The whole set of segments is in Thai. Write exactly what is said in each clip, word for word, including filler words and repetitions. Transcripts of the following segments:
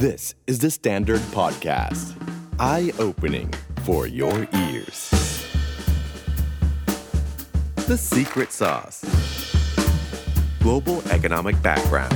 This is the Standard Podcast. Eye-opening for your ears. The Secret Sauce. Global Economic Background.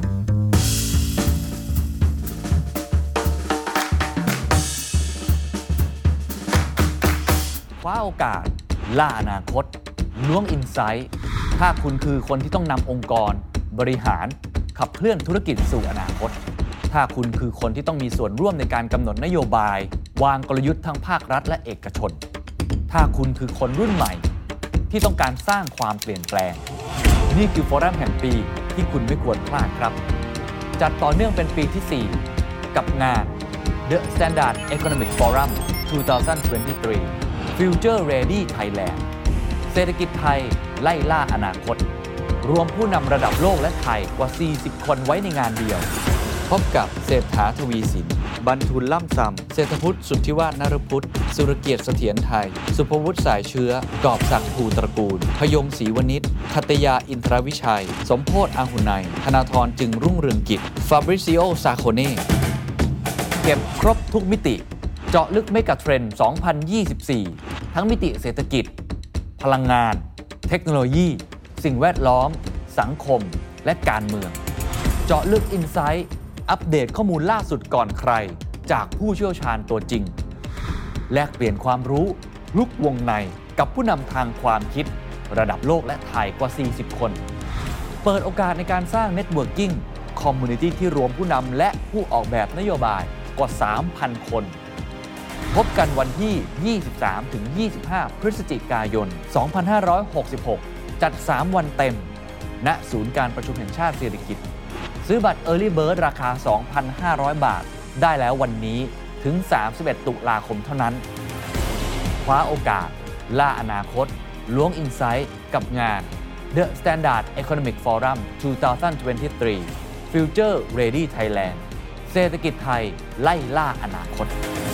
คว้าโอกาสล่าอนาคตล้วงอินไซต์ถ้าคุณคือคนที่ต้องนำองค์กรบริหารขับเคลื่อนธุรกิจสู่อนาคตถ้าคุณคือคนที่ต้องมีส่วนร่วมในการกำหนดนโยบายวางกลยุทธ์ทั้งภาครัฐและเอกชนถ้าคุณคือคนรุ่นใหม่ที่ต้องการสร้างความเปลี่ยนแปลงนี่คือฟอรัมแห่งปีที่คุณไม่ควรพลาดครับจัดต่อเนื่องเป็นปีที่สี่กับงาน The Standard Economic Forum สองพันยี่สิบสาม Future Ready Thailand เศรษฐกิจไทยไล่ล่าอนาคตรวมผู้นำระดับโลกและไทยกว่าสี่สิบคนไว้ในงานเดียวพบกับเศรษฐาทวีสินบรรทุลล่ำซำเศรษฐพุทธสุทธิวาฒนฤพุทธสุรเกียรติเสถียรไทยสุภวุฒิสายเชื้อกอบศักดิ์ภูตระกูลพยงศรีวณิชคัตยาอินทรวิชัยสมโพธิ์อาหุไนยธนาธรจึงรุ่งเรืองกิจฟาบริซิโอซาโคเน่เก็บครบทุกมิติเจาะลึกเมกะเทรนด์ สองพันยี่สิบสี่ ทั้งมิติเศรษฐกิจพลังงานเทคโนโลยีสิ่งแวดล้อมสังคมและการเมืองเจาะลึกอินไซต์อัปเดตข้อมูลล่าสุดก่อนใครจากผู้เชี่ยวชาญตัวจริงแลกเปลี่ยนความรู้ลุกวงในกับผู้นำทางความคิดระดับโลกและไทยกว่าสี่สิบคนเปิดโอกาสในการสร้างเน็ตเวิร์กิ่งคอมมูนิตี้ที่รวมผู้นำและผู้ออกแบบนโยบายกว่า สามพัน คนพบกันวันที่ ยี่สิบสามถึงยี่สิบห้า พฤศจิกายน สองพันห้าร้อยหกสิบหก จัด สาม วันเต็มณศูนย์การประชุมแห่งชาติเศรษฐกิจซื้อบัตร Early Bird ราคา สองพันห้าร้อย บาทได้แล้ววันนี้ถึง สามสิบเอ็ด ตุลาคมเท่านั้นคว้าโอกาสล่าอนาคตล้วงอินไซต์กับงาน The Standard Economic Forum สองพันยี่สิบสาม Future Ready Thailand เศรษฐกิจไทยไล่ล่าอนาคต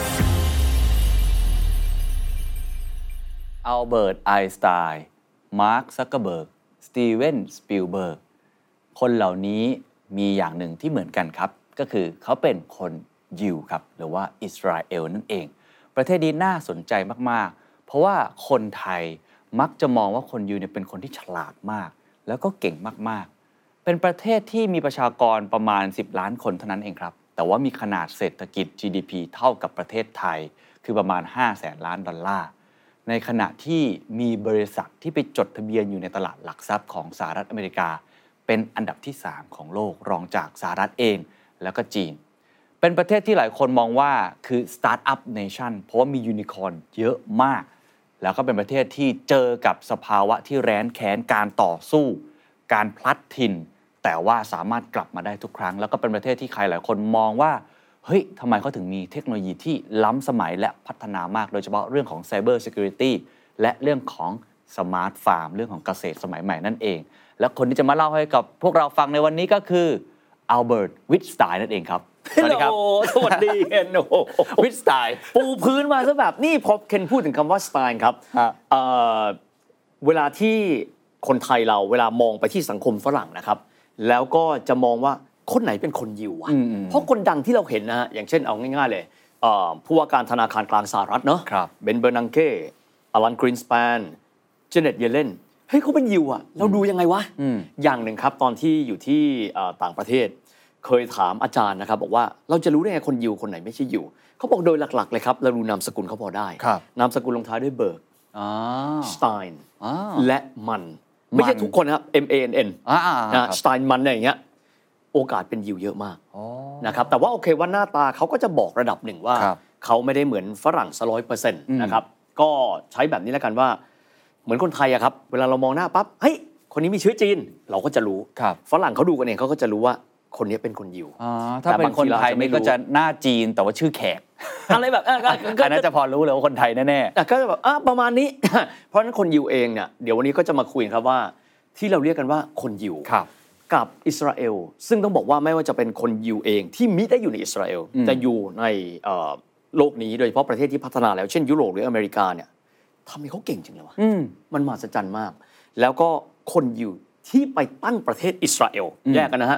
อัลเบิร์ต ไอน์สไตน์มาร์ค ซักเคอร์เบิร์ก สตีเวน สปิลเบิร์กคนเหล่านี้มีอย่างหนึ่งที่เหมือนกันครับก็คือเขาเป็นคนยิวครับหรือว่าอิสราเอลนั่นเองประเทศนี้น่าสนใจมากๆเพราะว่าคนไทยมักจะมองว่าคนยิวเนี่ยเป็นคนที่ฉลาดมากแล้วก็เก่งมากๆเป็นประเทศที่มีประชากรประมาณสิบล้านคนเท่านั้นเองครับแต่ว่ามีขนาดเศรษฐกิจ จี ดี พี เท่ากับประเทศไทยคือประมาณห้าแสนล้านดอลลาร์ในขณะที่มีบริษัทที่ไปจดทะเบียนอยู่ในตลาดหลักทรัพย์ของสหรัฐอเมริกาเป็นอันดับที่สามของโลกรองจากสหรัฐเองแล้วก็จีนเป็นประเทศที่หลายคนมองว่าคือสตาร์ทอัพเนชั่นเพราะว่ามียูนิคอร์นเยอะมากแล้วก็เป็นประเทศที่เจอกับสภาวะที่แร้นแค้นการต่อสู้การพลัดถิ่นแต่ว่าสามารถกลับมาได้ทุกครั้งแล้วก็เป็นประเทศที่ใครหลายคนมองว่าเฮ้ยทำไมเขาถึงมีเทคโนโลยีที่ล้ำสมัยและพัฒนามากโดยเฉพาะเรื่องของ Cyber Security และเรื่องของ Smart Farm เรื่องของเกษตรสมัยใหม่นั่นเองและคนที่จะมาเล่าให้กับพวกเราฟังในวันนี้ก็คืออัลเบิร์ต วิทสไตน์นั่นเองครับสวัสดีครับสวัสดีเคนโอ้วิทสไตน์ปูพื้นมาซะแบบนี่พอเคนพูดถึงคำว่าสไตน์ครับเอ่อเวลาที่คนไทยเราเวลามองไปที่สังคมฝรั่งนะครับแล้วก็จะมองว่าคนไหนเป็นคนยิวอ่ะเพราะคนดังที่เราเห็นนะฮะอย่างเช่นเอาง่ายๆเลยผู้ว่าการธนาคารกลางสหรัฐเนาะเบน เบอร์นังเก้อลัน กรีนสแปนเจเน็ต เยเลนเฮ้ยเขาเป็นยิวอ่ะเราดูยังไงวะ อ, อย่างหนึ่งครับตอนที่อยู่ที่ต่างประเทศเคยถามอาจารย์นะครับบอกว่าเราจะรู้ได้ไงคนยิวคนไหนไม่ใช่ยิวเขาบอกโดยหลักๆเลยครับเราดูนามสกุลเขาพอได้นามสกุลลงท้ายด้วยเบิร์กสไตน์และมันไม่ใช่ทุกคนนะครับ เอ็ม เอ เอ็น เอ็น นะสไตน์มันอย่างเงี้ยโอกาสเป็นยิวเยอะมากนะครับแต่ว่าโอเคว่าหน้าตาเขาก็จะบอกระดับหนึ่งว่าเขาไม่ได้เหมือนฝรั่งซะ ร้อยเปอร์เซ็นต์ นะครับก็ใช้แบบนี้แล้วกันว่าเหมือนคนไทยอะครับเวลาเรามองหน้าปั๊บเฮ้ยคนนี้มีเชื้อจีนเราก็จะรู้ฝรั่งเขาดูกันเองเขาก็จะรู้ว่าคนนี้เป็นคนยิวถ้าเป็นคนไทยนี่ก็จะหน้าจีนแต่ว่าชื่อแขกอะไรแบบอันนั้นจะพอรู้เลยว่าคนไทยแน่ๆก็จะแบบประมาณนี้เพราะฉะนั้นคนยิวเองเนี่ยเดี๋ยววันนี้ก็จะมาคุยครับว่าที่เราเรียกกันว่าคนยิวกับอิสราเอลซึ่งต้องบอกว่าไม่ว่าจะเป็นคนยิวเองที่มิได้อยู่ในอิสราเอลแต่อยู่ในโลกนี้โดยเฉพาะประเทศที่พัฒนาแล้วเช่นยุโรปหรืออเมริกาเนี่ยทำไมเขาเก่งจังเลยวะมันมหัศจรรย์มากแล้วก็คนยิวที่ไปตั้งประเทศอิสราเอลแยกกันนะฮะ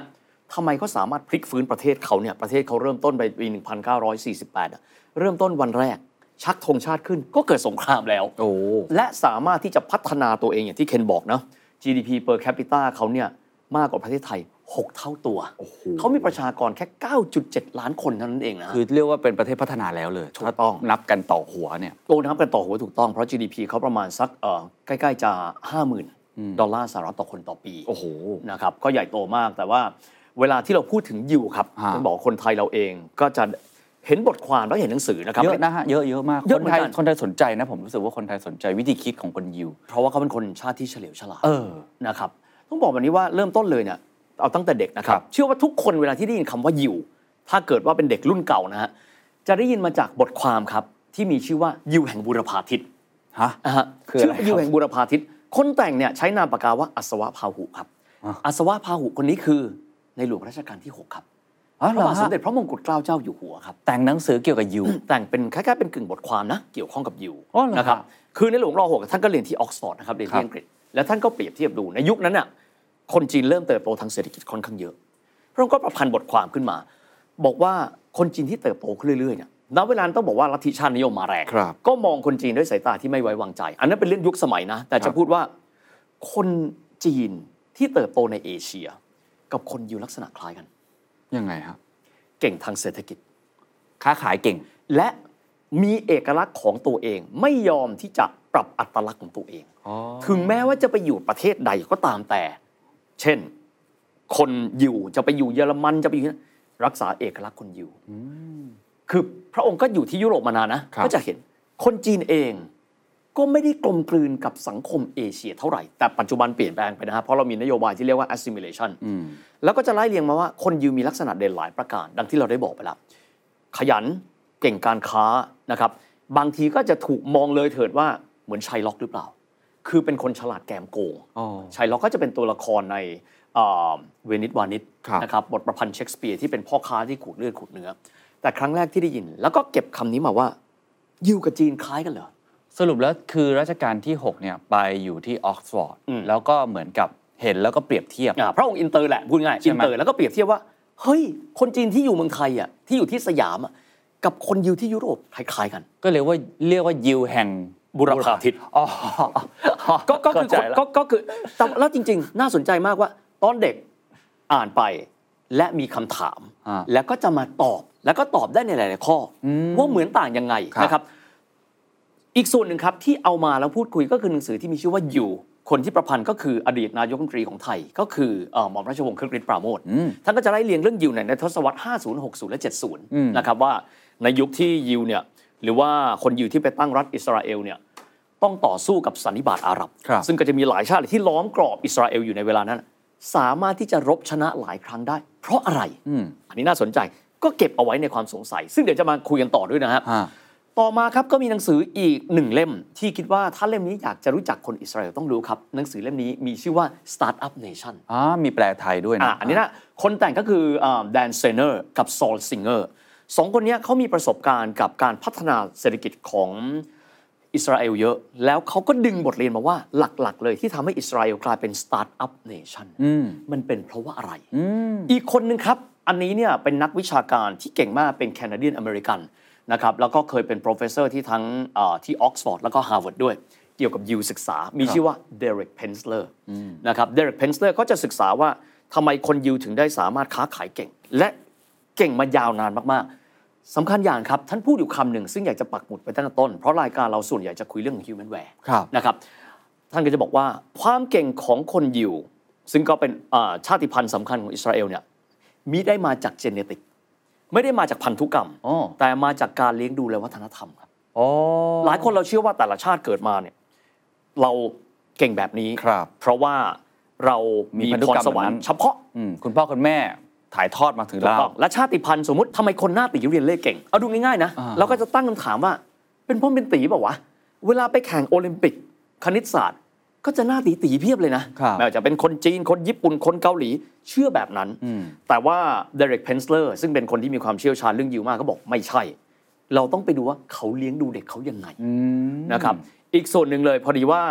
ทำไมเขาสามารถพลิกฟื้นประเทศเขาเนี่ยประเทศเขาเริ่มต้นไปปีหนึ่งพันเก้าร้อยสี่สิบแปดอะเริ่มต้นวันแรกชักธงชาติขึ้นก็เกิดสงครามแล้วโอ้และสามารถที่จะพัฒนาตัวเองอย่างที่เคนบอกนะ จี ดี พี per capita เขาเนี่ยมากกว่าประเทศไทยหกเท่าตัวเขามีประชากรแค่ เก้าจุดเจ็ด ล้านคนเท่านั้นเองนะคือเรียกว่าเป็นประเทศพัฒนาแล้วเลยถูกต้องนับกันต่อหัวเนี่ยโอ้นับกันต่อหัวถูกต้องเพราะ จี ดี พี เขาประมาณสักเอ่อใกล้ๆจะ ห้าหมื่น ดอลลาร์สหรัฐต่อคนต่อปีโอ้โหนะครับก็ใหญ่โตมากแต่ว่าเวลาที่เราพูดถึงยิวครับต้องบอกคนไทยเราเองก็จะเห็นบทความแล้วเห็นหนังสือนะครับเยอะนะฮะเยอะเยอะมากคนไทยคนไทยสนใจนะผมรู้สึกว่าคนไทยสนใจวิธีคิดของคนยิวเพราะว่าเขาเป็นคนชาติที่เฉลียวฉลาดนะครับต้องบอกแบบนี้ว่าเริ่มต้นเลยเนี่ยเอาตั้งแต่เด็กนะครับเชื่อว่าทุกคนเวลาที่ได้ยินคำว่ายิวถ้าเกิดว่าเป็นเด็กรุ่นเก่านะฮะจะได้ยินมาจากบทความครับที่มีชื่อว่ายิวแห่งบูรพาทิตฮะคืออะไรยิวแห่งบูรพาทิตคนแต่งเนี่ยใช้นามปากกาว่าอัศวะพาหุครับอัศวะพาหุคนนี้คือในหลวงรัชกาลที่หกครับพระบาทสมเด็จพระมงกุฎเกล้าเจ้าอยู่หัวครับแต่งหนังสือเกี่ยวกับยิวแต่งเป็นคล้ายๆเป็นกึ่งบทความนะเกี่ยวข้องกับยิวนะครับคือในหลวงร.หกท่านก็เรียนที่ออกซฟอร์ดนะครับเรียนที่อังกฤษแล้วท่านก็เปรียบเทียบดูในยุคนั้นน่ะคนจีนเริ่มเติบโตทางเศรษฐกิจค่อนข้างเยอะพระองค์ก็ประพันธ์บทความขึ้นมาบอกว่าคนจีนที่เติบโตขึ้นเรื่อยๆเนี่ยณเวลาต้องบอกว่าลัทธิชาตินิยมมาแรงก็มองคนจีนด้วยสายตาที่ไม่ไว้วางใจอันนั้นเป็นเรื่องยุคสมัยนะแต่จะพูดว่าคนจีนที่เติบโตในเอเชียกับคนยิวลักษณะคล้ายกันยังไงครับเก่งทางเศรษฐกิจค้าขายเก่งและมีเอกลักษณ์ของตัวเองไม่ยอมที่จะปรับอัตลักษณ์ของตัวเองถึงแม้ว่าจะไปอยู่ประเทศใดก็ตามแต่เช่นคนยิวจะไปอยู่เยอรมันจะไปอยู่รักษาเอกลักษณ์คนยิวคือพระองค์ก็อยู่ที่ยุโรปมานานนะก็จะเห็นคนจีนเองก็ไม่ได้กลมกลืนกับสังคมเอเชียเท่าไหร่แต่ปัจจุบันเปลี่ยนแปลงไปนะฮะเพราะเรามีนโยบายที่เรียกว่า assimilation แล้วก็จะไล่เรียงมาว่าคนยิวมีลักษณะเด่นหลายประการดังที่เราได้บอกไปแล้วขยันเก่งการค้านะครับบางทีก็จะถูกมองเลยเถิดว่าเหมือนชัยล็อกหรือเปล่าคือเป็นคนฉลาดแกมโกงชัยล็อกก็จะเป็นตัวละครในเวนิสวานิชนะครับบทประพันธ์เชคสเปียร์ที่เป็นพ่อค้าที่ขูดเลือดขูดเนื้อแต่ครั้งแรกที่ได้ยินแล้วก็เก็บคำนี้มาว่ายิวกับจีนคล้ายกันเหรอสรุปแล้วคือรัชกาลที่หกเนี่ยไปอยู่ที่ออกซฟอร์ดแล้วก็เหมือนกับเห็นแล้วก็เปรียบเทียบพระองค์อินเตอร์แหละพูดง่ายอินเตอร์แล้วก็เปรียบเทียบว่าเฮ้ยคนจีนที่อยู่เมืองไทยอ่ะที่อยู่ที่สยามอ่ะกับคนยิวที่ยุโรปคล้ายๆกันก็เรียกว่าเรียกว่ายิวแห่งบูรพาทิตอ๋อก็ก็คือก็ก็คือแล้วจริงๆน่าสนใจมากว่าตอนเด็กอ่านไปและมีคำถามแล้วก็จะมาตอบแล้วก็ตอบได้ในหลายๆข้อว่าเหมือนต่างยังไงนะครับอีกส่วนหนึ่งครับที่เอามาแล้วพูดคุยก็คือหนังสือที่มีชื่อว่าอยู่คนที่ประพันธ์ก็คืออดีตนายกรัฐมนตรีของไทยก็คือหม่อมราชวงศ์คฤห์ปราโมชท่านก็จะไล่เรียงเรื่องยิวในทศวรรษห้าสิบ หกสิบและเจ็ดสิบนะครับว่าในยุคที่ยิวเนี่ยหรือว่าคนยิวที่ไปตั้งรัฐอิสราเอลเนี่ยต้องต่อสู้กับสันนิบาตอาหรับซึ่งก็จะมีหลายชาติที่ล้อมกรอบอิสราเอลอยู่ในเวลานั้นสามารถที่จะรบชนะหลายครั้งได้เพราะอะไรอันนี้น่าสนใจก็เก็บเอาไว้ในความสงสัยซึ่งเดี๋ยวจะมาคุยกันต่อด้วยนะครับต่อมาครับก็มีหนังสืออีกหนึ่งเล่มที่คิดว่าถ้าเล่มนี้อยากจะรู้จักคนอิสราเอลต้องรู้ครับหนังสือเล่มนี้มีชื่อว่า Startup Nation อ๋อมีแปลไทยด้วยนะอ่ะอันนี้นะคนแต่งก็คือแดนเซเนอร์กับซอลซิงเกอร์สองคนนี้เขามีประสบการณ์กับการพัฒนาเศรษฐกิจของอิสราเอลเยอะแล้วเขาก็ดึงบทเรียนมาว่าหลักๆเลยที่ทำให้อิสราเอลกลายเป็น Startup Nation มันเป็นเพราะว่าอะไร อ, อีกคนนึงครับอันนี้เนี่ยเป็นนักวิชาการที่เก่งมากเป็นแคนาเดียนอเมริกันนะครับแล้วก็เคยเป็น professor ที่ทั้งที่ออกซฟอร์ดแล้วก็ Harvard ด้วยเกี่ยวกับยิวศึกษามีชื่อว่า Derek Pensler นะครับ Derek Pensler ก็จะศึกษาว่าทำไมคนยิวถึงได้สามารถค้าขายเก่งและเก่งมายาวนานมากๆสำคัญอย่างครับท่านพูดอยู่คำหนึ่งซึ่งอยากจะปักหมุดไปตั้งแต่ต้นเพราะรายการเราส่วนใหญ่จะคุยเรื่อง humanware นะครับท่านก็จะบอกว่าความเก่งของคนยิวซึ่งก็เป็นชาติพันธุ์สำคัญของอิสราเอลเนี่ยมิได้มาจาก geneticไม่ได้มาจากพันธุกรรมแต่มาจากการเลี้ยงดูและวัฒนธรรมครับหลายคนเราเชื่อว่าแต่ละชาติเกิดมาเนี่ยเราเก่งแบบนี้เพราะว่าเรามีพรสวรรค์เฉพาะคุณพ่อคุณแม่ถ่ายทอดมาถึงเราและชาติพันธุ์สมมติทำไมคนหน้าตีเรียนเลขเก่งเอาดูง่ายๆนะเราก็จะตั้งคำถามว่าเป็นพ่อเป็นตีเปล่าวะเวลาไปแข่งโอลิมปิกคณิตศาสตร์ก็จะหน้าตีตีเพียบเลยนะแม้ว่าจะเป็นคนจีนคนญี่ปุ่นคนเกาหลีเชื่อแบบนั้นแต่ว่า Derek Pensler ซึ่งเป็นคนที่มีความเชี่ยวชาญเรื่องยิวมากก็บอกไม่ใช่เราต้องไปดูว่าเขาเลี้ยงดูเด็กเขายังไงนะครับอีกส่วนหนึ่งเลยพอดีว่า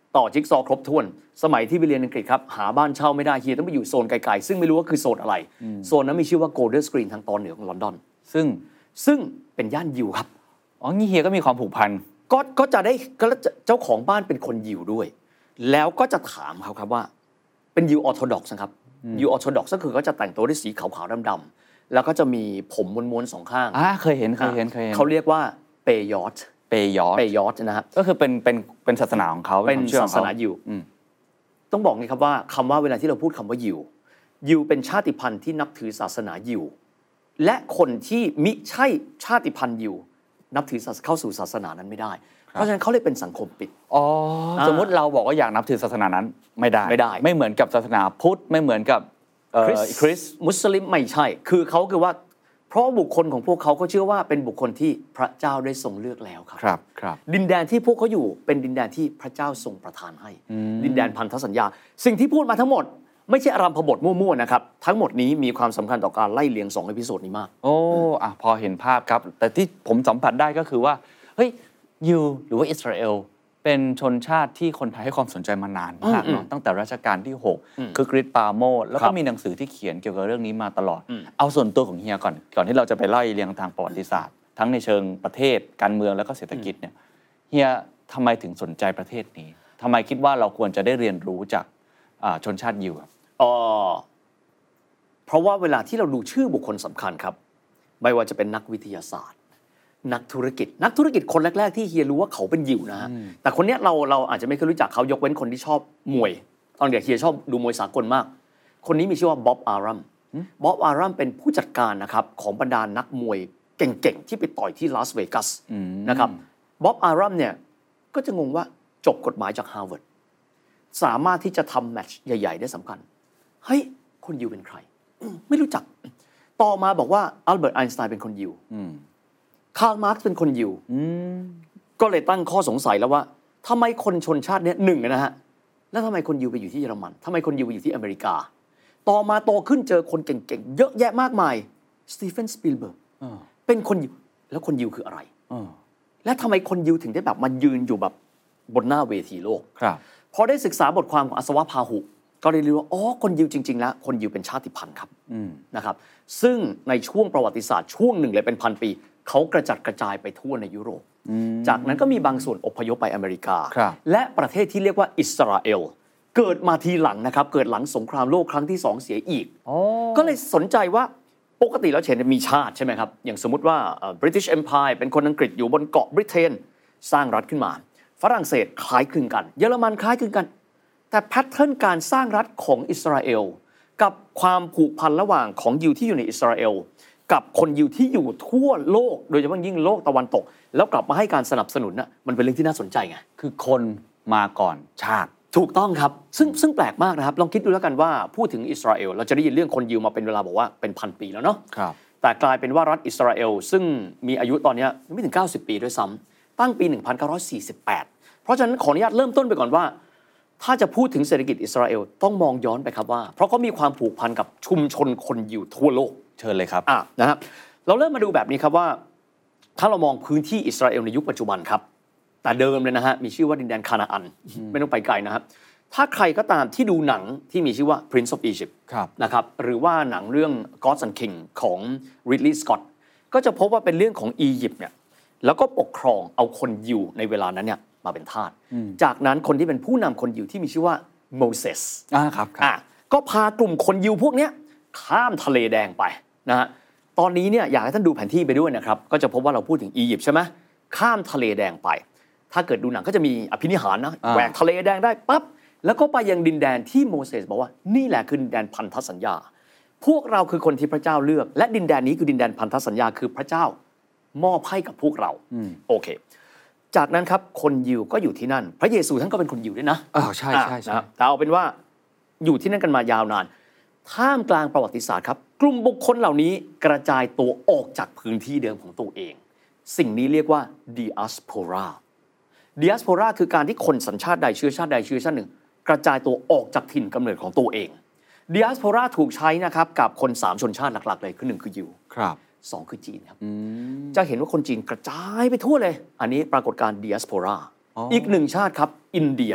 ต่อจิ๊กซอว์ครบถ้วนสมัยที่ไปเรียนอังกฤษครับหาบ้านเช่าไม่ได้เฮียต้องไปอยู่โซนไกลๆซึ่งไม่รู้ว่าคือโซนอะไรโซนนั้นมีชื่อว่า Golders Green ทางตอนเหนือของลอนดอนซึ่งซึ่งเป็นย่านยิวครับอ๋อนี่เฮียก็มีความผูกพันก็ก็จะได้ก็เจ้าของบ้านเป็นคนยิวด้วยแล้วก็จะถามเขาครับว่าเป็นยิวออร์โธดอกซ์นะครับยิวออร์โธดอกซ์ก็คือก็จะแต่งตัวด้วยสีขาวๆดำๆแล้วก็จะมีผมม้วนๆสองข้างอ่าเคยเห็นเคยเห็นเคยเห็นเขาเรียกว่าเปยอตเปยอตเปยอตนะฮะก็คือเป็นเป็นเป็นศาสนาของเขาเป็นศาสนายิวต้องบอกนี่ครับว่าคำว่าเวลาที่เราพูดคำว่ายิวยิวเป็นชาติพันธุ์ที่นับถือศาสนายิวและคนที่มิใช่ชาติพันธุ์ยิวนับถือเข้าสู่ศาสนานั้นไม่ได้เพราะฉะนั้นเขาเลยเป็นสังคมปิดอ๋อสมมุติเราบอกว่าอยากนับถือศาสนานั้นไม่ได้ไม่ได้ไม่เหมือนกับศาสนาพุทธไม่เหมือนกับคริสต์มุสลิมไม่ใช่คือเขาคือว่าเพราะบุคคลของพวกเขาก็เชื่อว่าเป็นบุคคลที่พระเจ้าได้ทรงเลือกแล้วครับครับครับดินแดนที่พวกเขาอยู่เป็นดินแดนที่พระเจ้าทรงประทานให้ดินแดนพันธสัญญาสิ่งที่พูดมาทั้งหมดไม่ใช่อารัมพบทมั่วๆนะครับทั้งหมดนี้มีความสำคัญต่อการไล่เลียงสองเอพิโซดนี้มากโอ้อ่ะพอเห็นภาพครับแต่ที่ผมสัมผัสได้ก็คือว่าเฮ้ยยิวหรือว่าอิสราเอลเป็นชนชาติที่คนไทยให้ความสนใจมานานมากเนาะตั้งแต่รัชกาลที่หกคือกริชปาโมชแล้วก็มีหนังสือที่เขียนเกี่ยวกับเรื่องนี้มาตลอดเอาส่วนตัวของเฮียก่อนก่อนที่เราจะไปไล่เรียงทางประวัติศาสตร์ทั้งในเชิงประเทศการเมืองแล้วก็เศรษฐกิจเนี่ยเฮียทำไมถึงสนใจประเทศนี้ทำไมคิดว่าเราควรจะได้เรียนรู้จากชนชาติยิวครับอ๋อเพราะว่าเวลาที่เราดูชื่อบุคคลสำคัญครับไม่ว่าจะเป็นนักวิทยาศาสตร์นักธุรกิจนักธุรกิจคนแรกๆที่เฮียรู้ว่าเขาเป็นยิวนะฮะแต่คนนี้เราเราอาจจะไม่เคยรู้จักเขายกเว้นคนที่ชอบมวยตอนเด็กเฮียชอบดูมวยสากลมากคนนี้มีชื่อว่าบ๊อบอารัมบ๊อบอารัมเป็นผู้จัดการนะครับของบรรดานักมวยเก่งๆที่ไปต่อยที่ลาสเวกัสนะครับบ๊อบอารัมเนี่ยก็จะงงว่าจบกฎหมายจากฮาร์วาร์ดสามารถที่จะทำแมตช์ใหญ่ๆได้สำคัญเฮ้ยคนยิวเป็นใครไม่รู้จักต่อมาบอกว่าอัลเบิร์ตไอน์สไตน์เป็นคนยิวคาร์ลมาร์กซ์เป็นคนยิวก็เลยตั้งข้อสงสัยแล้วว่าทำไมคนชนชาติเนี้ยหนึ่งนะฮะแล้วทำไมคนยิวไปอยู่ที่เยอรมันทำไมคนยิวไปอยู่ที่อเมริกาต่อมาโตขึ้นเจอคนเก่งๆเยอะแยะมากมายสตีเฟนสปิลเบิร์กเป็นคนยิวแล้วคนยิวคืออะไรและทำไมคนยิวถึงได้แบบมายืนอยู่แบบบนหน้าเวทีโลกพอได้ศึกษาบทความของอัศวะพาหุก็ได้รู้ว่าอ๋อคนยิวจริงๆแล้วคนยิวเป็นชาติพันธุ์ครับนะครับซึ่งในช่วงประวัติศาสตร์ช่วงหนึ่งเลยเป็นพันปีเขากระจัดกระจายไปทั่วในยุโรปจากนั้นก็มีบางส่วนอพยพไปอเมริกาและประเทศที่เรียกว่าอิสราเอลเกิดมาทีหลังนะครับเกิดหลังสงครามโลกครั้งที่สองเสียอีกก็เลยสนใจว่าปกติแล้วเห็นมีชาติใช่ไหมครับอย่างสมมติว่า British Empire เป็นคนอังกฤษอยู่บนเกาะบริเตนสร้างรัฐขึ้นมาฝรั่งเศสคล้ายคลึงกันเยอรมันคล้ายคลึงกันแต่แพทเทิร์นการสร้างรัฐของอิสราเอลกับความผูกพันระหว่างของยิวที่อยู่ในอิสราเอลกับคนยิวที่อยู่ทั่วโลกโดยเฉพาะยิ่งโลกตะวันตกแล้วกลับมาให้การสนับสนุนน่ะมันเป็นเรื่องที่น่าสนใจไงคือคนมาก่อนชาติถูกต้องครับซึ่งซึ่งแปลกมากนะครับลองคิดดูแล้วกันว่าพูดถึงอิสราเอลเราจะได้ยินเรื่องคนยิวมาเป็นเวลาบอกว่าเป็นพันปีแล้วเนาะครับแต่กลายเป็นว่ารัฐอิสราเอลซึ่งมีอายุตอนนี้ไม่ถึงเก้าสิบปีด้วยซ้ำตั้งปีหนึ่งพันเก้าร้อยสี่สิบแปดเพราะฉะนั้นขออนุญาตเริ่มต้นไปก่อนว่าถ้าจะพูดถึงเศรษฐกิจอิสราเอลต้องมองย้อนไปครับว่าเพราะเขามีความผูกพันกับชุมชนคนยิวทั่วโลกเชิญเลยครับอ่ะนะครับเราเริ่มมาดูแบบนี้ครับว่าถ้าเรามองพื้นที่อิสราเอลในยุคปัจจุบันครับแต่เดิมเลยนะฮะมีชื่อว่าดินแดนคานาอันไม่ต้องไปไกลนะครับถ้าใครก็ตามที่ดูหนังที่มีชื่อว่า Prince of Egypt นะครับหรือว่าหนังเรื่อง Gods and King ของ Ridley Scott ก็จะพบว่าเป็นเรื่องของอียิปต์เนี่ยแล้วก็ปกครองเอาคนยิวในเวลานั้นเนี่ยมาเป็นทาสจากนั้นคนที่เป็นผู้นำคนยิวที่มีชื่อว่าโมเสสอ่าครับอ่ะก็พากลุ่มคนยิวพวกนี้ข้ามทะเลแดงไปนะฮะตอนนี้เนี่ยอยากให้ท่านดูแผนที่ไปด้วยนะครับก็จะพบว่าเราพูดถึงอียิปต์ใช่ไหมข้ามทะเลแดงไปถ้าเกิดดูหนังก็จะมีอภินิหารนะแหวกทะเลแดงได้ปั๊บแล้วก็ไปยังดินแดนที่โมเสสบอกว่านี่แหละคือดินแดนพันธสัญญาพวกเราคือคนที่พระเจ้าเลือกและดินแดนนี้คือดินแดนพันธสัญญาคือพระเจ้ามอบให้กับพวกเราโอเคจากนั้นครับคนยิวก็อยู่ที่นั่นพระเยซูท่านก็เป็นคนยิวด้วยนะอ๋อใช่ใช่ใช่แต่เอาเป็นว่าอยู่ที่นั่นกันมายาวนานท่ามกลางประวัติศาสตร์ครับกลุ่มบุคคลเหล่านี้กระจายตัวออกจากพื้นที่เดิมของตัวเองสิ่งนี้เรียกว่า diaspora diaspora คือการที่คนสัญชาติใดเชื้อชาติใดเชื้อชาติหนึ่งกระจายตัวออกจากถิ่นกำเนิดของตัวเอง diaspora ถูกใช้นะครับกับคนสามชนชาติหลักๆเลยคือหนึ่งคือยิวครับสองคือจีนครับจะเห็นว่าคนจีนกระจายไปทั่วเลยอันนี้ปรากฏการณ์ diaspora อีกหนึ่งชาติครับอินเดียครับ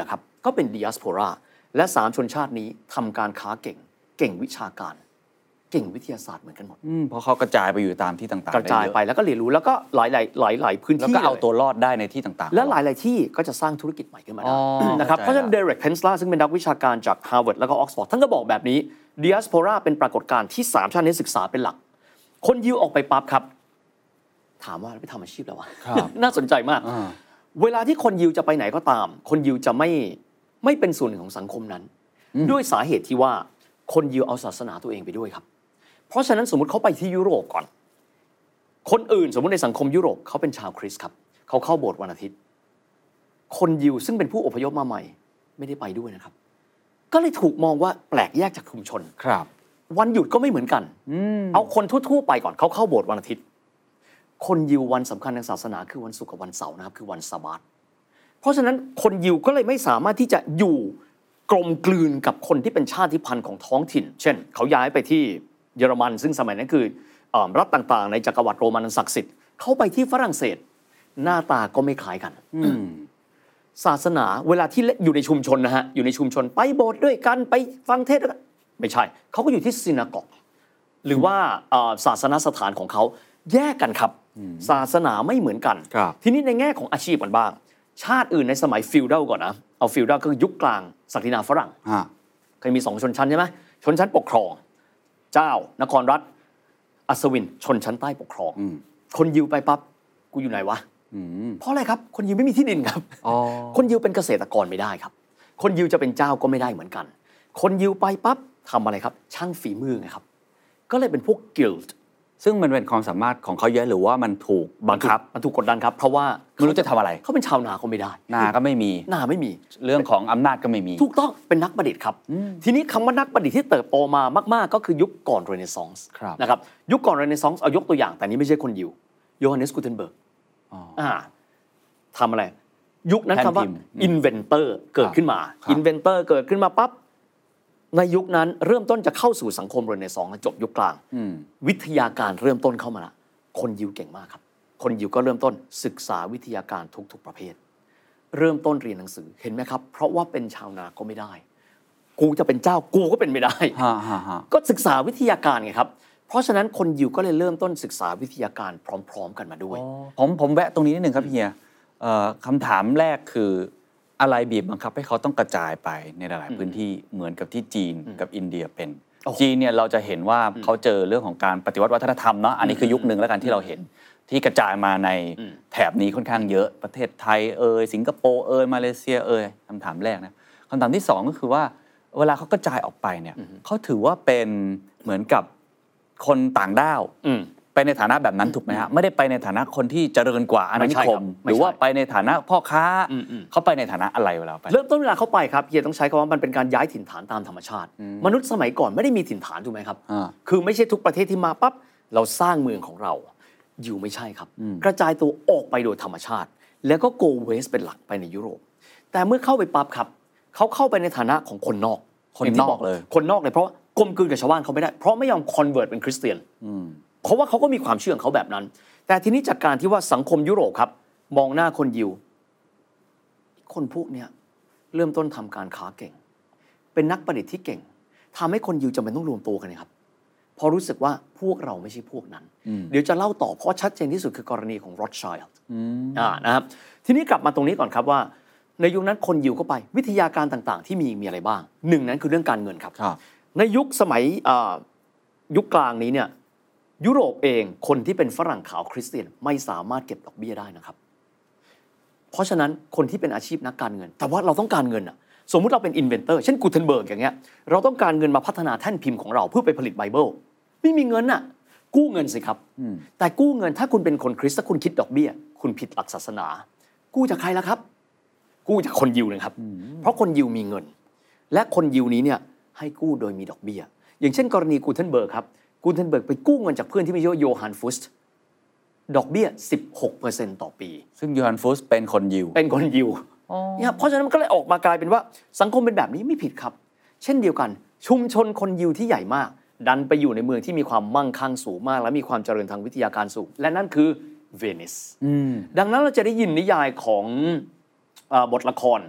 ก็เป็นดิอาสโพราและสามชนชาตินี้ทำการค้าเก่งเก่งวิชาการเก่งวิทยาศาสตร์เหมือนกันหมดเพราะเขากระจายไปอยู่ตามที่ต่างๆกระจายไปแล้วก็เรียนรู้แล้วก็หลายๆหลายหลายพื้นที่แล้วก็เอาตัวรอดได้ในที่ต่างๆและหลายๆที่ก็จะสร้างธุรกิจใหม่ขึ้นมาได้นะครับเพราะฉะนั้นเดเร็กเพนสลาซึ่งเป็นนักวิชาการจาก Harvard แล้วก็ Oxford ท่านก็บอกแบบนี้ Diaspora เป็นปรากฏการณ์ที่สามชาตินี้ศึกษาเป็นหลักคนยิวออกไปปั๊บครับถามว่าไปทำอาชีพแล้ววะ น่าสนใจมากเวลาที่คนยิวจะไปไหนก็ตามคนยิวจะไม่ไม่เป็นส่วนหนึ่งของสังคมนั้นด้วยสาเหตุที่ว่าคนยิวเอาศาสนาตัวเองไปด้วยครับเพราะฉะนั้นสมมุติเขาไปที่ยุโรปก่อนคนอื่นสมมุติในสังคมยุโรปเขาเป็นชาวคริสต์ครับเขาเข้าโบสถ์วันอาทิตย์คนยิวซึ่งเป็นผู้อพยพมาใหม่ไม่ได้ไปด้วยนะครับก็เลยถูกมองว่าแปลกแยกจากชุมชนครับวันหยุดก็ไม่เหมือนกันเอาคนทั่วๆไปก่อนเขาเข้าโบสถ์วันอาทิตย์คนยิววันสำคัญทางศาสนาคือวันศุกร์กับวันเสาร์นะครับคือวันซาบาตเพราะฉะนั้นคนยิวก็เลยไม่สามารถที่จะอยู่กลมกลืนกับคนที่เป็นชาติพันธุ์ของท้องถิ่นเช่นเขาย้ายไปที่เยอรมันซึ่งสมัยนั้นคือรัฐต่างๆในจักรวรรดิโรมันอันศักดิ์สิทธิ์เข้าไปที่ฝรั่งเศสหน้าตาก็ไม่คล้ายกันศาสนาเวลาที่อยู่ในชุมชนนะฮะอยู่ในชุมชนไปโบสถ์ด้วยกันไปฟังเทศน์ไม่ใช่เขาก็อยู่ที่ซินาโกกหรือว่าศาสนสถานของเขาแยกกันครับศาสนาไม่เหมือนกันทีนี้ในแง่ของอาชีพกันบ้างชาติอื่นในสมัยฟิวดัลก่อนนะเอาฟิวดัลก็คือยุคกลางศักดินาฝรั่งเคยมีสองชนชั้นใช่ไหมชนชั้นปกครองเจ้านครรัฐอัศวินชนชั้นใต้ปกครองคนยิวไปปั๊บกูอยู่ไหนวะเพราะอะไรครับคนยิวไม่มีที่ดินครับคนยิวเป็นเกษตรกรไม่ได้ครับคนยิวจะเป็นเจ้าก็ไม่ได้เหมือนกันคนยิวไปปั๊บทำอะไรครับช่างฝีมือไงครับก็เลยเป็นพวกกิลด์ซึ่งมันเป็นความสามารถของเขาเยอะหรือว่ามันถูกบังคับมันถูกกดดันครับเพราะว่าไม่รู้จะทำอะไรเขาเป็นชาวนาก็ไม่ได้นาก็ไม่มีนาไม่มีเรื่องของอำนาจก็ไม่มีถูกต้องเป็นนักประดิษฐ์ครับทีนี้คำว่านักประดิษฐ์ที่เติบโตมามากๆก็คือยุคก่อนเรเนซองส์นะครับยุคก่อนเรเนซองส์เอายกตัวอย่างแต่นี้ไม่ใช่คนยิวโยฮันเนสกูเทนเบิร์กอ่าทำอะไรยุคนั้นคำว่า inventor เกิดขึ้นมา inventor เกิดขึ้นมาปั๊บในยุคนั้นเริ่มต้นจะเข้าสู่สังคมเรเนซองส์จบยุคกลางวิทยาการเริ่มต้นเข้ามาละคนยิวเก่งมากครับคนยิวก็เริ่มต้นศึกษาวิทยาการทุกๆประเภทเริ่มต้นเรียนหนังสือเห็นไหมครับเพราะว่าเป็นชาวนาก็ไม่ได้กูจะเป็นเจ้ากูก็เป็นไม่ได้ก็ศึกษาวิทยาการไงครับเพราะฉะนั้นคนยิวก็เลยเริ่มต้นศึกษาวิทยาการพร้อมๆกันมาด้วยผมผมแวะตรงนี้นิดนึงครับเฮียคำถามแรกคืออะไรบีบบังคับให้เขาต้องกระจายไปในหลายๆพื้นที่เหมือนกับที่จีนกับอินเดียเป็นจีนเนี่ยเราจะเห็นว่าเขาเจอเรื่องของการปฏิวัติวัฒนธรรมเนาะอันนี้คือยุคนึงแล้วกันที่เราเห็นที่กระจายมาในแถบนี้ค่อนข้างเยอะประเทศไทยเอยสิงคโปร์เอยมาเลเซียเอยคำถามแรกนะคำถามที่สองก็คือว่าเวลาเขากระจายออกไปเนี่ยเขาถือว่าเป็นเหมือนกับคนต่างด้าวไปในฐานะแบบนั้นถูกไหมฮะไม่ได้ไปในฐานะคนที่เจริญกว่าอาณานิคมหรือว่าไปในฐานะพ่อค้าเขาไปในฐานะอะไรเวลาไปเริ่มต้นเวลาเขาไปครับเฮียต้องใช้คำว่ามันเป็นการย้ายถิ่นฐานตามธรรมชาติมนุษย์สมัยก่อนไม่ได้มีถิ่นฐานถูกไหมครับคือไม่ใช่ทุกประเทศที่มาปั๊บเราสร้างเมืองของเราอยู่ไม่ใช่ครับกระจายตัวออกไปโดยธรรมชาติแล้วก็ go west เป็นหลักไปในยุโรปแต่เมื่อเข้าไปปั๊บครับเขาเข้าไปในฐานะของคนนอกคนนอกเลยคนนอกเลยเพราะกลมกลืนกับชาวบ้านเขาไม่ได้เพราะไม่ยอม convert เป็นคริสเตียนเพราะว่าเขาก็มีความเชื่อของเขาแบบนั้นแต่ทีนี้จากการที่ว่าสังคมยุโรปครับมองหน้าคนยิวคนพวกเนี้ยเริ่มต้นทำการค้าเก่งเป็นนักประดิษฐ์ที่เก่งทำให้คนยิวจำเป็นต้องรวมตัวกันนะครับพอรู้สึกว่าพวกเราไม่ใช่พวกนั้นเดี๋ยวจะเล่าต่อเพราะชัดเจนที่สุดคือกรณีของโรธชัยล์อ่านะครับทีนี้กลับมาตรงนี้ก่อนครับว่าในยุคนั้นคนยิวก็ไปวิทยาการต่างๆที่มีมีอะไรบ้างหนึ่งนั้นคือเรื่องการเงินครับในยุคสมัยยุคกลางนี้เนี่ยยุโรปเองคนที่เป็นฝรั่งขาวคริสเตียนไม่สามารถเก็บดอกเบี้ยได้นะครับเพราะฉะนั้นคนที่เป็นอาชีพนักการเงินแต่ว่าเราต้องการเงินอะสมมุติเราเป็นอินเวนเตอร์เช่นกูเทนเบิร์กอย่างเงี้ยเราต้องการเงินมาพัฒนาแท่นพิมพ์ของเราเพื่อไปผลิตไบเบิลไม่มีเงินอะกู้เงินสิครับแต่กู้เงินถ้าคุณเป็นคนคริสต์ถ้าคุณคิดดอกเบี้ยคุณผิดหลักศาสนากู้จากใครล่ะครับกู้จากคนยิวนะครับเพราะคนยิวมีเงินและคนยิวนี้เนี่ยให้กู้โดยมีดอกเบี้ยอย่างเช่นกรณีกูเทนเบิร์กครับกูเทนเบิร์กไปกู้เงินจากเพื่อนที่มีชื่อว่าโยฮันฟุสดอกเบี้ย สิบหกเปอร์เซ็นต์ ต่อปีซึ่งโยฮันฟุสเป็นคนยิวเป็นคนยิวเนี่ยเพราะฉะนั้นมันก็เลยออกมากลายเป็นว่าสังคมเป็นแบบนี้ไม่ผิดครับเช่นเดียวกันชุมชนคนยิวที่ใหญ่มากดันไปอยู่ในเมืองที่มีความมั่งคั่งสูงมากและมีความเจริญทางวิทยาการสูงและนั่นคือเวนิสดังนั้นเราจะได้ยินนิยายของบทละคร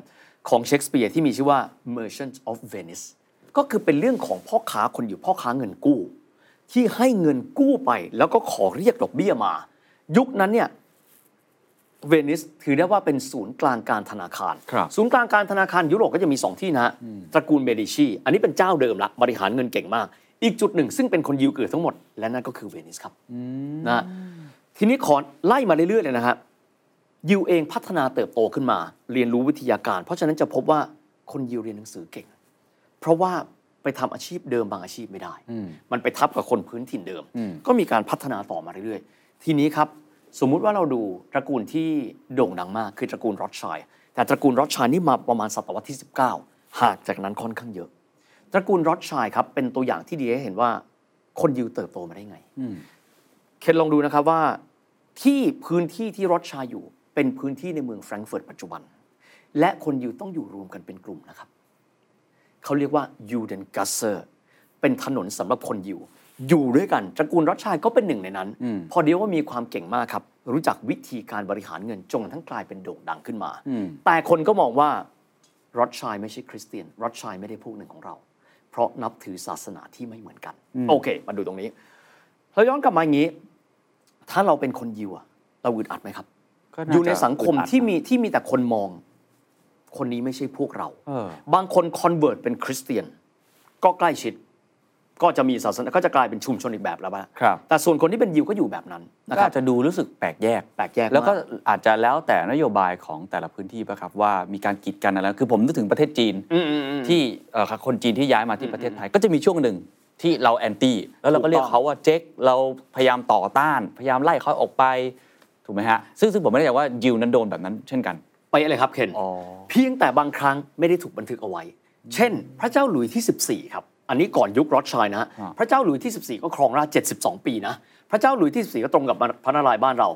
ของเชคสเปียร์ที่มีชื่อว่า Merchant of Venice ก็คือเป็นเรื่องของพ่อค้าคนอยู่พ่อค้าเงินกู้ที่ให้เงินกู้ไปแล้วก็ขอเรียกดอกเบี้ยมายุคนั้นเนี่ยเวนิสถือได้ว่าเป็นศูนย์กลางการธนาคารศูนย์กลางการธนาคารยุโรปก็จะมีสองที่นะฮะตระกูลเมดิชีอันนี้เป็นเจ้าเดิมละบริหารเงินเก่งมากอีกจุดหนึ่งซึ่งเป็นคนยิวเกิดทั้งหมดและนั่นก็คือเวนิสครับนะทีนี้ขอไล่มาเรื่อยๆเลยนะฮะยิวเองพัฒนาเติบโตขึ้นมาเรียนรู้วิทยาการเพราะฉะนั้นจะพบว่าคนยิวเรียนหนังสือเก่งเพราะว่าไปทำอาชีพเดิมบางอาชีพไม่ได้มันไปทับกับคนพื้นถิ่นเดิมก็มีการพัฒนาต่อมาเรื่อยๆทีนี้ครับสมมุติว่าเราดูตระกูลที่โด่งดังมากคือตระกูลรอธชัยด์แต่ตระกูลรอธชัยด์นี่มาประมาณศตวรรษที่สิบเก้าห่างจากนั้นค่อนข้างเยอะตระกูลรอธชัยด์ครับเป็นตัวอย่างที่ดีให้เห็นว่าคนยิวเติบโตมาได้ไงเคนลองดูนะครับว่าที่พื้นที่ที่รอธชัยด์อยู่เป็นพื้นที่ในเมืองแฟรงก์เฟิร์ตปัจจุบันและคนยิวต้องอยู่รวมกันเป็นกลุ่มนะครับเขาเรียกว่ายูเดนกัสเซอร์เป็นถนนสำหรับคนยิวอยู่ด้วยกันตระกูลรอธชัยด์ก็เป็นหนึ่งในนั้นพอเดียวว่ามีความเก่งมากครับรู้จักวิธีการบริหารเงินจนกระทั่งกลายเป็นโด่งดังขึ้นมาแต่คนก็มองว่ารอธชัยด์ไม่ใช่คริสเตียนรอธชัยด์ไม่ได้พวกหนึ่งของเราเพราะนับถือศาสนาที่ไม่เหมือนกันโอเคมาดูตรงนี้เราย้อนกลับมาอย่างนี้ถ้าเราเป็นคนยิวเราอึดอัดไหมครับอยู่ในสังคมที่มีที่มีแต่คนมองคนนี้ไม่ใช่พวกเราบางคนคอนเวิร์ตเป็นคริสเตียนก็ใกล้ชิดก็จะมีศาสนาก็จะกลายเป็นชุมชนอีกแบบแล้วบ้างแต่ส่วนคนที่เป็นยิวก็อยู่แบบนั้นก็อาจจะดูรู้สึกแปลกแยกแปลกแยกแล้วก็อาจจะแล้วแต่นโยบายของแต่ละพื้นที่ป่ะครับว่ามีการกีดกันอะไรคือผมนึกถึงประเทศจีนที่คนจีนที่ย้ายมาที่ประเทศไทยก็จะมีช่วงหนึ่งที่เราแอนตี้แล้วเราก็เรียกเขาว่าเจ๊กเราพยายามต่อต้านพยายามไล่เขาออกไปถูกไหมฮะซึ่งซึ่งผมไม่ได้บอกว่ายิวนั้นโดนแบบนั้นเช่นกันไปอะไรครับเคนเพียงแต่บางครั้งไม่ได้ถูกบันทึกเอาไว้เช่นพระเจ้าหลุยส์ที่สิบสี่ครับอันนี้ก่อนยุครอธชัยด์นะฮะพระเจ้าหลุยส์ที่สิบสี่ก็ครองราชย์เจ็ดสิบสองปีนะพระเจ้าหลุยส์ที่สิบสี่ก็ตรงกับพระนารายณ์บ้านเรา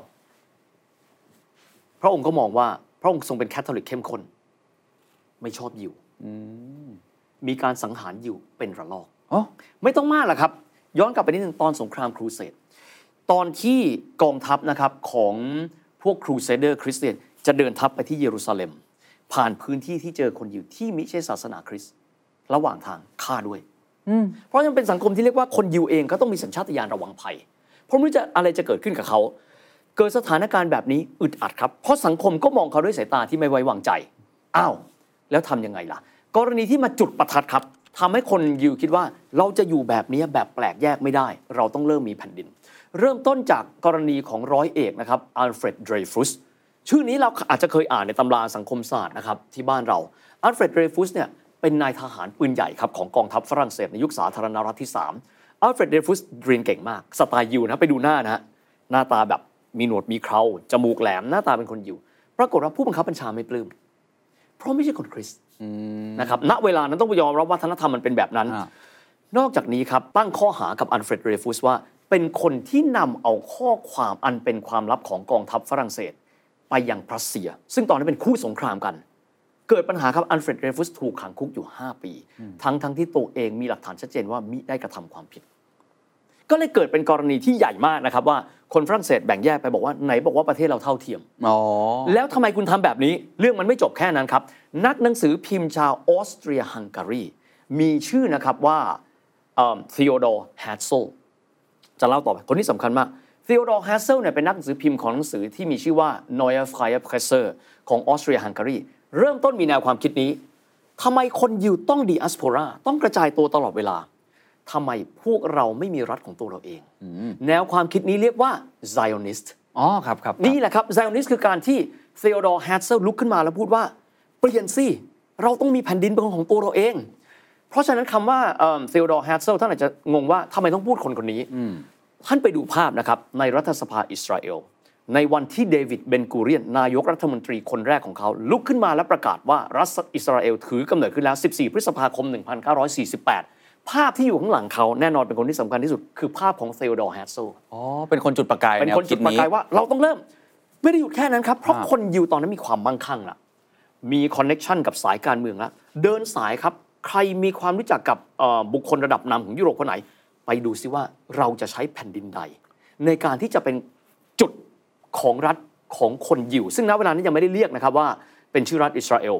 พระองค์ก็มองว่าพระองค์ทรงเป็นแคทอลิกเข้มข้นไม่ชอบยิวมีการสังหารยิวเป็นระลอกไม่ต้องมากหรอกครับย้อนกลับไปนิดนึงตอนสงครามครูเสดตอนที่กองทัพนะครับของพวกครูเซเดอร์คริสเตียนจะเดินทัพไปที่เยรูซาเล็มผ่านพื้นที่ที่เจอคนยิวที่มิใช่ศาสนาคริสต์ระหว่างทางฆ่าด้วยเพราะยังเป็นสังคมที่เรียกว่าคนยิวเองก็ต้องมีสัญชาตญาณระวังภัยเพราะไม่รู้จะอะไรจะเกิดขึ้นกับเขาเกิดสถานการณ์แบบนี้อึดอัดครับเพราะสังคมก็มองเขาด้วยสายตาที่ไม่ไว้วางใจอ้าวแล้วทำยังไงล่ะกรณีที่มาจุดประทัดครับทำให้คนยิวคิดว่าเราจะอยู่แบบนี้แบบแปลกแยกไม่ได้เราต้องเริ่มมีแผ่นดินเริ่มต้นจากกรณีของร้อยเอกนะครับอัลเฟรด เดรฟุสชื่อนี้เราอาจจะเคยอ่านในตำราสังคมศาสตร์นะครับที่บ้านเราอัลเฟรด เดรฟุสเนี่ยเป็นนายทหารปืนใหญ่ครับของกองทัพฝรั่งเศสในยุคสาธารณรัฐที่สามอัลเฟรด เดรฟุสเรียนเก่งมากสไตล์ยิวนะไปดูหน้านะหน้าตาแบบมีหนวดมีเคราจมูกแหลมหน้าตาเป็นคนยิวปรากฏว่าผู้บังคับบัญชาไม่ปลื้มเพราะไม่ใช่คนคริสต์นะครับณเวลานั้นต้องยอมรับว่าวัฒนธรรมมันเป็นแบบนั้นนอกจากนี้ครับตั้งข้อหากับอัลเฟรด เดรฟุสว่าเป็นคนที่นำเอาข้อความอันเป็นความลับของกองทัพฝรั่งเศสไปยังรัสเซียซึ่งตอนนั้นเป็นคู่สงครามกันเกิดปัญหาครับอัลเฟรด เดรฟุสถูกขังคุกอยู่ห้าปีทั้งทั้งที่ตัวเองมีหลักฐานชัดเจนว่ามิได้กระทำความผิดก็เลยเกิดเป็นกรณีที่ใหญ่มากนะครับว่าคนฝรั่งเศสแบ่งแยกไปบอกว่าไหนบอกว่าประเทศเราเท่าเทียมอ๋อแล้วทำไมคุณทำแบบนี้เรื่องมันไม่จบแค่นั้นครับนักหนังสือพิมพ์ชาวออสเตรียฮังการีมีชื่อนะครับว่าธีโอดอร์ แฮสเซลจะเล่าต่อไปคนนี้สำคัญมากธีโอดอร์ แฮสเซลเนี่ยเป็นนักหนังสือพิมพ์ของหนังสือที่มีชื่อว่า Neue Freie Presse ของออสเตรียฮังการีเริ่มต้นมีแนวความคิดนี้ทำไมคนยิวต้องดิอาสโพราต้องกระจายตัวตลอดเวลาทำไมพวกเราไม่มีรัฐของตัวเราเองแนวความคิดนี้เรียกว่า Zionist อ๋อครับครับนี่แหละครับ Zionist คือการที่ธีโอดอร์ แฮสเซลลุกขึ้นมาแล้วพูดว่าเปลี่ยนสิเราต้องมีแผ่นดินเป็นของตัวเราเองเพราะฉะนั้นคำว่าธีโอดอร์ แฮสเซลท่านอาจจะงงว่าทำไมต้องพูดคนคนนี้ท่านไปดูภาพนะครับในรัฐสภาอิสราเอลในวันที่เดวิด เบนกูเรียนนายกรัฐมนตรีคนแรกของเขาลุกขึ้นมาและประกาศว่ารัฐอิสราเอลถือกำเนิดขึ้นแล้วสิบสี่พฤษภาคมหนึ่งพันเก้าร้อยสี่สิบแปดภาพที่อยู่ข้างหลังเขาแน่นอนเป็นคนที่สำคัญที่สุดคือภาพของธีโอดอร์ แฮสเซลอ๋อเป็นคนจุดประกายเป็นคนจุดประกายว่าเราต้องเริ่มไม่ได้หยุดแค่นั้นครับเพราะคนยิวตอนนั้นมีความมั่งคั่งละมีคอนเนคชั่นกับสายการเมืองแล้วเดินสายครับใครมีความรู้จักกับบุคคลระดับนำของยุโรปคนไหนไปดูซิว่าเราจะใช้แผ่นดินใดในการที่จะเป็นจุดของรัฐของคนยิวซึ่งณเวลานี้ยังไม่ได้เรียกนะครับว่าเป็นชื่อรัฐอิสราเอล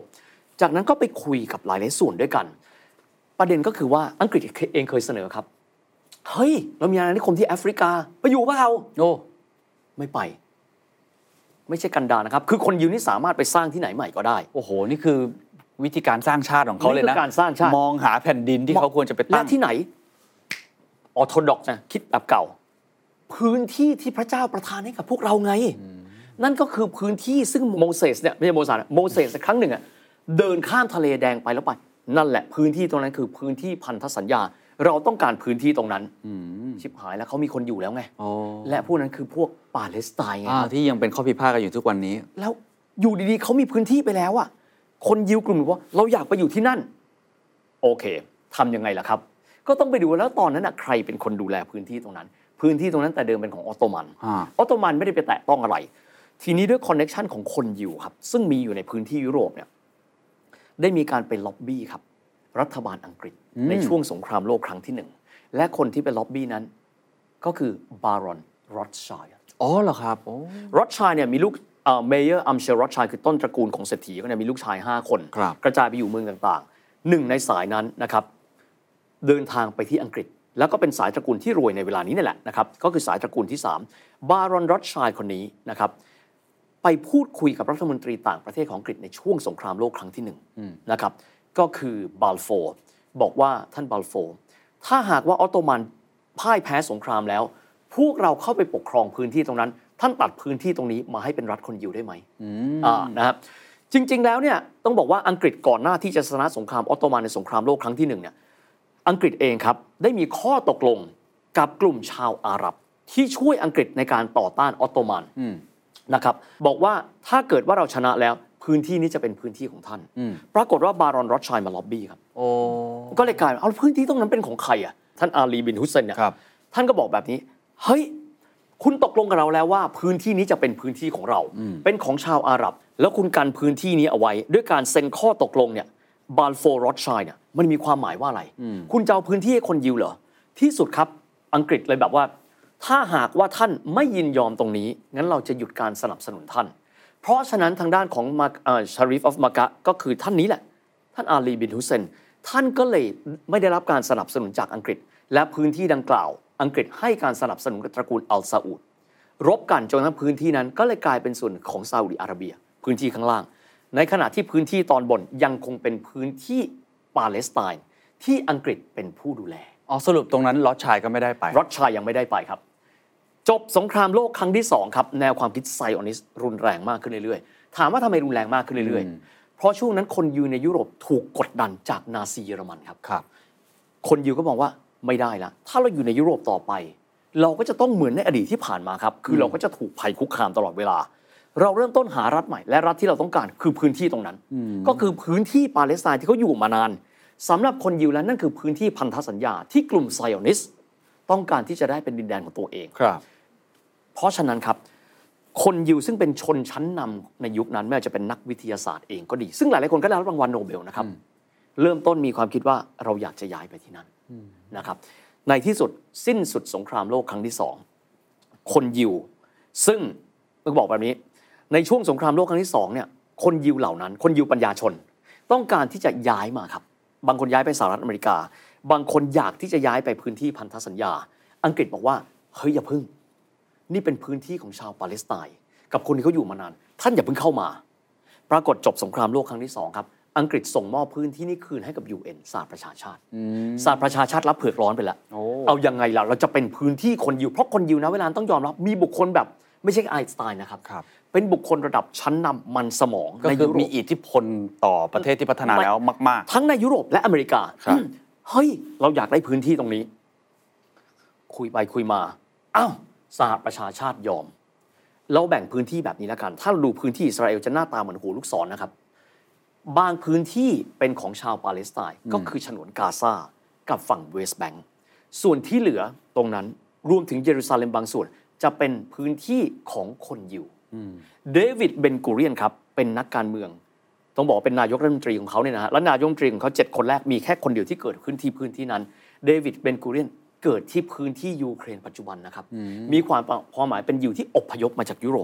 จากนั้นก็ไปคุยกับหลายๆส่วนด้วยกันประเด็นก็คือว่าอังกฤษเองเคยเสนอครับเฮ้ยเรามีอาณานิคมที่แอฟริกาไปอยู่เปล่าโอ้ไม่ไปไม่ใช่กันดารนะครับคือคนยิวนี่สามารถไปสร้างที่ไหนใหม่ก็ได้โอ้โหนี่คือวิธีการสร้างชาติของเขาเลยนะการสร้างชาติมองหาแผ่นดินที่เขาควรจะไปตั้งและที่ไหนออร์โธดอกซ์นะคิดแบบเก่าพื้นที่ที่พระเจ้าประทานให้กับพวกเราไงนั่นก็คือพื้นที่ซึ่งโมเสสเนี่ยไม่ใช่โมเสสโมเสสครั้งหนึ่งอ่ะเดินข้ามทะเลแดงไปแล้วไปนั่นแหละพื้นที่ตรงนั้นคือพื้นที่พันธสัญญาเราต้องการพื้นที่ตรงนั้นชิบหายแล้วเขามีคนอยู่แล้วไงและพวกนั้นคือพวกปาเลสไตน์ไงที่ยังเป็นข้อพิพาทกันอยู่ทุกวันนี้แล้วอยู่ดีๆเขามีพื้นที่ไปแล้วอ่ะคนยิวกลุ่มว่าเราอยากไปอยู่ที่นั่นโอเคทำยังไงล่ะครับก็ต้องไปดูแล้วตอนนั้นใครเป็นคนดูแลพื้นที่ตรงนั้นพื้นที่ตรงนั้นแต่เดิมเป็นของออตโตมันออตโตมันไม่ได้ไปแตะต้องอะไรทีนี้ด้วยคอนเนคชันของคนยิวครับซึ่งมีอยู่ในพื้นที่ยุโรปเนี่ยได้มีการไปล็อบบี้ครับรัฐบาลอังกฤษในช่วงสงครามโลกครั้งที่หนึ่งและคนที่ไปล็อบบี้นั้นก็คือบารอนรอธชัยด์อ๋อเหรอครับรอธชัยด์เนี่ยมีลูกเมเยอร์อัมเชลรอธชัยด์คือต้นตระกูลของเศรษฐีก็เนี่ยมีลูกชายห้าคนกระจายไปอยู่เมืองต่างๆหนึ่งในสายนั้นนะครับเดินทางไปที่อังกฤษแล้วก็เป็นสายตระกูลที่รวยในเวลานี้นี่แหละนะครับก็คือสายตระกูลที่สามบารอนรอธชัยด์คนนี้นะครับไปพูดคุยกับรัฐมนตรีต่างประเทศของอังกฤษในช่วงสงครามโลกครั้งที่หนึ่งนะครับก็คือบาลโฟร์บอกว่าท่านบาลโฟร์ถ้าหากว่าออตโตมันพ่ายแพ้สงครามแล้วพวกเราเข้าไปปกครองพื้นที่ตรงนั้นท่านตัดพื้นที่ตรงนี้มาให้เป็นรัฐคนยิวได้ไหมอ่านะครับจริงๆแล้วเนี่ยต้องบอกว่าอังกฤษก่อนหน้าที่จะชนะสงครามออตโตมันในสงครามโลกครั้งที่หนึ่งเนี่ยอังกฤษเองครับได้มีข้อตกลงกับกลุ่มชาวอาหรับที่ช่วยอังกฤษในการต่อต้านออตโตมันนะครับบอกว่าถ้าเกิดว่าเราชนะแล้วพื้นที่นี้จะเป็นพื้นที่ของท่านปรากฏว่าบารอนรอธชัยด์มาล็อบบี้ครับก็เลยกลายเป็นเอาพื้นที่ตรงนั้นเป็นของใครอ่ะท่านอาลีบินฮุสเซนเนี่ยท่านก็บอกแบบนี้เฮ้ยคุณตกลงกับเราแล้วว่าพื้นที่นี้จะเป็นพื้นที่ของเราเป็นของชาวอาหรับแล้วคุณกันพื้นที่นี้เอาไว้ด้วยการเซ็นข้อตกลงเนี่ยบาลโฟร์รอธชัยด์เนี่ยมันมีความหมายว่าอะไรคุณจะเอาพื้นที่ให้คนยิวเหรอที่สุดครับอังกฤษเลยแบบว่าถ้าหากว่าท่านไม่ยินยอมตรงนี้งั้นเราจะหยุดการสนับสนุนท่านเพราะฉะนั้นทางด้านของมาชาริฟออฟมากะก็คือท่านนี้แหละท่านอาลีบินฮุสเซนท่านก็เลยไม่ได้รับการสนับสนุนจากอังกฤษและพื้นที่ดังกล่าวอังกฤษให้การสนับสนุนกับตระกูลอัลซาอุดรบกันจนทั้งพื้นที่นั้นก็เลยกลายเป็นส่วนของซาอุดิอาระเบียพื้นที่ข้างล่างในขณะที่พื้นที่ตอนบนยังคงเป็นพื้นที่ปาเลสไตน์ที่อังกฤษเป็นผู้ดูแลอ๋อสรุปตรงนั้นรอธชัยด์ก็ไม่ได้ไปรอธชัยด์ยังไม่ได้ไปครับจบสงครามโลกครั้งที่สองครับแนวความคิดไซออนิสต์รุนแรงมากขึ้นเรื่อยๆถามว่าทำไมรุนแรงมากขึ้นเรื่อยๆเพราะช่วงนั้นคนยิวในยุโรปถูกกดดันจากนาซีเยอรมันครับครับคนยิวก็มองว่าไม่ได้ละถ้าเราอยู่ในยุโรปต่อไปเราก็จะต้องเหมือนในอดีตที่ผ่านมาครับคือเราก็จะถูกภัยคุกคามตลอดเวลาเราเริ่มต้นหารัฐใหม่และรัฐที่เราต้องการคือพื้นที่ตรงนั้นก็คือพื้นที่ปาเลสไตน์ที่เขาอยู่มานานสำหรับคนยิวแล้วนั่นคือพื้นที่พันธสัญญาที่กลุ่มไซออนิสต์ต้องการที่จะได้เป็นดินแดนของตัวเองครับเพราะฉะนั้นครับคนยิวซึ่งเป็นชนชั้นนำในยุคนั้นไม่ว่าจะเป็นนักวิทยาศาสตร์เองก็ดีซึ่งหลายๆคนก็ได้รับรางวัลโนเบลนะครับเริ่มต้นมีความคิดว่าเราอยากจะย้ายไปที่นั่นนะครับในที่สุดสิ้นสุดสงครามโลกครั้งที่สองคนยิวซึ่งต้องบอกแบบนี้ในช่วงสงครามโลกครั้งที่สองเนี่ยคนยิวเหล่านั้นคนยิวปัญญาชนต้องการที่จะย้ายมาครับบางคนย้ายไปสหรัฐอเมริกาบางคนอยากที่จะย้ายไปพื้นที่พันธสัญญาอังกฤษบอกว่าเฮ้ยอย่าพึ่งนี่เป็นพื้นที่ของชาวปาเลสไตน์กับคนที่เขาอยู่มานานท่านอย่าเพิ่งเข้ามาปรากฏจบสงครามโลกครั้งที่สองครับอังกฤษส่งมอบพื้นที่นี้คืนให้กับ ยู เอ็น สหประชาชาติสหประชาชาติรับเผือกร้อนไปแล้วเอายังไงล่ะเราจะเป็นพื้นที่คนยิวเพราะคนยิวนะเวลาต้องยอมรับมีบุคคลแบบไม่ใช่ไอน์สไตน์นะครับเป็นบุคคลระดับชั้นนำมันสมองในยุโรปมีอิทธิพลต่อประเทศที่พัฒนาแล้วมากๆทั้งในยุโรปและอเมริกาเฮ้ยเราอยากได้พื้นที่ตรงนี้คุยไปคุยมาอ้าวสหประชาชาติยอมเราแบ่งพื้นที่แบบนี้แล้วกันถ้าเราดูพื้นที่อิสราเอลจะหน้าตาเหมือนหัวลูกศรนะครับบางพื้นที่เป็นของชาวปาเลสไตน์ก็คือฉนวนกาซากับฝั่งเวสต์แบงก์ส่วนที่เหลือตรงนั้นรวมถึงเยรูซาเล็มบางส่วนจะเป็นพื้นที่ของคนยิวเดวิดเบนกูเรียนครับเป็นนักการเมืองต้องบอกเป็นนายกรัฐมนตรีของเขาเนี่ยนะฮะและนายกรัฐมนตรีของเขาเจ็ดคนแรกมีแค่คนเดียวที่เกิดขึ้นที่พื้นที่นั้นเดวิดเบนกูเรียนเกิดที่พื้นที่ยูเครนปัจจุบันนะครับมีความความหมายเป็นยิวที่อพยพมาจากยุโรป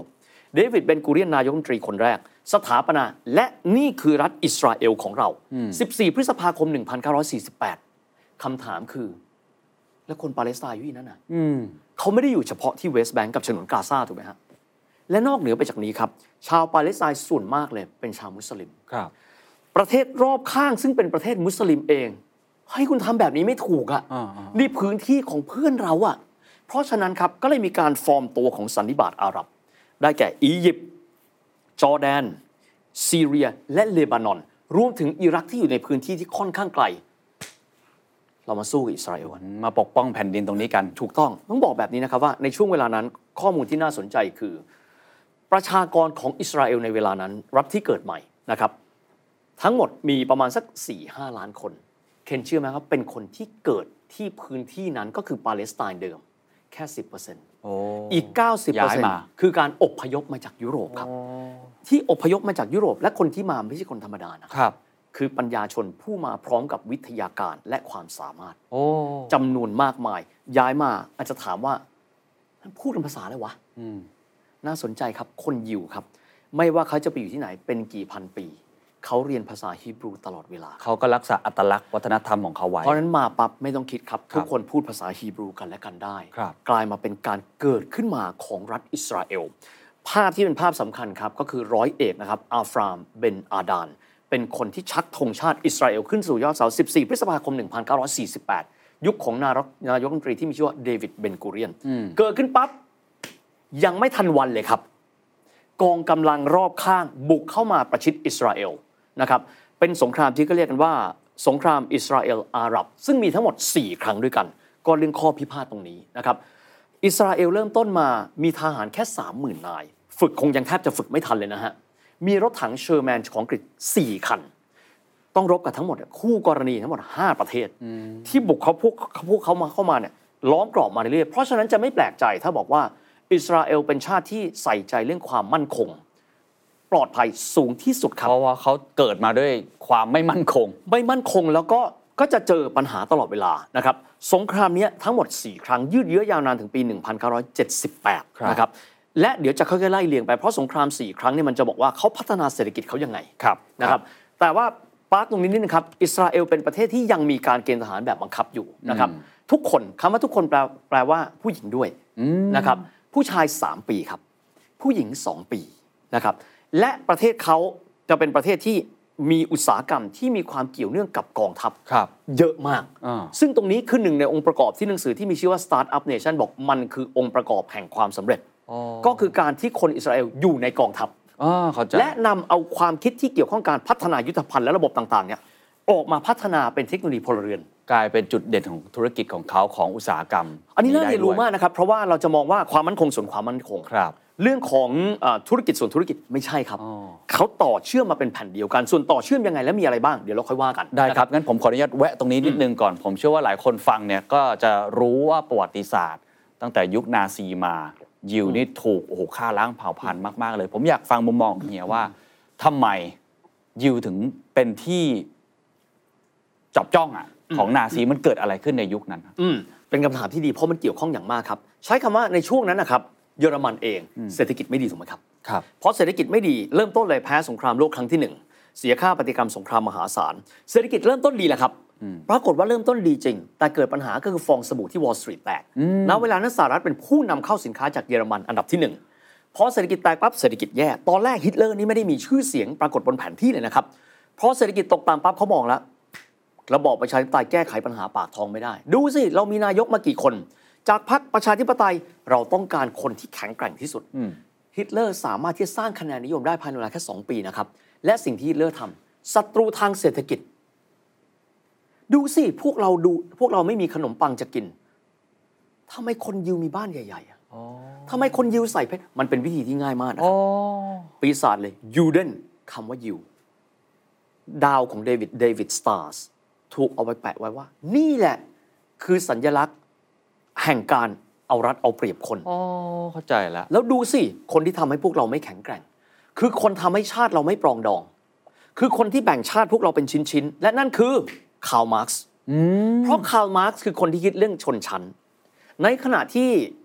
เดวิดเบนกูเรียนนายกรัฐมนตรีคนแรกสถาปนาและนี่คือรัฐอิสราเอลของเราสิบสี่พฤษภาคมหนึ่งพันเก้าร้อยสี่สิบแปดคำถามคือแล้วคนปาเลสไตน์อยู่ที่นั่นน่ะเขาไม่ได้อยู่เฉพาะที่เวสต์แบงก์กับฉนวนกาซาถูกไหมฮะและนอกเหนือไปจากนี้ครับชาวปาเลสไตน์ส่วนมากเลยเป็นชาวมุสลิมครับประเทศรอบข้างซึ่งเป็นประเทศมุสลิมเองให้คุณทำแบบนี้ไม่ถูกอ่ะนี่พื้นที่ของเพื่อนเราอ่ะเพราะฉะนั้นครับก็เลยมีการฟอร์มตัวของสันนิบาตอาหรับได้แก่อียิปต์จอร์แดนซีเรียและเลบานอนรวมถึงอิรักที่อยู่ในพื้นที่ที่ค่อนข้างไกลเรามาสู้กับอิสราเอลกันมาปกป้องแผ่นดินตรงนี้กันถูกต้องต้องบอกแบบนี้นะครับว่าในช่วงเวลานั้นข้อมูลที่น่าสนใจคือประชากรของอิสราเอลในเวลานั้นรัฐที่เกิดใหม่นะครับทั้งหมดมีประมาณสัก สี่ถึงห้า ล้านคนเคนเชื่อไหมครับเป็นคนที่เกิดที่พื้นที่นั้นก็คือปาเลสไตน์เดิมแค่ สิบเปอร์เซ็นต์โอ้อีก เก้าสิบเปอร์เซ็นต์ คือการอพยพมาจากยุโรปครับที่อพยพมาจากยุโรปและคนที่มาไม่ใช่คนธรรมดานะครับคือปัญญาชนผู้มาพร้อมกับวิทยาการและความสามารถจำนวนมากมายย้ายมาอาจจะถามว่าพูดเป็นภาษาอะไรวะน่าสนใจครับคนยิวครับไม่ว่าเขาจะไปอยู่ที่ไหนเป็นกี่พันปีเขาเรียนภาษาฮีบรูตลอดเวลาเขาก็รักษาอัตลักษณ์วัฒนธรรมของเขาไว้เพราะนั้นมาปั๊บไม่ต้องคิดครับทุกคนพูดภาษาฮีบรูกันและกันได้กลายมาเป็นการเกิดขึ้นมาของรัฐอิสราเอลภาพที่เป็นภาพสำคัญครับก็คือร้อยเอกนะครับอัลฟรามเบนอาดานเป็นคนที่ชักธงชาติอิสราเอลขึ้นสู่ยอดเสาสิบสี่พฤษภาคมหนึ่งพันเก้าร้อยสี่สิบแปดยุคของนายกรัฐมนตรีที่มีชื่อว่าเดวิดเบนกูเรียนเกิดขึ้นปั๊บยังไม่ทันวันเลยครับกองกำลังรอบข้างบุกเข้ามาประชิดอิสราเอลนะครับเป็นสงครามที่ก็เรียกกันว่าสงครามอิสราเอลอาหรับซึ่งมีทั้งหมดสี่ครั้งด้วยกันก็เรื่องข้อพิพาทตรงนี้นะครับอิสราเอลเริ่มต้นมามีทหารแค่ สามหมื่น นายฝึกคงยังแทบจะฝึกไม่ทันเลยนะฮะมีรถถังเชอร์แมนของอังกฤษสี่คันต้องรบกับทั้งหมดคู่กรณีทั้งหมดห้าประเทศที่บุกเขาพวกพวกเขามาเข้ามาเนี่ยล้อมกรอบมาเรื่อยๆเพราะฉะนั้นจะไม่แปลกใจถ้าบอกว่าอิสราเอลเป็นชาติที่ใส่ใจเรื่องความมั่นคงปลอดภัยสูงที่สุดครับเพราะว่าเขาเกิดมาด้วยความไม่มั่นคงไม่มั่นคงแล้วก็ก็จะเจอปัญหาตลอดเวลานะครับสงครามนี้ทั้งหมดสี่ครั้งยืดเยื้อยาวนานถึงปีหนึ่งพันเก้าร้อยเจ็ดสิบแปดนะครับและเดี๋ยวจะค่อยๆไล่เรียงไปเพราะสงครามสี่ครั้งนี่มันจะบอกว่าเขาพัฒนาเศรษฐกิจเขายังไงนะครับแต่ว่าปาร์ตตรงนี้นิดนึงครับอิสราเอลเป็นประเทศที่ยังมีการเกณฑ์ทหารแบบบังคับอยู่นะครับทุกคนคำว่าทุกคนแปลแปลว่าผู้หญิงด้วยนะครับผู้ชายสามปีครับผู้หญิงสองปีนะครับและประเทศเขาจะเป็นประเทศที่มีอุตสาหกรรมที่มีความเกี่ยวเนื่องกับกองทัพเยอะมากซึ่งตรงนี้คือหนึ่งในองค์ประกอบที่หนังสือที่มีชื่อว่า Startup Nation บอกมันคือองค์ประกอบแห่งความสำเร็จก็คือการที่คนอิสราเอลอยู่ในกองทัพและนำเอาความคิดที่เกี่ยวข้องการพัฒนายุทธภัณฑ์และระบบต่างๆเนี่ยออกมาพัฒนาเป็นเทคโนโลยีพลเรือนกลายเป็นจุดเด่นของธุรกิจของเขาของอุตสาหกรรมอันนี้น่าเรียนรู้มากนะครับเพราะว่าเราจะมองว่าความมั่นคงส่วนความมั่นคงเรื่องของธุรกิจส่วนธุรกิจไม่ใช่ครับเขาต่อเชื่อมมาเป็นแผ่นเดียวกันส่วนต่อเชื่อมยังไงและมีอะไรบ้างเดี๋ยวเราค่อยว่ากันได้ครับงั้นผมขออนุญาตแวะตรงนี้นิดนึงก่อนผมเชื่อว่าหลายคนฟังเนี่ยก็จะรู้ว่าประวัติศาสตร์ตั้งแต่ยุคนาซีมายิวนี่ถูกโอ้โหฆ่าล้างเผ่าพันธุ์มากๆเลยผมอยากฟังมุมมองเฮียว่าทำไมยิวถึงเป็นที่จับจ้องอ่ะของนาซีมันเกิดอะไรขึ้นในยุคนั้นอืมเป็นคำถามที่ดีเพราะมันเกี่ยวข้องอย่างมากครับใช้คำว่าในช่วงนั้นนะครับเยอรมันเองเศรษฐกิจไม่ดีถูกไหมครับครับเพราะเศรษฐกิจไม่ดีเริ่มต้นเลยแพ้สงครามโลกครั้งที่หนึ่งเสียค่าปฏิกรรมสงครามมหาศาลเศรษฐกิจเริ่มต้นดีแหละครับปรากฏว่าเริ่มต้นดีจริงแต่เกิดปัญหาก็คือฟองสบู่ที่วอลล์สตรีทแตกณเวลานั้นสหรัฐเป็นผู้นำเข้าสินค้าจากเยอรมันอันดับที่หนึ่งพอเศรษฐกิจแตกปั๊บเศรษฐกิจแย่ตอนแรกฮิตเลอร์นี่ไม่ได้มีชื่อเสียงปรากฏบนแผนที่เลยนะครับเพราะเศรษฐกิจตกต่ำปั๊บเขามองแล้วระบอบประชาธิปไตยแก้ไขปัญหาปากท้องไม่ได้ดูสิเรามีนายกมากี่คนจากพรรคประชาธิปไตยเราต้องการคนที่แข็งแกร่งที่สุดฮิตเลอร์สามารถที่จะสร้างคะแนนนิยมได้ภายในเวลาแค่สองปีนะครับและสิ่งที่ฮิตเลอร์ทำศัตรูทางเศรษฐกิจดูสิพวกเราดูพวกเราไม่มีขนมปังจะกินทำไมคนยิวมีบ้านใหญ่ๆทำไมคนยิวใส่เพชรมันเป็นวิธีที่ง่ายมากนะครับปีศาจเลยยูเดนคำว่ายิวดาวของเดวิดเดวิดสตาร์สถูกเอาไปแปะไว้ว่านี่แหละคือสัญลักษณ์แห่งการเอารัดเอาเปรียบคนอ๋อเข้าใจแล้วแล้วดูสิคนที่ทำให้พวกเราไม่แข็งแกร่งคือคนทำให้ชาติเราไม่ปรองดองคือคนที่แบ่งชาติพวกเราเป็นชิ้นๆและนั่นคือคาร์ลมาร์กซ์เพราะคาร์ลมาร์กซ์คือคนที่คิดเรื่องชนชั้นในขณะที่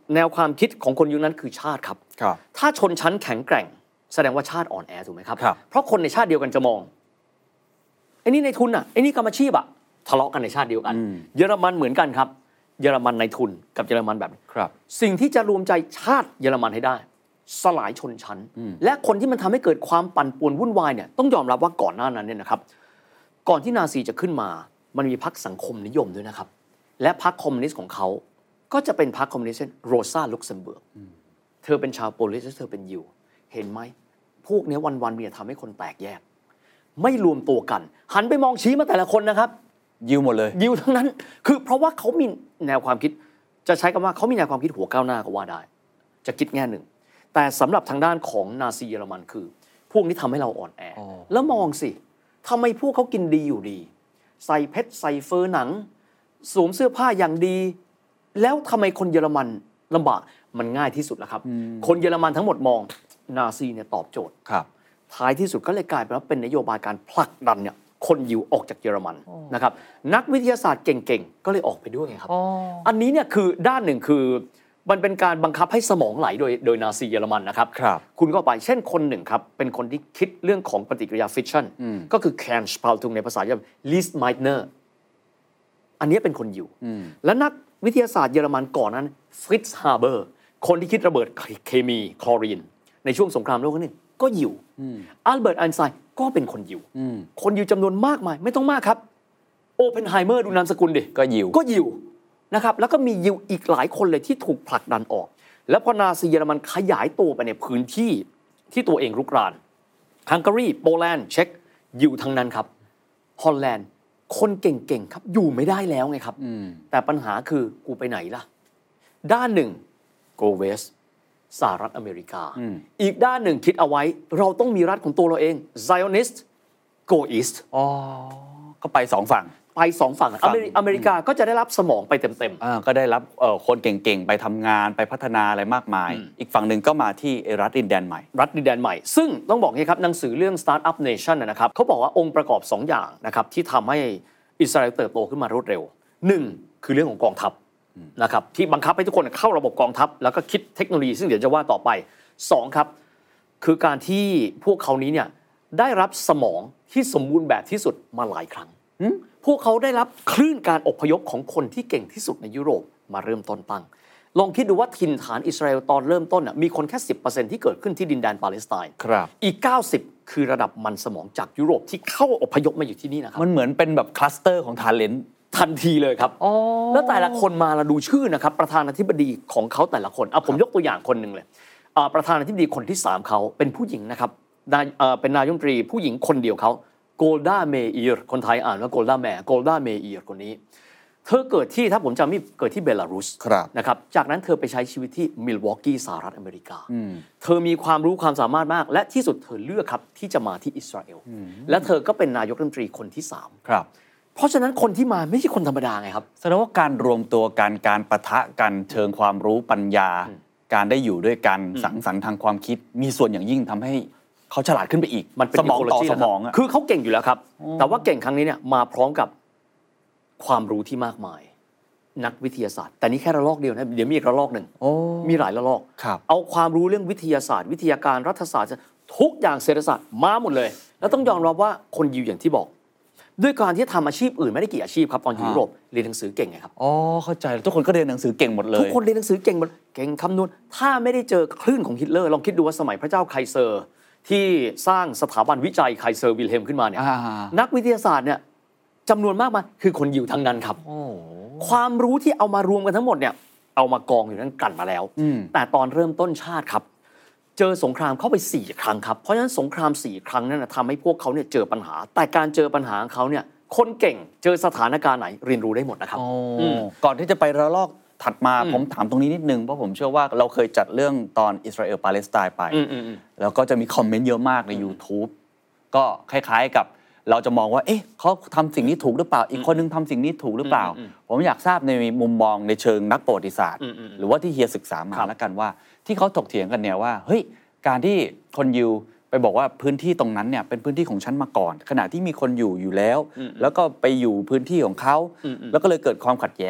แนวความคิดของคนยุคนั้นคือชาติครับครับถ้าชนชั้นแข็งแกร่งแสดงว่าชาติอ่อนแอถูกไหมครับครับเพราะคนในชาติเดียวกันจะมองไอ้นี่ในทุนอ่ะไอ้นี่กรรมอาชีพอ่ะทะเลาะกันในชาติเดียวกันเยอรมันเหมือนกันครับเยอรมันในทุนกับเยอรมันแบบนี้ครับสิ่งที่จะรวมใจชาติเยอรมันให้ได้สลายชนชั้นและคนที่มันทำให้เกิดความปั่นป่วนวุ่นวายเนี่ยต้องยอมรับว่าก่อนหน้านั้นเนี่ยนะครับก่อนที่นาซีจะขึ้นมามันมีพรรคสังคมนิยมด้วยนะครับและพรรคคอมมิวนิสต์ของเขาก็จะเป็นพรรคคอมมิวนิสต์เช่นโรซาลุกเซมเบิร์กเธอเป็นชาวโปลิชและเธอเป็นยิวเห็นไหมพวกนี้วันๆมีแต่ทำให้คนแตกแยกไม่รวมตัวกันหันไปมองชี้มาแต่ละคนนะครับยิวหมดเลยยิวทั้งนั้นคือเพราะว่าเขามีแนวความคิดจะใช้คำว่าเขามีแนวความคิดหัวก้าวหน้าก็ว่าได้จะคิดแง่หนึ่งแต่สำหรับทางด้านของนาซีเยอรมันคือพวกนี้ทำให้เราอ่อนแอแล้วมองสิทำไมพวกเขากินดีอยู่ดีใส่เพชรใส่เฟอร์หนังสวมเสื้อผ้าอย่างดีแล้วทำไมคนเยอรมันลำบากมันง่ายที่สุดแล้วครับคนเยอรมันทั้งหมดมองนาซีเนี่ยตอบโจทย์ท้ายที่สุดก็เลยกลายเป็นว่าเป็นนโยบายการผลักดันเนี่ยคนยิวออกจากเยอรมันนะครับนักวิทยาศาสตร์เก่งๆก็เลยออกไปด้วยไงครับ อ, อันนี้เนี่ยคือด้านหนึ่งคือมันเป็นการบังคับให้สมองไหลโดยโดยนาซีเยอรมันนะครับครับคุณก็ไปเช่นคนหนึ่งครับเป็นคนที่คิดเรื่องของปฏิกิริยาฟิชชันก็คือแคนสปาลตุงในภาษาเยอรมันลิสไมเนอร์อันนี้เป็นคนยิวและนักวิทยาศาสตร์เยอรมันก่อนนั้นฟริตซ์ฮาร์เบอร์คนที่คิดระเบิดเคมีคลอรีนในช่วงสงครามโลกครั้งที่หนึ่งก็ยิวอัลเบิร์ตไอน์สไตน์ก็เป็นคนยิวคนยิวจำนวนมากมายไม่ต้องมากครับโอเพนไฮเมอร์ดูนามสกุลดิก็ยิวก็ยิวนะครับแล้วก็มียิวอีกหลายคนเลยที่ถูกผลักดันออกแล้วพอนาซีเยอรมันขยายตัวไปในพื้นที่ที่ตัวเองรุกรานฮังการีโปแลนด์เช็กยิวทั้งนั้นครับฮอลแลนด์คนเก่งๆครับอยู่ไม่ได้แล้วไงครับแต่ปัญหาคือกูไปไหนล่ะด้านหนึ่งโกเวสสหรัฐอเมริกา อ, อีกด้านหนึ่งคิดเอาไว้เราต้องมีรัฐของตัวเราเอง Zionist Go East อ๋อก็ไปสองฝั่งไปสองฝั่งอเมริอเมริกาก็จะได้รับสมองไปเต็มๆก็ได้รับคนเก่งๆไปทำงานไปพัฒนาอะไรมากมาย อ, อีกฝั่งหนึ่งก็มาที่รัฐดินแดนใหม่รัฐดินแดนใหม่ซึ่งต้องบอกงี้ครับหนังสือเรื่อง Startup Nation นะครับเขาบอกว่าองค์ประกอบสองอย่างนะครับที่ทำให้อิสราเอลเติบโตขึ้นมารวดเร็วหนึ่งคือเรื่องของกองทัพนะครับที่บังคับให้ทุกคนเข้าระบบกองทัพแล้วก็คิดเทคโนโลยีซึ่งเดี๋ยวจะว่าต่อไปสองครับคือการที่พวกเขานี้เนี่ยได้รับสมองที่สมบูรณ์แบบที่สุดมาหลายครั้งพวกเขาได้รับคลื่นการอพยพของคนที่เก่งที่สุดในยุโรปมาเริ่มต้นตั้งลองคิดดูว่าถิ่นฐานอิสราเอลตอนเริ่มต้นน่ะมีคนแค่ สิบเปอร์เซ็นต์ ที่เกิดขึ้นที่ดินแดนปาเลสไตน์ครับอีกเก้าสิบคือระดับมันสมองจากยุโรปที่เข้าอพยพมาอยู่ที่นี่นะครับมันเหมือนเป็นแบบคลัสเตอร์ของทาเลนต์ทันทีเลยครับแล้วแต่ละคนมาเราดูชื่อนะครับประธานาธิบดีของเขาแต่ละคนเอาผมยกตัวอย่างคนหนึ่งเลยประธานาธิบดีคนที่สามเขาเป็นผู้หญิงนะครับเป็นนายกรัฐมนตรีผู้หญิงคนเดียวเขาโกลดาเมอีร์คนไทยอ่านว่าโกลดาแมโกลดาเมอีร์คนนี้เธอเกิดที่ถ้าผมจำไม่เกิดที่เบลารุสนะครับจากนั้นเธอไปใช้ชีวิตที่มิลวอกกี้สหรัฐอเมริกาเธอมีความรู้ความสามารถมากและที่สุดเธอเลือกครับที่จะมาที่อิสราเอลและเธอก็เป็นนายกรัฐมนตรีคนที่สามครับเพราะฉะนั้นคนที่มาไม่ใช่คนธรรมดาไงครับแสดงว่าการรวมตัวกันการปะทะกันเชิงความรู้ปัญญาการได้อยู่ด้วยกันสังสรรค์ทางความคิดมีส่วนอย่างยิ่งทำให้เขาฉลาดขึ้นไปอีกมันเป็นสมองต่อสมองคือเขาเก่งอยู่แล้วครับแต่ว่าเก่งครั้งนี้เนี่ยมาพร้อมกับความรู้ที่มากมายนักวิทยาศาสตร์แต่นี่แค่ระลอกเดียวนะเดี๋ยวมีอีกระลอกหนึ่งมีหลายระลอกเอาความรู้เรื่องวิทยาศาสตร์วิทยาการรัฐศาสตร์ทุกอย่างเศรษฐศาสตร์มาหมดเลยแล้วต้องยอมรับว่าคนยิวอย่างที่บอกด้วยการที่ทำอาชีพอื่นไม่ได้กี่อาชีพครับตอนอยู่ยุโรปเรียนหนังสือเก่งไงครับอ๋อเข้าใจทุกคนก็เรียนหนังสือเก่งหมดเลยทุกคนเรียนหนังสือเก่งหมดเก่งคำนวณถ้าไม่ได้เจอคลื่นของฮิตเลอร์ลองคิดดูว่าสมัยพระเจ้าไคเซอร์ที่สร้างสถาบันวิจัยไคเซอร์วิลเฮมขึ้นมาเนี่ยนักวิทยาศาสตร์เนี่ยจำนวนมากมายคือคนยิวทั้งนั้นครับความรู้ที่เอามารวมกันทั้งหมดเนี่ยเอามากองอยู่นั้นกลั่นมาแล้วแต่ตอนเริ่มต้นชาติครับเจอสงครามเข้าไปสี่ครั้งครับเพราะฉะนั้นสงครามสี่ครั้งนั้นนะทำให้พวกเขาเนี่ยเจอปัญหาแต่การเจอปัญหาของเขาเนี่ยคนเก่งเจอสถานการณ์ไหนเรียนรู้ได้หมดนะครับก่อนที่จะไประลอกถัดมาผมถามตรงนี้นิดนึงเพราะผมเชื่อว่าเราเคยจัดเรื่องตอนอิสราเอลปาเลสไตน์ไปแล้วก็จะมีคอมเมนต์เยอะมากใน YouTube ก็คล้ายๆกับเราจะมองว่าเอ๊ะเขาทำสิ่งนี้ถูกหรือเปล่าอีกคนนึงทำสิ่งนี้ถูกหรือเปล่าผมอยากทราบในมุมมองในเชิงนักประวัติศาสตร์หรือว่าที่เฮียศึกษามาแล้วกันว่าที่เขาถกเถียงกันเนี่ยว่าเฮ้ยการที่คนยิวไปบอกว่าพื้นที่ตรงนั้นเนี่ยเป็นพื้นที่ของฉันมาก่อนขณะที่มีคนอยู่อยู่แล้วแล้วก็ไปอยู่พื้นที่ของเขาแล้วก็เลยเกิดความขัดแย้งเนี่ย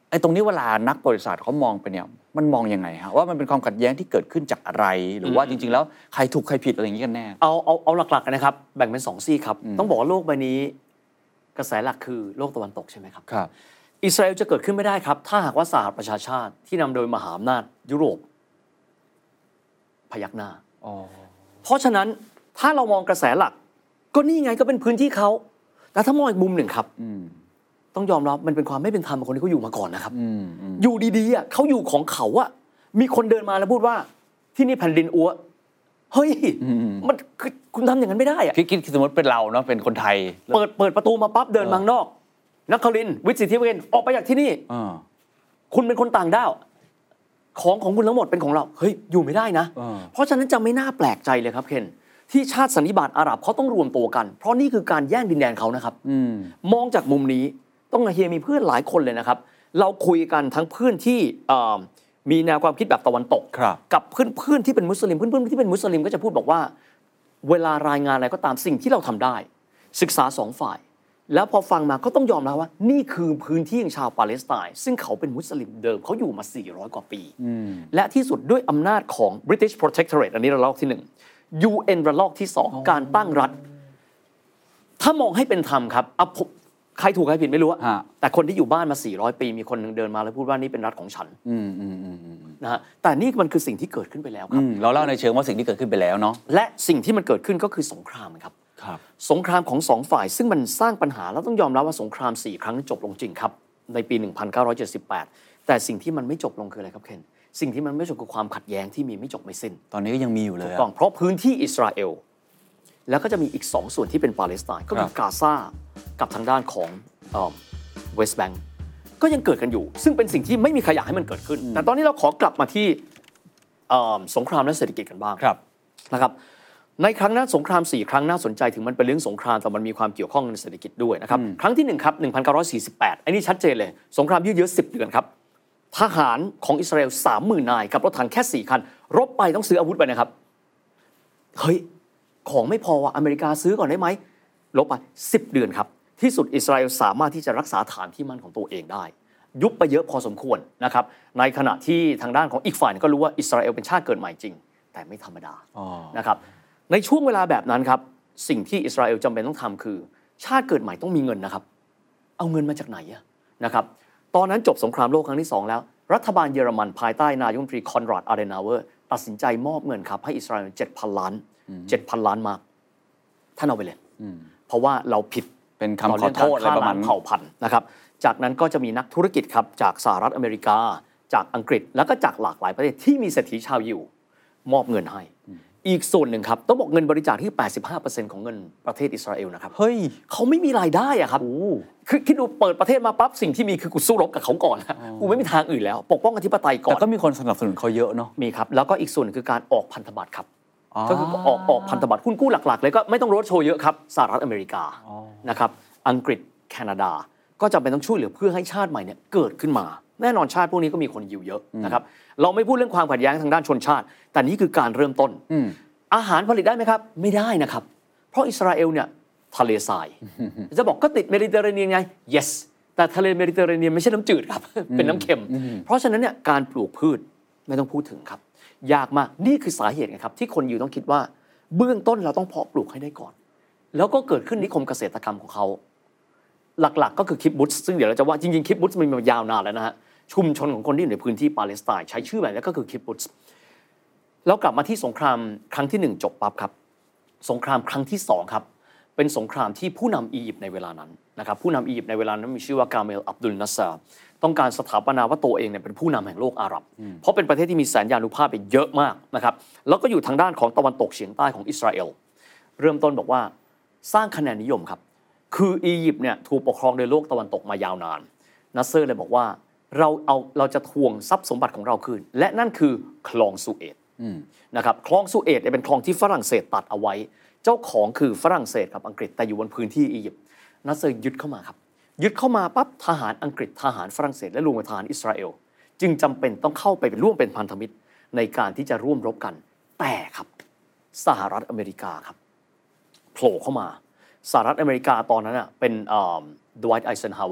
ไอ้ตรงนี้เวลานักประวัติศาสตร์เขามองไปเนี่ยมันมองยังไงฮะว่ามันเป็นความขัดแย้งที่เกิดขึ้นจากอะไรหรือว่าจริงๆแล้วใครถูกใครผิดอะไรอย่างนี้กันแน่เอาเอาเอาหลักๆนะครับแบ่งเป็นสองซีกครับต้องบอกว่าโลกใบนี้กระแสหลักคือโลกตะวันตกใช่ไหมครับครับอิสราเอลจะเกิดขึ้นไม่ได้ครับถ้าหากว่าสหประชาชาติที่นำโดยมหาอำนาจยุโรปพยักหน้าเพราะฉะนั้นถ้าเรามองกระแสหลักก็นี่ไงก็เป็นพื้นที่เขาแต่ถ้ามองอีกมุมหนึ่งครับต้องยอมรับมันเป็นความไม่เป็นธรรมของคนที่เขาอยู่มาก่อนนะครับอยู่ดีๆอ่ะเขาอยู่ของเขาอ่ะมีคนเดินมาแล้วพูดว่าที่นี่แผ่นดินอัวเฮ้ยมันคือคุณทำอย่างนั้นไม่ได้อ่ะคิดสมมติเป็นเราเนาะเป็นคนไทยเปิดเปิดประตูมาปั๊บเดินมังนอกนครินทร์วิสิทธิเวชออกไปจากที่นี่คุณเป็นคนต่างด้าวของของคุณทั้งหมดเป็นของเราเฮ้ยอยู่ไม่ได้นะเพราะฉะนั้นจะไม่น่าแปลกใจเลยครับเคนที่ชาติสันนิบาตอาหรับเขาต้องรวมตัวกันเพราะนี่คือการแย่งดินแดนเขานะครับมองจากมุมนี้ต้องเฮียมีเพื่อนหลายคนเลยนะครับเราคุยกันทั้งเพื่อนที่มีแนวความคิดแบบตะวันตกกับเพื่อนๆที่เป็นมุสลิมเพื่อนๆที่เป็นมุสลิมก็จะพูดบอกว่าเวลารายงานอะไรก็ตามสิ่งที่เราทำได้ศึกษาสองฝ่ายแล้วพอฟังมาก็ต้องยอมรับว่านี่คือพื้นที่ของชาวปาเลสไตน์ซึ่งเขาเป็นมุสลิมเดิมเขาอยู่มาสี่ร้อยกว่าปีและที่สุดด้วยอำนาจของ British Protectorate อันนี้ระลอกที่หนึ่ง ยู เอ็น ระลอกที่สองการตั้งรัฐถ้ามองให้เป็นธรรมครับใครถูกใครผิดไม่รู้แต่คนที่อยู่บ้านมาสี่ร้อยปีมีคนนึงเดินมาแล้วพูดว่านี่เป็นรัฐของฉันนะฮะแต่นี่มันคือสิ่งที่เกิดขึ้นไปแล้วครับเราเล่าในเชิงว่าสิ่งที่เกิดขึ้นไปแล้วเนาะและสิ่งที่มันเกิดขึ้นก็คือสงครามครับสงครามของสองฝ่ายซึ่งมันสร้างปัญหาแล้วต้องยอมรับว่าสงครามสี่ครั้งจบลงจริงครับในปีหนึ่งพันเก้าร้อยเจ็ดสิบแปดแต่สิ่งที่มันไม่จบลงคืออะไรครับเคนสิ่งที่มันไม่จบคือความขัดแย้งที่มีไม่จบไม่สิ้นตอนนี้ก็ยังมีอยู่เลยถูกต้องเพราะพื้นที่อิสราเอลแล้วก็จะมีอีกสองส่วนที่เป็นปาเลสไตน์ก็คือกาซากับทางด้านของเวสต์แบงก์ก็ยังเกิดกันอยู่ซึ่งเป็นสิ่งที่ไม่มีใครอยากให้มันเกิดขึ้นแต่ตอนนี้เราขอกลับมาที่สงครามและเศรษฐกิจกันบ้างนะครับในครั้งนั้นสงครามสี่ครั้งน่าสนใจถึงมันเป็นเรื่องสงครามแต่มันมีความเกี่ยวข้องในเศรษฐกิจด้วยนะครับครั้งที่หนึ่งครับหนึ่งพันเก้าร้อยสี่สิบแปดอันนี้ชัดเจนเลยสงครามยืดเยื้อสิบเดือนครับทหารของอิสราเอล สามหมื่น นายกับรถถังแค่สี่คันรบไปต้องซื้ออาวุธไปนะครับเฮ้ยของไม่พอว่ะอเมริกาซื้อก่อนได้ไหมลบไปสิบเดือนครับที่สุดอิสราเอลสามารถที่จะรักษาฐานที่มั่นของตัวเองได้ยุบไปเยอะพอสมควรนะครับในขณะที่ทางด้านของอีกฝ่ายก็รู้ว่าอิสราเอลเป็นชาติเกิดใหม่จริงแต่ไม่ธรรมดานะครับในช่วงเวลาแบบนั้นครับสิ่งที่อิสราเอลจำเป็นต้องทำคือชาติเกิดใหม่ต้องมีเงินนะครับเอาเงินมาจากไหนนะครับตอนนั้นจบสงครามโลกครั้งที่สองแล้วรัฐบาลเยอรมันภายใต้นายกรัฐมนตรีคอนราด อาเดนาเวอร์ตัดสินใจมอบเงินครับให้อิสราเอล เจ็ดพัน ล้าน เจ็ดพัน ล้านมาร์กท่านเอาไปเลยเพราะว่าเราผิดเป็นคำขอโทษอะไรประมาณเผ่าพันธุ์นะครับจากนั้นก็จะมีนักธุรกิจครับจากสหรัฐอเมริกาจากอังกฤษแล้วก็จากหลากหลายประเทศที่มีเศรษฐีชาวยิวมอบเงินให้อีกส่วนหนึ่งครับต้องบอกเงินบริจาคที่ แปดสิบห้าเปอร์เซ็นต์ ของเงินประเทศอิสราเอลนะครับเฮ้ยเขาไม่มีรายได้อะครับคือคิดดูเปิดประเทศมาปั๊บสิ่งที่มีคือกูสู้รบกับเขาก่อนนะกูไม่มีทางอื่นแล้วปกป้องอธิปไตยก่อนแต่ก็มีคนสนับสนุนเขาเยอะเนาะมีครับแล้วก็อีกส่วนคือการออกพันธบัตรครับก็คือออกออกพันธบัตรหุ้นกู้หลักๆเลยก็ไม่ต้องโรดโชว์เยอะครับสหรัฐอเมริกานะครับอังกฤษแคนาดาก็จำเป็นต้องช่วยเหลือเพื่อให้ชาติใหม่เนี่ยเกิดขึ้นมาแน่นอนชาติพวกนี้ก็มีคนยิวเยอะนะครับเราไม่พูดเรื่องความขัดแย้งทางด้านชนชาติแต่นี่คือการเริ่มต้นอาหารผลิตได้ไหมครับไม่ได้นะครับเพราะอิสราเอลเนี่ยทะเลทรายจะบอกก็ติดเมดิเตอร์เรเนียนไง yes แต่ทะเลเมดิเตอร์เรเนียนไม่ใช่น้ำจืดครับเป็นน้ำเค็มเพราะฉะนั้นเนี่ยการปลูกพืชไม่ต้องพูดถึงครับยากมากนี่คือสาเหตุไงครับที่คนยิวต้องคิดว่าเบื้องต้นเราต้องเพาะปลูกให้ได้ก่อนแล้วก็เกิดขึ้นนิคมเกษตรกรรมของเขาหลักๆก็คือคิบบุตซ์ซึ่งเดี๋ยวเราจะว่าจริงๆคิบบุตซ์มันมีมายาวนานแล้วนะฮะชุมชนของคนที่อยู่ในพื้นที่ปาเลสไตน์ใช้ชื่อแบบนี้ก็คือคิบบุตซ์แล้วกลับมาที่สงครามครั้งที่หนึ่งจบปั๊บครับสงครามครั้งที่สองครับเป็นสงครามที่ผู้นำอียิปต์ในเวลานั้นนะครับผู้นำอียิปต์ในเวลานั้นมีชื่อว่ากาเมลอับดุลนัสซาร์ต้องการสถาปนาว่าตัวเองเนี่ยเป็นผู้นำแห่งโลกอาหรับเพราะเป็นประเทศที่มีแสนยานุภาพเป็นเยอะมากนะครับแล้วก็อยู่ทางด้านของตะวันตกเฉียงใต้ของอิสราเอลเริ่มต้นบอกว่าสร้างคะแนนนิยมครับคืออียิปต์เนี่ยถูกปกครองโดยโลกตะวันตกมายาวนานนัสเซอร์เลยบอกว่าเราเอาเราจะทวงทรัพย์สมบัติของเราคืนและนั่นคือคลองสุเอตนะครับคลองสุเอตเป็นคลองที่ฝรั่งเศสตัดเอาไว้เจ้าของคือฝรั่งเศสกับอังกฤษแต่อยู่บนพื้นที่อียิปต์นัสเซอร์ยึดเข้ามาครับยึดเข้ามาปั๊บทหารอังกฤษทหารฝรั่งเศสและรวมกับทหารอิสราเอลจึงจำเป็นต้องเข้าไปเป็นร่วมเป็นพันธมิตรในการที่จะร่วมรบกันแต่ครับสหรัฐอเมริกาครับโผล่เข้ามาสหรัฐอเมริกาตอนนั้นอ่ะเป็นดไวท์ ไอเซนฮาวเวอร์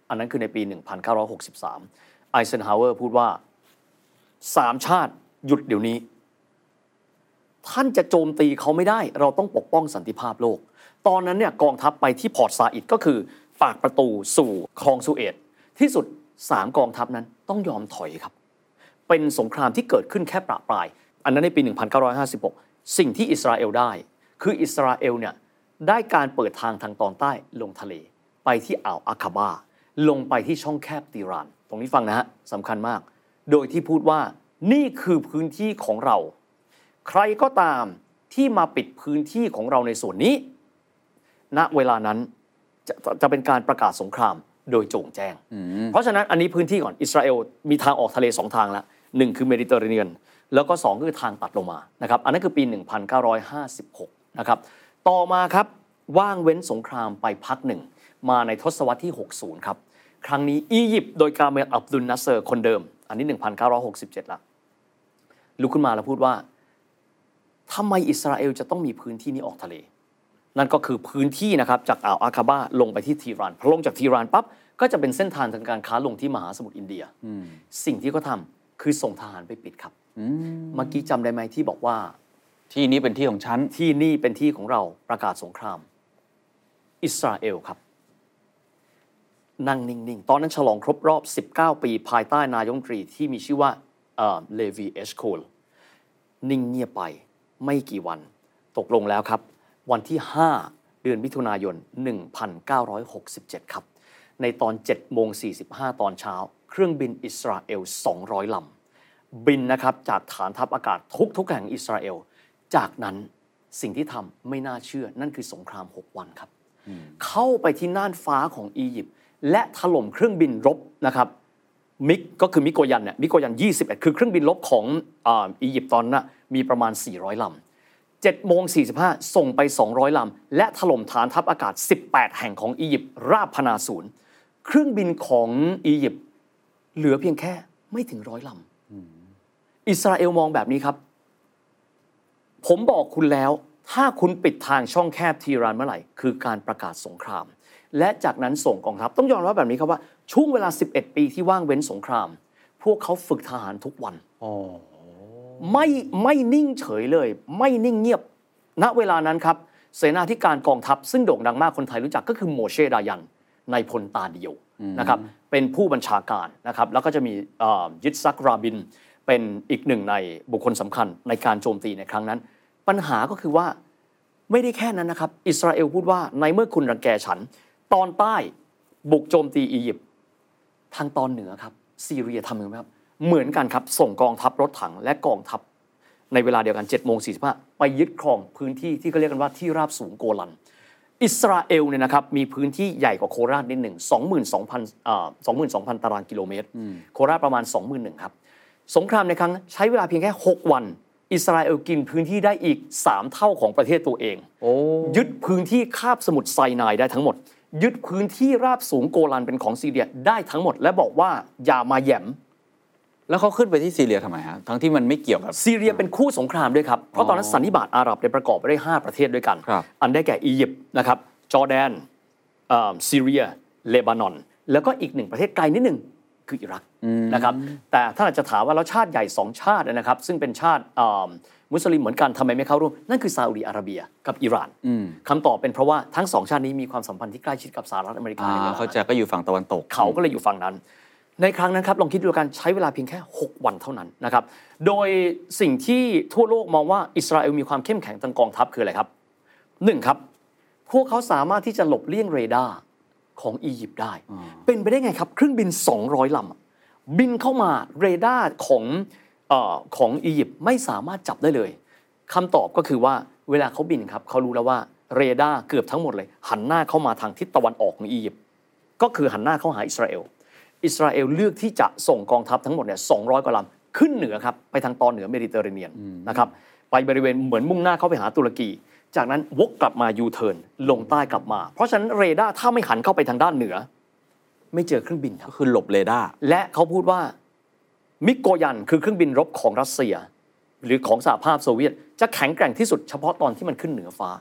อันนั้นคือในปีหนึ่งพันเก้าร้อยหกสิบสามไอเซนฮาวเวอร์พูดว่าสามชาติหยุดเดี๋ยวนี้ท่านจะโจมตีเขาไม่ได้เราต้องปกป้องสันติภาพโลกตอนนั้นเนี่ยกองทัพไปที่พอร์ตซาอิดก็คือปากประตูสู่คลองสุเอตที่สุดสามกองทัพนั้นต้องยอมถอยครับเป็นสงครามที่เกิดขึ้นแค่ประปรายอันนั้นในปีหนึ่งพันเก้าร้อยห้าสิบหกสิ่งที่อิสราเอลได้คืออิสราเอลเนี่ยได้การเปิดทางทางตอนใต้ลงทะเลไปที่อ่าวอาคาบาลงไปที่ช่องแคบติรานตรงนี้ฟังนะฮะสำคัญมากโดยที่พูดว่านี่คือพื้นที่ของเราใครก็ตามที่มาปิดพื้นที่ของเราในส่วนนี้ณเวลานั้นจะจะเป็นการประกาศสงครามโดยโจ่งแจ้งเพราะฉะนั้นอันนี้พื้นที่ก่อนอิสราเอลมีทางออกทะเลสองทางแล้วหนึ่งคือเมดิเตอร์เรเนียนแล้วก็สองคือทางตัดลงมานะครับอันนั้นคือปีหนึ่งพันเก้าร้อยห้าสิบหกนะครับต่อมาครับว่างเว้นสงครามไปพักหนึ่งมาในทศวรรษที่หกสิบครับครั้งนี้อียิปต์โดยกาเมลอับดุลนัสเซอร์คนเดิมอันนี้หนึ่งพันเก้าร้อยหกสิบเจ็ดละลุกขึ้นมาแล้วพูดว่าทำไมอิสราเอลจะต้องมีพื้นที่นี้ออกทะเลนั่นก็คือพื้นที่นะครับจากอ่าวอาคาบาลงไปที่ทีรานพอลงจากทีรานปั๊บก็จะเป็นเส้นทางทางการค้าลงที่มหาสมุทรอินเดียสิ่งที่เขาทำคือส่งทหารไปปิดครับเมื่อกี้จำได้ไหมที่บอกว่าที่นี้เป็นที่ของฉันที่นี่เป็นที่ของเราประกาศสงครามอิสราเอลครับนั่งนิ่งๆตอนนั้นฉลองครบรอบสิบเก้าปีภายใต้นายกรัฐมนตรีที่มีชื่อว่าเลวีเอชโคลนิ่งเงียบไปไม่กี่วันตกลงแล้วครับวันที่ห้าเดือนมิถุนายนหนึ่งพันเก้าร้อยหกสิบเจ็ดครับในตอน เจ็ดโมงสี่สิบห้า ตอนเช้าเครื่องบินอิสราเอลสองร้อยลำบินนะครับจากฐานทัพอากาศทุกๆแห่งอิสราเอลจากนั้นสิ่งที่ทำไม่น่าเชื่อนั่นคือสงครามหกวันครับเข้าไปที่น่านฟ้าของอียิปต์และถล่มเครื่องบินรบนะครับมิกก็คือมิโกยันเนี่ยมิโกยันยี่สิบเอ็ดคือเครื่องบินรบของอียิปต์ตอนนั้นมีประมาณสี่ร้อยลำ เจ็ดโมงสี่สิบห้าส่งไปสองร้อยลำและถล่มฐานทัพอากาศสิบแปดแห่งของอียิปต์ราบพนาศูนย์เครื่องบินของอียิปต์เหลือเพียงแค่ไม่ถึงร้อยลำอิสราเอลมองแบบนี้ครับผมบอกคุณแล้วถ้าคุณปิดทางช่องแคบทีรานเมื่อไหร่คือการประกาศสงครามและจากนั้นส่งกองทัพต้องยอมรับแบบนี้ครับว่าช่วงเวลาสิบเอ็ดปีที่ว่างเว้นสงครามพวกเขาฝึกทหารทุกวันไม่ไม่นิ่งเฉยเลยไม่นิ่งเงียบณเวลานั้นครับเสนาธิการกองทัพซึ่งโด่งดังมากคนไทยรู้จักก็คือโมเชดายันนายพลตาเดียวนะครับเป็นผู้บัญชาการนะครับแล้วก็จะมียิทซักราบินเป็นอีกหนึ่งในบุคคลสำคัญในการโจมตีในครั้งนั้นปัญหาก็คือว่าไม่ได้แค่นั้นนะครับอิสราเอลพูดว่าในเมื่อคุณรังแกฉันตอนใต้บุกโจมตีอียิปต์ทางตอนเหนือครับซีเรียทำยังไงครับเหมือนกันครับส่งกองทัพรถถังและกองทัพในเวลาเดียวกัน เจ็ดโมงสี่สิบห้า ไปยึดครองพื้นที่ที่เขาเรียกกันว่าที่ราบสูงโกลันอิสราเอลเนี่ยนะครับมีพื้นที่ใหญ่กว่าโคราชนิดหนึ่ง สองหมื่นสองพัน เอ่อ สองหมื่นสองพัน ตารางกิโลเมตรโคราชประมาณ สองหมื่นหนึ่งพัน ครับสงครามในครั้งใช้เวลาเพียงแค่หกวันอิสราเอลกินพื้นที่ได้อีกสามเท่าของประเทศตัวเองยึดพื้นที่คาบสมุทรไซนายได้ทั้งหมดยึดพื้นที่ราบสูงโกลันเป็นของซีเรียได้ทั้งหมดและบอกว่าอย่ามาแหย่มแล้วเขาขึ้นไปที่ซีเรียทำไมฮะทั้งที่มันไม่เกี่ยวกับซีเรียเป็นคู่สงครามด้วยครับเพราะตอนนั้นสันนิบาตอาหรับได้ประกอบไปด้วยห้าประเทศด้วยกันอันได้แก่อียิปต์นะครับจอร์แดนซีเรียเลบานอนแล้วก็อีกหนึ่งประเทศไกลนิดหนึ่งคืออิรักนะครับแต่ถ้าเราจะถามว่าแล้วชาติใหญ่สองชาตินะครับซึ่งเป็นชาติมุสลิมเหมือนกันทำไมไม่เข้าร่วมนั่นคือซาอุดิอาระเบียกับอิหร่านคำตอบเป็นเพราะว่าทั้งสองชาตินี้มีความสัมพันธ์ที่ใกล้ชิดกับสหรัฐอเมริกาเขาจะก็อยู่ฝั่งตะวันตกเขาก็เลยอยู่ฝั่งนั้นในครั้งนั้นครับลองคิดดูกันใช้เวลาเพียงแค่หกวันเท่านั้นนะครับโดยสิ่งที่ทั่วโลกมองว่าอิสราเอลมีความเข้มแข็งทางกองทัพคืออะไรครับหนึ่งครับพวกเขาสามารถที่จะหลบเลี่ยงเรดาร์ของอียิปต์ได้เป็นไปได้ไงครับเครื่องบินสองร้อยลำบินเข้ามาเรดาร์ของเอ่อของอียิปต์ไม่สามารถจับได้เลยคำตอบก็คือว่าเวลาเขาบินครับเขารู้แล้วว่าเรดาร์เกือบทั้งหมดเลยหันหน้าเข้ามาทางทิศตะวันออกของอียิปต์ก็คือหันหน้าเข้าหาอิสราเอลอิสราเอลเลือกที่จะส่งกองทัพทั้งหมดเนี่ยสองร้อยกว่าลำขึ้นเหนือครับไปทางตอนเหนือเมดิเตอร์เรเนียนนะครับไปบริเวณเหมือนมุ่งหน้าเข้าไปหาตุรกีจากนั้นวกกลับมายูเทิร์นลงใต้กลับมาเพราะฉะนั้นเรดาร์ถ้าไม่หันเข้าไปทางด้านเหนือไม่เจอเครื่องบินครับคือหลบเรดาร์และเขาพูดว่ามิโกยันคือเครื่องบินรบของรัสเซียหรือของสหภาพโซเวียตจะแข็งแกร่งที่สุดเฉพาะตอนที่มันขึ้นเหนือฟ้า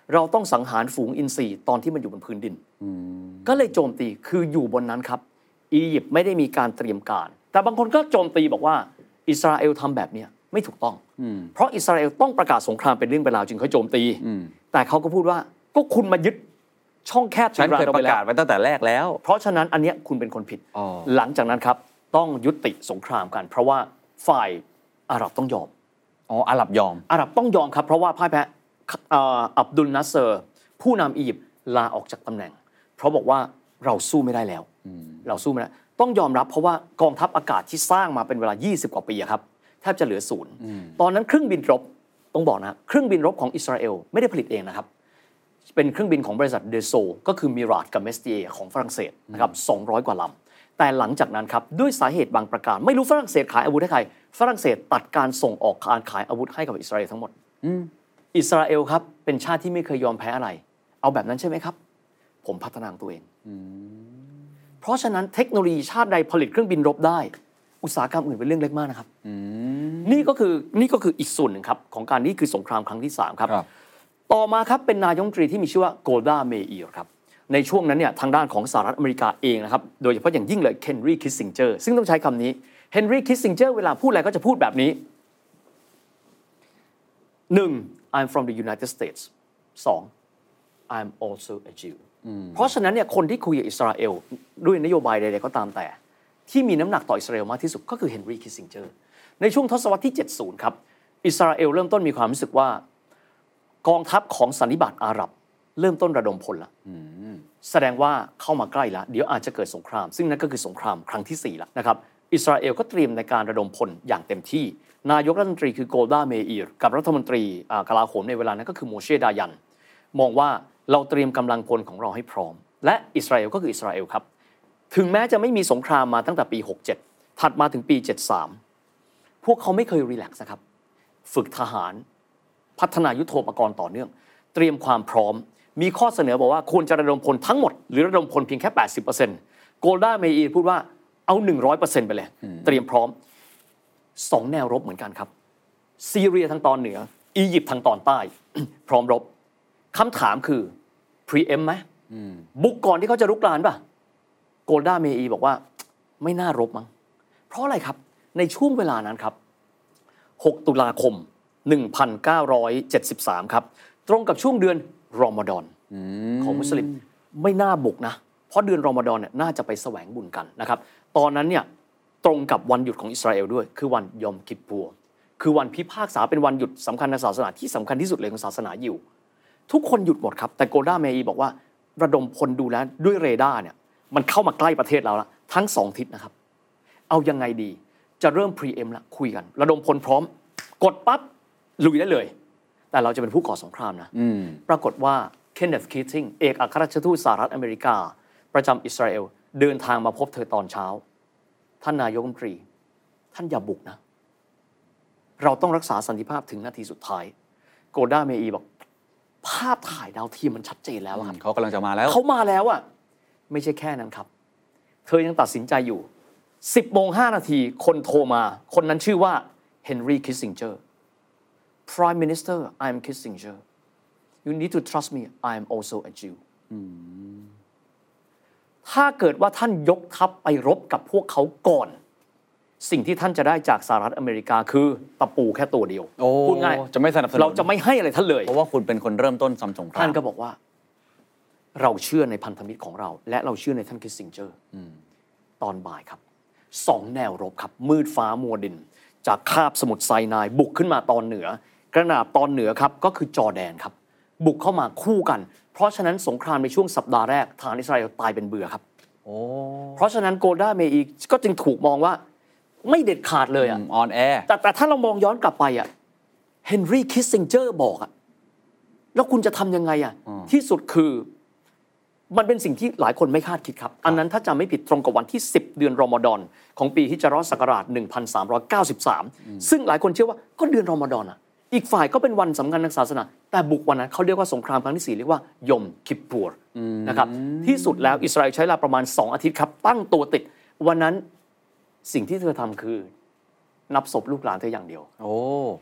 เราต้องสังหารฝูงอินทรีตอนที่มันอยู่บนพื้นดินก็เลยโจมตีคืออยู่บนนั้นครับอียิปต์ไม่ได้มีการเตรียมการแต่บางคนก็โจมตีบอกว่าอิสราเอลทำแบบนี้ไม่ถูกต้องเพราะอิสราเอลต้องประกาศสงครามเป็นเรื่องเป็นราวจึงเขาโจมตีแต่เขาก็พูดว่าก็คุณมายึดช่องแคบฉันเคยประกาศไว้ตั้งแต่แรกแล้วเพราะฉะนั้นอันเนี้ยคุณเป็นคนผิดหลังจากนั้นครับต้องยุติสงครามกันเพราะว่าฝ่ายอาหรับต้องยอมอ๋ออาหรับยอมอาหรับต้องยอมครับเพราะว่าพ่ายแพ้อับดุลนัสเซอร์ผู้นำอียิปต์ลาออกจากตำแหน่งเพราะบอกว่าเราสู้ไม่ได้แล้วเราสู้ไม่ได้ต้องยอมรับเพราะว่ากองทัพอากาศที่สร้างมาเป็นเวลายี่สิบกว่าปีครับแทบจะเหลือศูนย์ตอนนั้นเครื่องบินรบต้องบอกนะเครื่องบินรบของอิสราเอลไม่ได้ผลิตเองนะครับเป็นเครื่องบินของบริษัทเดโซก็คือมิราดกับเมสเตียของฝรั่งเศสนะครับสองร้อยกว่าลำแต่หลังจากนั้นครับด้วยสาเหตุบางประการไม่รู้ฝรั่งเศสขายอาวุธให้ใครฝรั่งเศสตัดการส่งออกการขายอาวุธให้กับอิสราเอลทั้งหมดอิสราเอลครับเป็นชาติที่ไม่เคยยอมแพ้อะไรเอาแบบนั้นใช่ไหมครับผมพัฒนาตัวเองเพราะฉะนั้นเทคโนโลยีชาติใดผลิตเครื่องบินรบได้อุตสาหกรรมอื่นเป็นเรื่องเล็กมากนะครับนี่ก็คือนี่ก็คืออีกส่วนหนึ่งครับของการนี้คือสงครามครั้งที่สามครับต่อมาครับเป็นนายกรัฐมนตรีที่มีชื่อว่าโกลดาเมอีร์ครับในช่วงนั้นเนี่ยทางด้านของสหรัฐอเมริกาเองนะครับโดยเฉพาะอย่างยิ่งเลยเฮนรี่คิสซิงเจอร์ซึ่งต้องใช้คำนี้เฮนรี่คิสซิงเจอร์เวลาพูดอะไรก็จะพูดแบบนี้หนึ่ง I'm from the United States สอง I'm also a Jew เพราะฉะนั้นเนี่ยคนที่คุยกับอิสราเอลด้วยนโยบายใดๆก็ตามแต่ที่มีน้ำหนักต่ออิสราเอลมากที่สุดก็คือเฮนรี่คิสซิงเจอร์ในช่วงทศวรรษที่เจ็ดสิบครับอิสราเอลเริ่มต้นมีความรู้สึกว่ากองทัพของสันนิบาตอาหรับเริ่มต้นระดมพลละแสดงว่าเข้ามาใกล้แล้วเดี๋ยวอาจจะเกิดสงครามซึ่งนั่นก็คือสงครามครั้งที่สี่แล้วนะครับอิสราเอลก็เตรียมในการระดมพลอย่างเต็มที่นายกรัฐมนตรีคือโกลดาเมอีร์กับรัฐมนตรีกลาโหมในเวลานั้นก็คือโมเชดายันมองว่าเราเตรียมกำลังพลของเราให้พร้อมและอิสราเอลก็คืออิสราเอลครับถึงแม้จะไม่มีสงครามมาตั้งแต่ปีหกเจ็ดถัดมาถึงปีเจ็ดสิบสามพวกเขาไม่เคยรีแลกซ์นะครับฝึกทหารพัฒนายุทโธปกรณ์ต่อเนื่องเตรียมความพร้อมมีข้อเสนอบอกว่าควรจะระดมพลทั้งหมดหรือระดมพลเพียงแค่ แปดสิบเปอร์เซ็นต์ โกลดาเมอีร์พูดว่าเอา หนึ่งร้อยเปอร์เซ็นต์ ไปเลยเตรียมพร้อมสองแนวรบเหมือนกันครับซีเรียทางตอนเหนืออียิปต์ทางตอนใต้ พร้อมรบคำถามคือ preempt ไหมบุกก่อนที่เขาจะรุกรานป่ะโกลดาเมอีร์บอกว่าไม่น่ารบมั้งเพราะอะไรครับในช่วงเวลานั้นครับหกตุลาคมหนึ่งพันเก้าร้อยเจ็ดสิบสามครับตรงกับช่วงเดือนรอมฎอนของมุสลิมไม่น่าบุกนะเพราะเดือนรอมฎอนเนี่ยน่าจะไปแสวงบุญกันนะครับตอนนั้นเนี่ยตรงกับวันหยุดของอิสราเอลด้วยคือวันยอมคิปปัวคือวันพิพากษาเป็นวันหยุดสำคัญในศาสนาที่สำคัญที่สุดเลยของศาสนายิวทุกคนหยุดหมดครับแต่โกลดาเมอีบอกว่าระดมพลดูแลด้วยเรดาร์เนี่ยมันเข้ามาใกล้ประเทศเราละทั้งสองทิศนะครับเอายังไงดีจะเริ่ม preempt ละคุยกันระดมพลพร้อมกดปั๊บลุยได้เลยแต่เราจะเป็นผู้ก่อสงครามนะปรากฏว่าเคนเนธ คีตติงเอกอัครราชทูตสหรัฐอเมริกาประจำอิสราเอลเดินทางมาพบเธอตอนเช้าท่านนายกรัฐมนตรีท่านอย่าบุกนะเราต้องรักษาสันติภาพถึงนาทีสุดท้ายโกลดาเมอีบอกภาพถ่ายดาวเทียมมันชัดเจนแล้วครับเขากำลังจะมาแล้วเขามาแล้วอ่ะไม่ใช่แค่นั้นครับเธอยังตัดสินใจอยู่ สิบโมงห้านาทีคนโทรมาคนนั้นชื่อว่าเฮนรี่คิสซิงเจอร์ Prime Minister I am Kissinger you need to trust me I am also a Jew ถ้าเกิดว่าท่านยกทัพไปรบกับพวกเขาก่อนสิ่งที่ท่านจะได้จากสหรัฐอเมริกาคือตะปูแค่ตัวเดียวพูดง่ายจะไม่สนับสนุนเราจะไม่ให้อะไรท่านเลยเพราะว่าคุณเป็นคนเริ่มต้นสงครามท่านก็บอกว่าเราเชื่อในพันธมิตรของเราและเราเชื่อในท่านคิสซิงเจอร์ตอนบ่ายครับสองแนวรบครับมืดฟ้ามัวดินจากคาบสมุทรไซนายบุกขึ้นมาตอนเหนือกระนาบตอนเหนือครับก็คือจอร์แดนครับบุกเข้ามาคู่กันเพราะฉะนั้นสงครามในช่วงสัปดาห์แรกทหารอิสราเอลตายเป็นเบื่อครับเพราะฉะนั้นโกลดาเมอีร์ก็จึงถูกมองว่าไม่เด็ดขาดเลยอ่ะออนแอร์แต่แต่ถ้าเรามองย้อนกลับไปอ่ะเฮนรี่คิสซิงเจอร์บอกอ่ะแล้วคุณจะทำยังไงอ่ะที่สุดคือมันเป็นสิ่งที่หลายคนไม่คาดคิดครับอันนั้นถ้าจำไม่ผิดตรงกับวันที่สิบเดือนรอมฎอนของปีฮิจเราะห์ศักราชหนึ่งพันสามร้อยเก้าสิบสามซึ่งหลายคนเชื่อว่าก็เดือนรอมฎอนอ่ะอีกฝ่ายก็เป็นวันสำคัญทางศาสนาแต่บุกวันนั้นเขาเรียกว่าสงครามครั้งที่สี่เรียกว่ายอมคิปปัวร์นะครับที่สุดแล้วอิสราเอลใช้เวลาประมาณสองอาทิตย์ครับตั้งตัวติดวันนั้นสิ่งที่เธอทำคือนับศพลูกหลานเธออย่างเดียวโอ้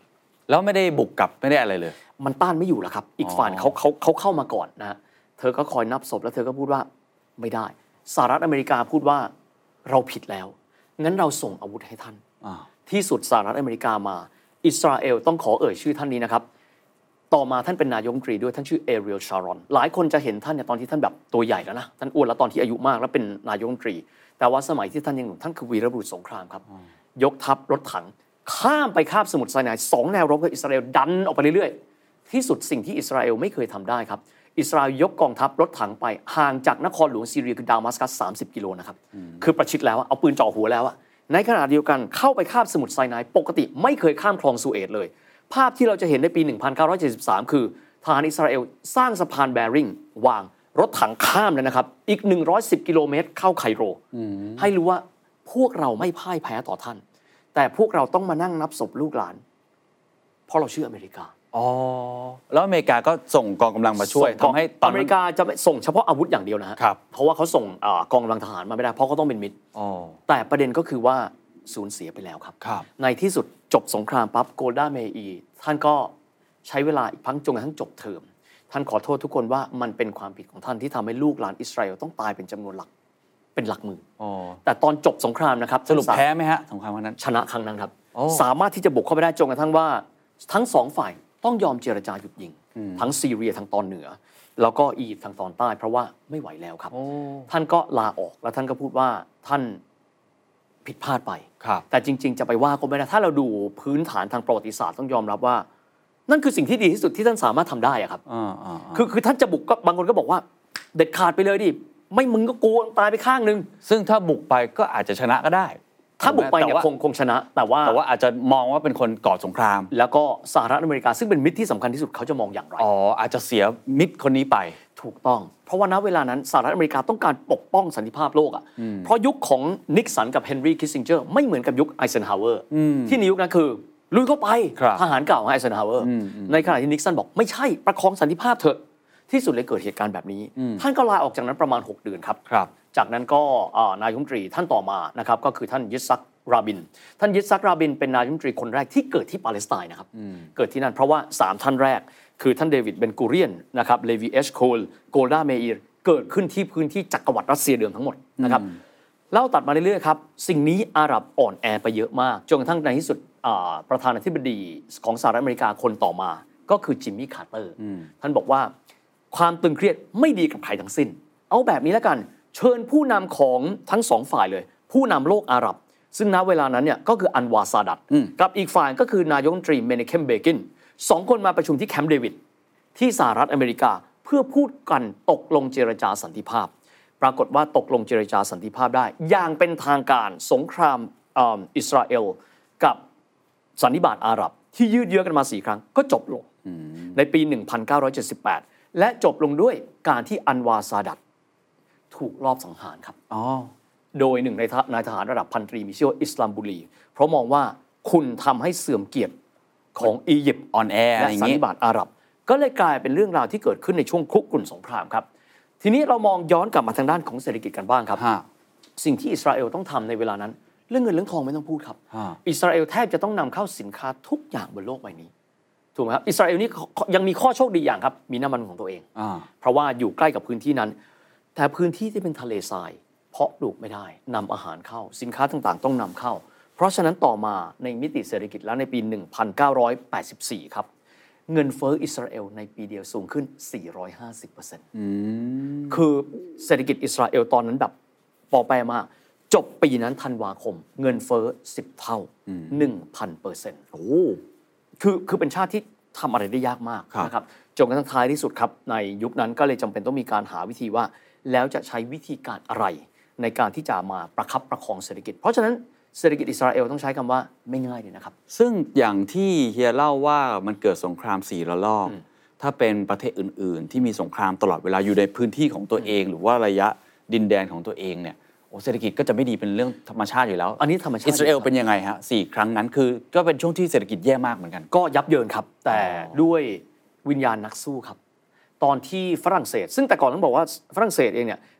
แล้วไม่ได้บุกกลับไม่ได้อะไรเลยมันต้านไม่อยู่แล้วครับอีกฝ่ายเขาเขาเขาเข้ามาก่อนนะฮะเธอก็คอยนับศพแล้วเธอก็พูดว่าไม่ได้สหรัฐอเมริกาพูดว่าเราผิดแล้วงั้นเราส่งอาวุธให้ท่านที่สุดสหรัฐอเมริกามาอิสราเอลต้องขอเอ่ยชื่อท่านนี้นะครับต่อมาท่านเป็นนายกรัฐมนตรีด้วยท่านชื่อเอเรียลชารอนหลายคนจะเห็นท่านเนี่ยตอนที่ท่านแบบตัวใหญ่แล้วนะท่านอ้วนแล้วตอนที่อายุมากแล้วเป็นนายกรัฐมนตรีแต่ว่าสมัยที่ท่านยังหนุ่มท่านคือวีรบุรุษสงครามครับยกทัพรถถังข้ามไปคาบสมุทรไซนายสองแนวรบกับอิสราเอลดันออกไปเรื่อยๆที่สุดสิ่งที่อิสราเอลไม่เคยทำได้ครับอิสราเอลยกกองทัพรถถังไปห่างจากนครหลวงซีเรียคือดามัสกัสสามสิบกิโลนะครับคือประชิดแล้วเอาปืนจ่อหัวแล้วอะในขณะเดียวกันเข้าไปคาบสมุทรไซนายปกติไม่เคยข้ามคลองสุเอตเลยภาพที่เราจะเห็นในปีหนึ่งพันเก้าร้อยเจ็ดสิบสามคือทหารอิสราเอลสร้างสะพานแบริ่งวางรถถังข้ามเลยนะครับอีกหนึ่งร้อยสิบกิโลเมตรเข้าไคโรให้รู้ว่าพวกเราไม่พ่ายแพ้ต่อท่านแต่พวกเราต้องมานั่งนับศพลูกหลานเพราะเราเชื่ออเมริกาอ๋อแล้วอเมริกาก็ส่งกองกำลังมาช่วยทำให้ตอนอเมริกาจะส่งเฉพาะอาวุธอย่างเดียวนะฮะเพราะว่าเขาส่งกองกำลังทหารมาไม่ได้เพราะเขาต้องเป็นมิตรแต่ประเด็นก็คือว่าสูญเสียไปแล้วครับในที่สุดจบสงครามปั๊บโกลดาเมอีท่านก็ใช้เวลาอีกพักจนกระทั่งจบเทอมท่านขอโทษทุกคนว่ามันเป็นความผิดของท่านที่ทำให้ลูกหลานอิสราเอลต้องตายเป็นจำนวนหลักเป็นหลักหมื่นแต่ตอนจบสงครามนะครับสรุปแพ้ไหมฮะสงครามครั้งนั้นชนะครั้งนั้นครับสามารถที่จะบุกเข้าไปได้จนกระทั่งว่าทั้งสองฝ่ายต้องยอมเจรจาหยุดยิงทั้งซีเรียทางตอนเหนือแล้วก็อียิปต์ทางตอนใต้เพราะว่าไม่ไหวแล้วครับท่านก็ลาออกแล้วท่านก็พูดว่าท่านผิดพลาดไปแต่จริงๆจะไปว่าก็ไม่ได้ถ้าเราดูพื้นฐานทางประวัติศาสตร์ต้องยอมรับว่านั่นคือสิ่งที่ดีที่สุดที่ท่านสามารถทำได้อะครับคือคือท่านจะบุกก็บางคนก็บอกว่าเด็ดขาดไปเลยดิไม่มึงก็กลัวตายไปข้างนึงซึ่งถ้าบุกไปก็อาจจะชนะก็ได้ถ้าบุกไปเนี่ยคงคงชนะแต่ว่าแต่ว่าอาจจะมองว่าเป็นคนก่อสงครามแล้วก็สหรัฐอเมริกาซึ่งเป็นมิตรที่สำคัญที่สุดเขาจะมองอย่างไรอ๋ออาจจะเสียมิตรคนนี้ไปถูกต้องเพราะว่าณเวลานั้นสหรัฐอเมริกาต้องการปกป้องสันติภาพโลกอ่ะเพราะยุคของนิกสันกับเฮนรี่คิสซิงเจอร์ไม่เหมือนกับยุคไอเซนฮาวเวอร์ที่ในยุคนั้นคือลุยเข้าไปทหารเก่าของไอเซนฮาวเวอร์ในขณะที่นิกสันบอกไม่ใช่ประคองสันติภาพเถอะที่สุดเลยเกิดเหตุการณ์แบบนี้ท่านก็ลาออกจากนั้นประมาณหกเดือนครับจากนั้นก็นายกรัฐมนตรีท่านต่อมานะครับก็คือท่านยิทซักราบินท่านยิทซักราบินเป็นนายกรัฐมนตรีคนแรกที่เกิดที่ปาเลสไตน์นะครับเกิดที่นั่นเพราะว่าสามท่านแรกคือท่านเดวิดเบนกูเรียนนะครับเลวีเอชโคลโกลดาเมอีร์เกิดขึ้นที่พื้นที่จักรวรรดิรัสเซียเดิมทั้งหมดนะครับเล่าตัดมาเรื่อยๆครับสิ่งนี้อาหรับอ่อนแอไปเยอะมากจนกระทั่งในที่สุดประธานาธิบดีของสหรัฐอเมริกาคนต่อมาก็คือจิมมี่คาร์เตอร์ท่านบอกว่าความตึงเครียดไม่ดีกับใครทั้งสิ้นเอาแบบนี้แล้วกันเชิญผู้นำของทั้งสองฝ่ายเลยผู้นำโลกอาหรับซึ่งณเวลานั้นเนี่ยก็คืออันวาซาดัตกับอีกฝ่ายก็คือนายกรัฐมนตรีเมเนเคมเบกินสองคนมาประชุมที่แคมป์เดวิดที่สหรัฐอเมริกาเพื่อพูดกันตกลงเจรจาสันติภาพปรากฏว่าตกลงเจรจาสันติภาพได้อย่างเป็นทางการสงครามอิสราเอลกับสันนิบาตอาหรับที่ยืดเยื้อกันมาสี่ครั้งก็จบลงในปีหนึ่งพันเก้าร้อยเจ็ดสิบแปดและจบลงด้วยการที่อันวาซาดัตถูกลอบสังหารครับโดยหนึ่งในนายทหารระดับพันตรีมีชื่อว่าอิสลามบุรีเพราะมองว่าคุณทำให้เสื่อมเกียรติของอียิปต์อ่อนแอและสันนิบาตอาหรับก็เลยกลายเป็นเรื่องราวที่เกิดขึ้นในช่วงคุกรุ่นสงครามครับทีนี้เรามองย้อนกลับมาทางด้านของเศรษฐกิจกันบ้างครับสิ่งที่อิสราเอลต้องทำในเวลานั้นเรื่องเงินเรื่องทองไม่ต้องพูดครับอิสราเอลแทบจะต้องนำเข้าสินค้าทุกอย่างบนโลกใบนี้ถูกไหมครับอิสราเอลนี่ยังมีข้อโชคดีอย่างครับมีน้ำมันของตัวเองเพราะว่าอยู่ใกล้กับพื้นที่นั้นแต่พื้นที่ที่เป็นทะเลทรายเพาะปลูกไม่ได้นำอาหารเข้าสินค้าต่างๆต้องนำเข้าเพราะฉะนั้นต่อมาในมิติเศรษฐกิจแล้วในปีหนึ่งพันเก้าร้อยแปดสิบสี่ครับเงินเฟ้ออิสราเอลในปีเดียวสูงขึ้น สี่ร้อยห้าสิบเปอร์เซ็นต์ คือเศรษฐกิจอิสราเอลตอนนั้นแบบปอแปรมากจบปีนั้นธันวาคมเงินเฟ้อสิบเท่า หนึ่งพันเปอร์เซ็นต์ โอ้คือคือเป็นชาติที่ทำอะไรได้ยากมากนะครับจนกระทั่งท้ายที่สุดครับในยุคนั้นก็เลยจำเป็นต้องมีการหาวิธีว่าแล้วจะใช้วิธีการอะไรในการที่จะมาประคับประคองเศรษฐกิจเพราะฉะนั้นเศรษฐกิจอิสราเอลต้องใช้คำว่าไม่ง่ายเลยนะครับซึ่งอย่างที่เฮียเล่าว่ามันเกิดสงครามสี่ระลอกถ้าเป็นประเทศอื่นๆที่มีสงครามตลอดเวลาอยู่ในพื้นที่ของตัวเองหรือว่าระยะดินแดนของตัวเองเนี่ยโอ้เศรษฐกิจก็จะไม่ดีเป็นเรื่องธรรมชาติอยู่แล้วอันนี้ธรรมชาติอิสราเอลเป็นยังไงฮะสี่ครั้งนั้นคือก็เป็นช่วงที่เศรษฐกิจแย่มากเหมือนกันก็ยับเยินครับแต่ด้วยวิญญาณนักสู้ครับตอนที่ฝรั่งเศสซึ่งแต่ก่อนต้องบอกว่าฝรั่งเศสเองเนี่ย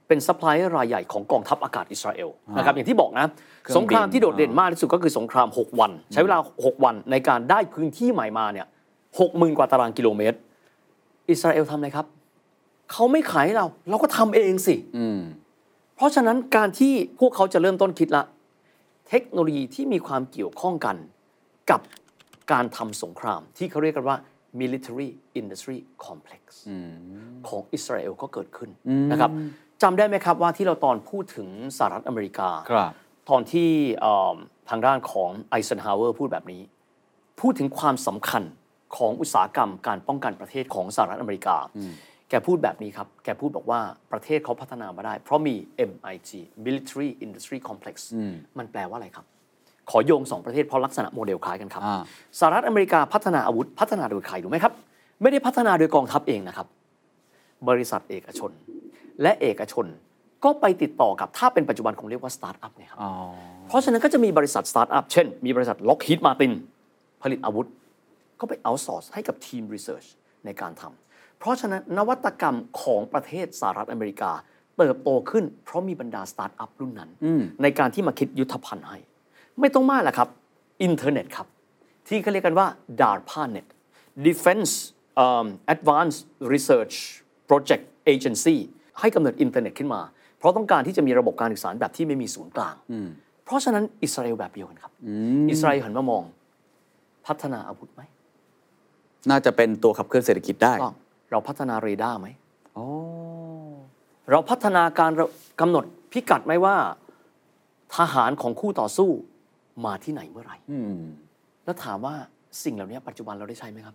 เป็นซัพพลายเออร์รายใหญ่ของกองทัพอากาศอิสราเอลนะครับอย่างที่บอกนะสงครามที่โดดเด่นมากที่สุดก็คือสงครามหกวันใช้เวลาหกวันในการได้พื้นที่ใหม่มาเนี่ย หกหมื่น กว่าตารางกิโลเมตรอิสราเอลทำอะไรครับเขาไม่ขายเราเราก็ทำเองสิเพราะฉะนั้นการที่พวกเขาจะเริ่มต้นคิดละเทคโนโลยีที่มีความเกี่ยวข้องกันกับการทำสงครามที่เขาเรียกกันว่า military industry complex ของอิสราเอลก็เกิดขึ้นนะครับจำได้ไหมครับว่าที่เราตอนพูดถึงสหรัฐอเมริกาตอนที่ทางด้านของไอเซนฮาวเวอร์พูดแบบนี้พูดถึงความสำคัญของอุตสาหกรรมการป้องกันประเทศของสหรัฐอเมริกาแกพูดแบบนี้ครับแกพูดบอกว่าประเทศเขาพัฒนามาได้เพราะมี เอ็ม ไอ จี Military Industry Complex มันแปลว่าอะไรครับขอโยงสองประเทศเพราะลักษณะโมเดลคล้ายกันครับสหรัฐอเมริกาพัฒนาอาวุธพัฒนาโดยใครรู้ไหมครับไม่ได้พัฒนาโดยกองทัพเองนะครับบริษัทเอกชนและเอกชนก็ไปติดต่อกับถ้าเป็นปัจจุบันคงเรียกว่าสตาร์ทอัพเนี่ยครับเพราะฉะนั้นก็จะมีบริษัทสตาร์ทอัพเช่นมีบริษัท Lockheed Martin ผลิตอาวุธก็ไปเอาซอร์สให้กับทีมรีเสิร์ชในการทำเพราะฉะนั้นนวัตกรรมของประเทศสหรัฐอเมริกาเติบโตขึ้นเพราะมีบรรดาสตาร์ทอัพรุ่นนั้นในการที่มาคิดยุทธภัณฑ์ให้ไม่ต้องมากแหละครับอินเทอร์เน็ตครับที่เขาเรียกกันว่า DARPANet Defense um, Advanced Research Project Agency ให้กำเนิดอินเทอร์เน็ตขึ้นมาเพราะต้องการที่จะมีระบบการสื่อสารแบบที่ไม่มีศูนย์กลางเพราะฉะนั้นอิสราเอลแบบเดียวกันครับอิสราเอลหันมามองพัฒนาอาวุธไหมน่าจะเป็นตัวขับเคลื่อนเศรษฐกิจได้เราพัฒนาเรดาร์ไหมเราพัฒนาการกำหนดพิกัดไหมว่าทหารของคู่ต่อสู้มาที่ไหนเมื่อไหร่แล้วถามว่าสิ่งเหล่านี้ปัจจุบันเราได้ใช้ไหมครับ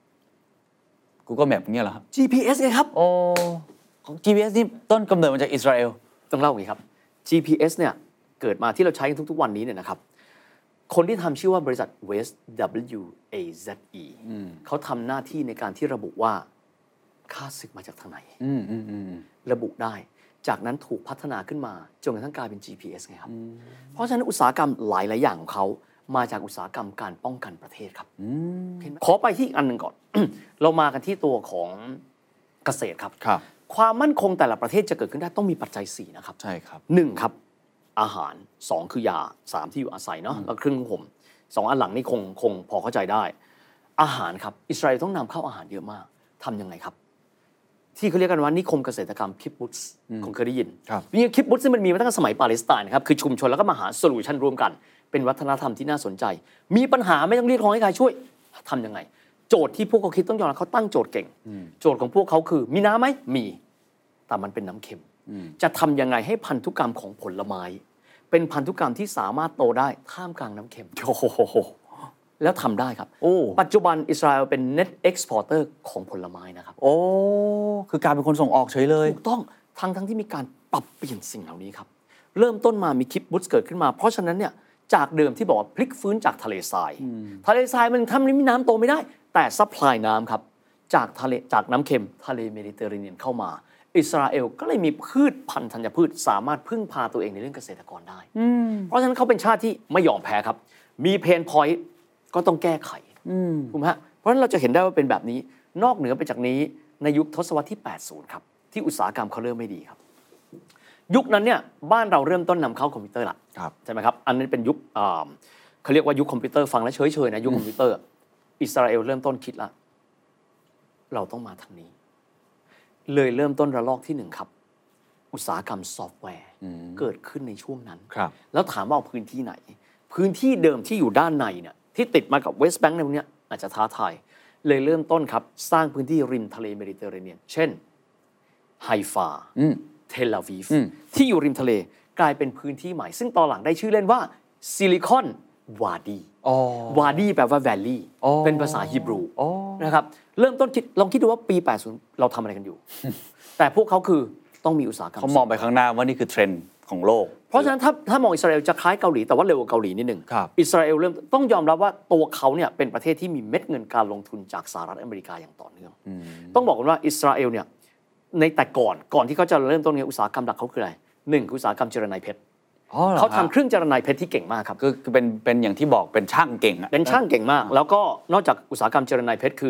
Google Map อย่างเงี้ยเหรอครับจี พี เอส ไงครับโอ้ของ จี พี เอส นี่ต้นกำเนิดมาจากอิสราเอลต้องเล่าอย่างนี้ครับ จี พี เอส เนี่ยเกิดมาที่เราใช้กันทุกๆวันนี้เนี่ยนะครับคนที่ทำชื่อว่าบริษัท West ดับเบิลยู เอ แซด อี เขาทำหน้าที่ในการที่ระบุว่าข้าศึกมาจากทางไหนระบุได้จากนั้นถูกพัฒนาขึ้นมาจนกระทั่งกลายเป็น จี พี เอส ไงครับเพราะฉะนั้นอุตสาหกรรมหลายๆอย่างของเขามาจากอุตสาหกรรมการป้องกันประเทศครับขอไปที่อีกอันหนึ่งก่อน เรามากันที่ตัวของเกษตรครับความมั่นคงแต่ละประเทศจะเกิดขึ้นได้ต้องมีปัจจัยสี่นะครับใช่ครับหนึ่งครับอาหารสองคือยาสามที่อยู่อาศัยเนาะแล้วเครื่องนุ่งห่มสองอันหลังนี่คงคงพอเข้าใจได้อาหารครับอิสราเอลต้องนำเข้าอาหารเยอะมากทำยังไงครับที่เขาเรียกกันว่านิคมเกษตรกรรมคิบบุตส์คงเคยได้ยินนี่คิบบุตส์มันมีมาตั้งแต่สมัยปาเลสไตน์นะครับคือชุมชนแล้วก็มาหาโซลูชันร่วมกันเป็นวัฒนธรรมที่น่าสนใจมีปัญหาไม่ต้องเรียกร้องให้ใครช่วยทำยังไงโจทย์ที่พวกเขาคิดต้องยอมรับเขาตั้งโจทย์เก่งโจทย์ของพวกเขาคือมีน้ำไหมมีแต่มันเป็นน้ำเค็มจะทำยังไงให้พันธุกรรมของผลไม้เป็นพันธุกรรมที่สามารถโตได้ท่ามกลางน้ำเค็มโอ้โหแล้วทำได้ครับปัจจุบันอิสราเอลเป็น net exporter ของผลไม้นะครับโอ้คือการเป็นคนส่งออกเฉยเลยถูกต้องทั้งทั้งที่มีการปรับเปลี่ยนสิ่งเหล่านี้ครับเริ่มต้นมามีคิบบุตส์เกิดขึ้นมาเพราะฉะนั้นเนี่ยจากเดิมที่บอกว่าพลิกฟื้นจากทะเลทรายทะเลทรายมันทำให้มีน้ำโตไม่ได้แต่ซัพพลายน้ำครับจากทะเลจากน้ำเค็มทะเลเมดิเตอร์เรเนียนเข้ามาอิสราเอลก็เลยมีพืชพันธุ์ธัญพืชสามารถพึ่งพาตัวเองในเรื่องเกษตรกรได้เพราะฉะนั้นเขาเป็นชาติที่ไม่ยอมแพ้ครับมีเพนพอยต์ก็ต้องแก้ไขถูกไหมฮะเพราะฉะนั้นเราจะเห็นได้ว่าเป็นแบบนี้นอกเหนือไปจากนี้ในยุคทศวรรษที่แปดสิบครับที่อุตสาหกรรมเขาเริ่มไม่ดีครับยุคนั้นเนี่ยบ้านเราเริ่มต้นนำเข้าคอมพิวเตอร์ละใช่ไหมครับอันนั้นเป็นยุคเขาเรียกว่ายุคคอมพิวเตอร์ฟังแล้วเฉยๆนะยุคคอมพิวเตอร์อิสราเอลเริ่มต้นคิดละเราต้องมาทางนี้เลยเริ่มต้นระลอกที่หนึ่งครับอุตสาหกรรมซอฟต์แวร์เกิดขึ้นในช่วงนั้นแล้วถามว่าพื้นที่ไหนพื้นที่เดิมที่อยู่ด้านในเนี่ยที่ติดมากับเวสต์แบงค์ในพวกนี้อาจจะท้าทายเลยเริ่มต้นครับสร้างพื้นที่ริมทะเลเมดิเตอร์เรเนียนเช่นไฮฟาเทลอาวีฟที่อยู่ริมทะเลกลายเป็นพื้นที่ใหม่ซึ่งตอนหลังได้ชื่อเล่นว่าซิลิคอนวาดีวาดีแปลว่าแวลลี่เป็นภาษาฮีบรูนะครับเริ่มต้นคิดลองคิดดูว่าปีแปดสิบเราทำอะไรกันอยู่ แต่พวกเขาคือต้องมีอุตสาหกรรมเขามองไปข้างหน้าว่านี่คือเทรนด์ของโลกเพราะฉะนั้นถ้าถ้ามองอิสราเอลจะคล้ายเกาหลีแต่ว่าเร็วกว่าเกาหลีนิดนึงอิสราเอลเริ่มต้องยอมรับว่าตัวเขาเนี่ยเป็นประเทศที่มีเม็ดเงินการลงทุนจากสหรัฐอเมริกาอย่างต่อเนื่องต้องบอกกันว่าอิสราเอลเนี่ยในแต่ก่อนก่อนที่เขาจะเริ่มต้นเนี่ยอุตสาหกรรมหลักเขาคืออะไรหนึ่งอุตสาหกรรมเจรไนเพชรเขาทำเครื่องเจรไนเพชรที่เก่งมากครับคือเป็นเป็นอย่างที่บอกเป็นช่างเก่งเป็นช่างเก่งมากแล้วก็นอกจากอุตสาหกรรมเจรไนเพชรคือ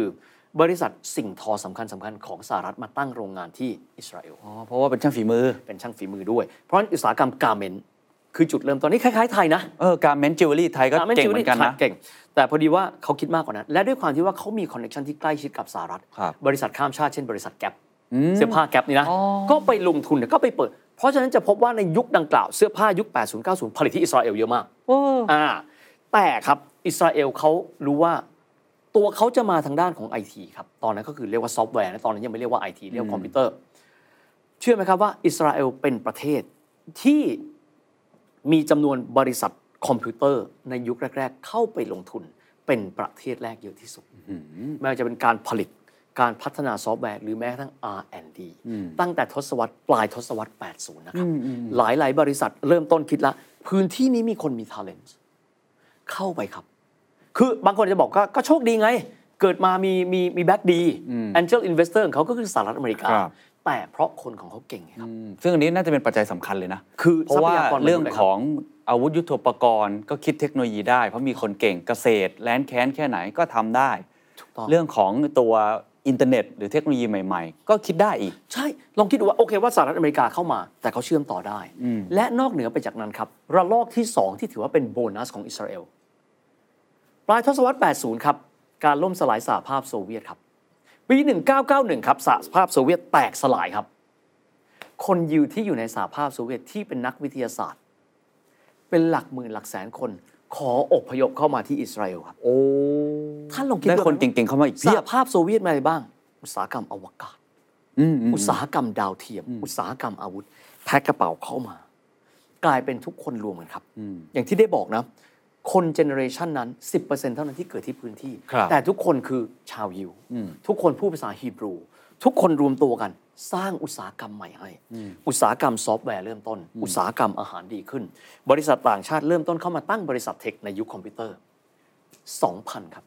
บริษัทสิ่งทอสำคัญสำคัญของสหรัฐมาตั้งโรงงานที่อิสราเอลอ๋อเพราะว่าเป็นช่างฝีมือเป็นช่างฝีมือด้วยเพราะอุตสาหกรรมการเมนต์คือจุดเริ่มต้นนี่คล้ายๆไทยนะเออการเมนต์จิวเวลรี่ไทยก็เก่งเหมือนกันนะเก่งแต่พอดีว่าเขาคิดมากกว่านั้นและด้วยความที่ว่าเขามีคอนเนคชั่นที่ใกล้ชิดกับสหรัฐบริษัทข้ามชาติเช่นบริษัทแกปเสื้อผ้าแกปนี่นะก็ไปลงทุนก็ไปเปิดเพราะฉะนั้นจะพบว่าในยุคดังกล่าวเสื้อผ้ายุคแปดสิบ เก้าสิบผลิตที่อิสราเอลเยอะมากอ่าแต่ครับอิสราเอลเขารู้ว่าตัวเขาจะมาทางด้านของ ไอ ที ครับตอนนั้นก็คือเรียกว่าซอฟต์แวร์นะตอนนั้นยังไม่เรียกว่า ไอ ที เรียกว่าคอมพิวเตอร์เชื่อไหมครับว่าอิสราเอลเป็นประเทศที่มีจำนวนบริษัทคอมพิวเตอร์ในยุคแรกๆเข้าไปลงทุนเป็นประเทศแรกเยอะที่สุดไม่ว่าจะเป็นการผลิตการพัฒนาซอฟต์แวร์หรือแม้กระทั่ง อาร์ แอนด์ ดี ตั้งแต่ทศวรรษปลายทศวรรษแปดสิบนะครับหลายๆบริษัทเริ่มต้นคิดละพื้นที่นี้มีคนมี talent เข้าไปครับคือบางคนจะบอกก็ก็โชคดีไงเกิดมามีมีมีแบ็กดี Angel Investor ของเขาก็คือสหรัฐอเมริกาแต่เพราะคนของเขาเก่งครับซึ่งอันนี้น่าจะเป็นปัจจัยสำคัญเลยนะคือเพราะว่าเรื่องของอาวุธยุทโธปกรณ์ก็คิดเทคโนโลยีได้เพราะมีคนเก่งเกษตรแลนแค้นแค่ไหนก็ทำได้เรื่องของตัวอินเทอร์เน็ตหรือเทคโนโลยีใหม่ๆก็คิดได้อีกใช่ลองคิดดูว่าโอเคว่าสหรัฐอเมริกาเข้ามาแต่เขาเชื่อมต่อได้และนอกเหนือไปจากนั้นครับระลอกที่สองที่ถือว่าเป็นโบนัสของอิสราเอลปลายทศวรรษแปดสิบครับการล่มสลายสหภาพโซเวียตครับปีหนึ่งเก้าเก้าหนึ่งครับสหภาพโซเวียตแตกสลายครับคนยิวที่อยู่ในสหภาพโซเวียตที่เป็นนักวิทยาศาสตร์เป็นหลักหมื่นหลักแสนคนขออพยพเข้ามาที่อิสราเอลครับโอ้ท่านลองคิดดูได้คนเก่งๆเข้ามาอีกเพียบสหภาพโซเวียตมีอะไรบ้างอุตสาหกรรมอวกาศอุตสาหกรรมดาวเทียมอุตสาหกรรมอาวุธแพ็คกระเป๋าเข้ามากลายเป็นทุกคนรวมกันครับอย่างที่ได้บอกนะคนเจเนอเรชันนั้น สิบเปอร์เซ็นต์ เท่านั้นที่เกิดที่พื้นที่แต่ทุกคนคือชาวยิวทุกคนพูดภาษาฮีบรูทุกคนรวมตัวกันสร้างอุตสาหกรรมใหม่ให้อุตสาหกรรมซอฟต์แวร์เริ่มต้นอุตสาหกรรมอาหารดีขึ้นบริษัทต่างชาติเริ่มต้นเข้ามาตั้งบริษัทเทคในยุคคอมพิวเตอร์ สองพัน ครับ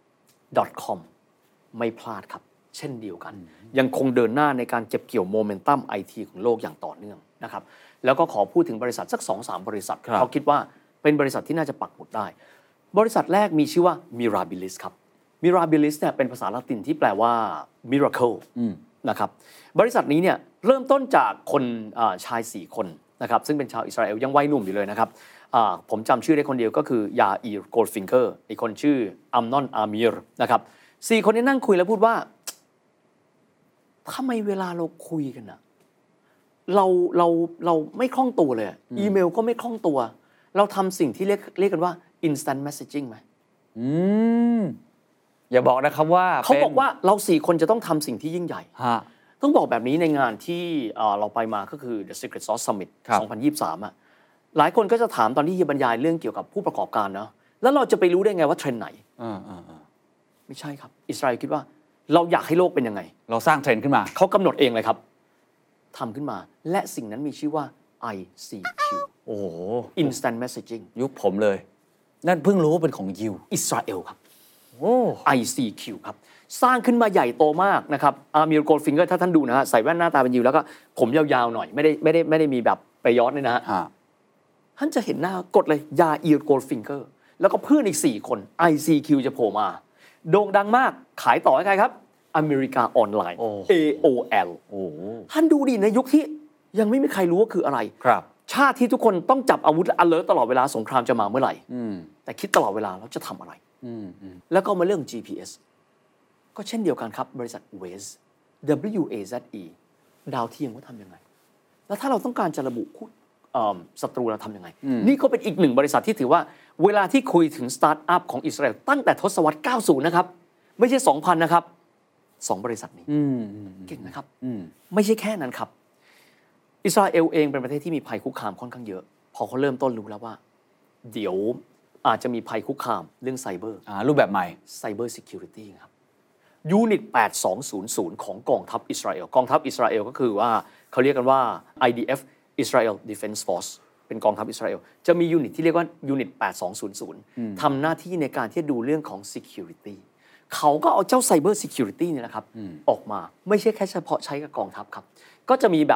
.com ไม่พลาดครับเช่นเดียวกันยังคงเดินหน้าในการเก็บเกี่ยวโมเมนตัม ไอ ที ของโลกอย่างต่อเนื่องนะครับแล้วก็ขอพูดถึงบริษัทสัก สองสาม บริษัทเขาคิดว่าเป็นบริษัทที่น่าจะปักหมุดได้บริษัทแรกมีชื่อว่า Mirabilis ครับ Mirabilis เนี่ยเป็นภาษาละตินที่แปลว่า miracle นะครับบริษัทนี้เนี่ยเริ่มต้นจากคนชายสี่คนนะครับซึ่งเป็นชาวอิสราเอลยังวัยหนุ่มอยู่เลยนะครับผมจำชื่อได้คนเดียวก็คือยาอีร์โกลฟิงเกอร์อีกคนชื่ออัมนอนอามีร์นะครับสี่คนนี้นั่งคุยแล้วพูดว่าทำไมเวลาเราคุยกันอะเราเราเราไม่คล่องตัวเลยอีเมลก็ไม่คล่องตัวเราทำสิ่งที่เรียกเรียกกันว่า instant messaging ไหมอืมอย่าบอกนะครับว่าเขาบอกว่าเราสี่คนจะต้องทำสิ่งที่ยิ่งใหญ่ต้องบอกแบบนี้ในงานที่เราไปมาก็คือ The Secret Sauce Summit สองพันยี่สิบสามอ่ะหลายคนก็จะถามตอนที่เฮียบรรยายเรื่องเกี่ยวกับผู้ประกอบการเนาะแล้วเราจะไปรู้ได้ไงว่าเทรนด์ไหนไม่ใช่ครับอิสราเอลคิดว่าเราอยากให้โลกเป็นยังไงเราสร้างเทรนด์ขึ้นมาเขากำหนดเองเลยครับทำขึ้นมาและสิ่งนั้นมีชื่อว่า ไอ ซี คิวโอ้โห Instant Messaging ยุคผมเลยนั่นเพิ่งรู้ว่าเป็นของยิวอิสราเอลครับโอ้ ไอ ซี คิว ครับสร้างขึ้นมาใหญ่โตมากนะครับอามีร์โกลฟิงเกอร์ถ้าท่านดูนะฮะใส่แว่นหน้าตาเป็นยิวแล้วก็ผมยาวๆหน่อยไม่ได้ไม่ได้ไม่ได้มีแบบไปย้อนเลยนะฮะท่านจะเห็นหน้ากดเลยยาอีร์โกลฟิงเกอร์แล้วก็เพื่อนอีกสี่คน ไอ ซี คิว จะโผล่มาโด่งดังมากขายต่อให้ใครครับอเมริกาออนไลน์ เอ โอ แอล โอ้ท่านดูดิในยุคที่ยังไม่มีใครรู้ว่าคืออะไรครับชาติที่ทุกคนต้องจับอาวุธ alert ตลอดเวลาสงครามจะมาเมื่อไหร่แต่คิดตลอดเวลาเราจะทำอะไรแล้วก็มาเรื่อง จี พี เอส ก็เช่นเดียวกันครับบริษัท Waze ดับเบิลยู เอ แซด อี ดาวเทียมเขาทำยังไงแล้วถ้าเราต้องการจะระบุศัตรูเราทำยังไงนี่ก็เป็นอีกหนึ่งบริษัทที่ถือว่าเวลาที่คุยถึงสตาร์ทอัพของอิสราเอลตั้งแต่ทศวรรษเก้าสิบนะครับไม่ใช่ สองพัน นะครับสองบริษัทนี้เก่งนะครับไม่ใช่แค่นั้นครับอิสราเอลเองเป็นประเทศที่มีภัยคุกคามค่อนข้างเยอะพอเขาเริ่มต้นรู้แล้วว่าเดี๋ยวอาจจะมีภัยคุกคามเรื่องไซเบอร์รูปแบบใหม่ Cyber Security ครับยูนิตแปดสองศูนย์ศูนย์ของกองทัพอิสราเอลกองทัพอิสราเอลก็คือว่าเขาเรียกกันว่า ไอ ดี เอฟ Israel Defense Force เป็นกองทัพอิสราเอลจะมียูนิตที่เรียกว่ายูนิตแปดสองศูนย์ศูนย์ทำหน้าที่ในการที่จะดูเรื่องของ Security เขาก็เอาเจ้า Cyber Security เนี่ยนะครับออกมาไม่ใช่แค่เฉพาะใช้กับกองทัพครับก็จะมีแบบ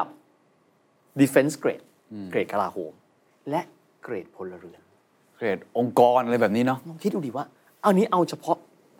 Defense Grade เกรดกลาโหมและเกรดพลเรือนเกรดองค์กรอะไรแบบนี้เนาะลองคิดดูดิว่าอันนี้เอาเฉพาะ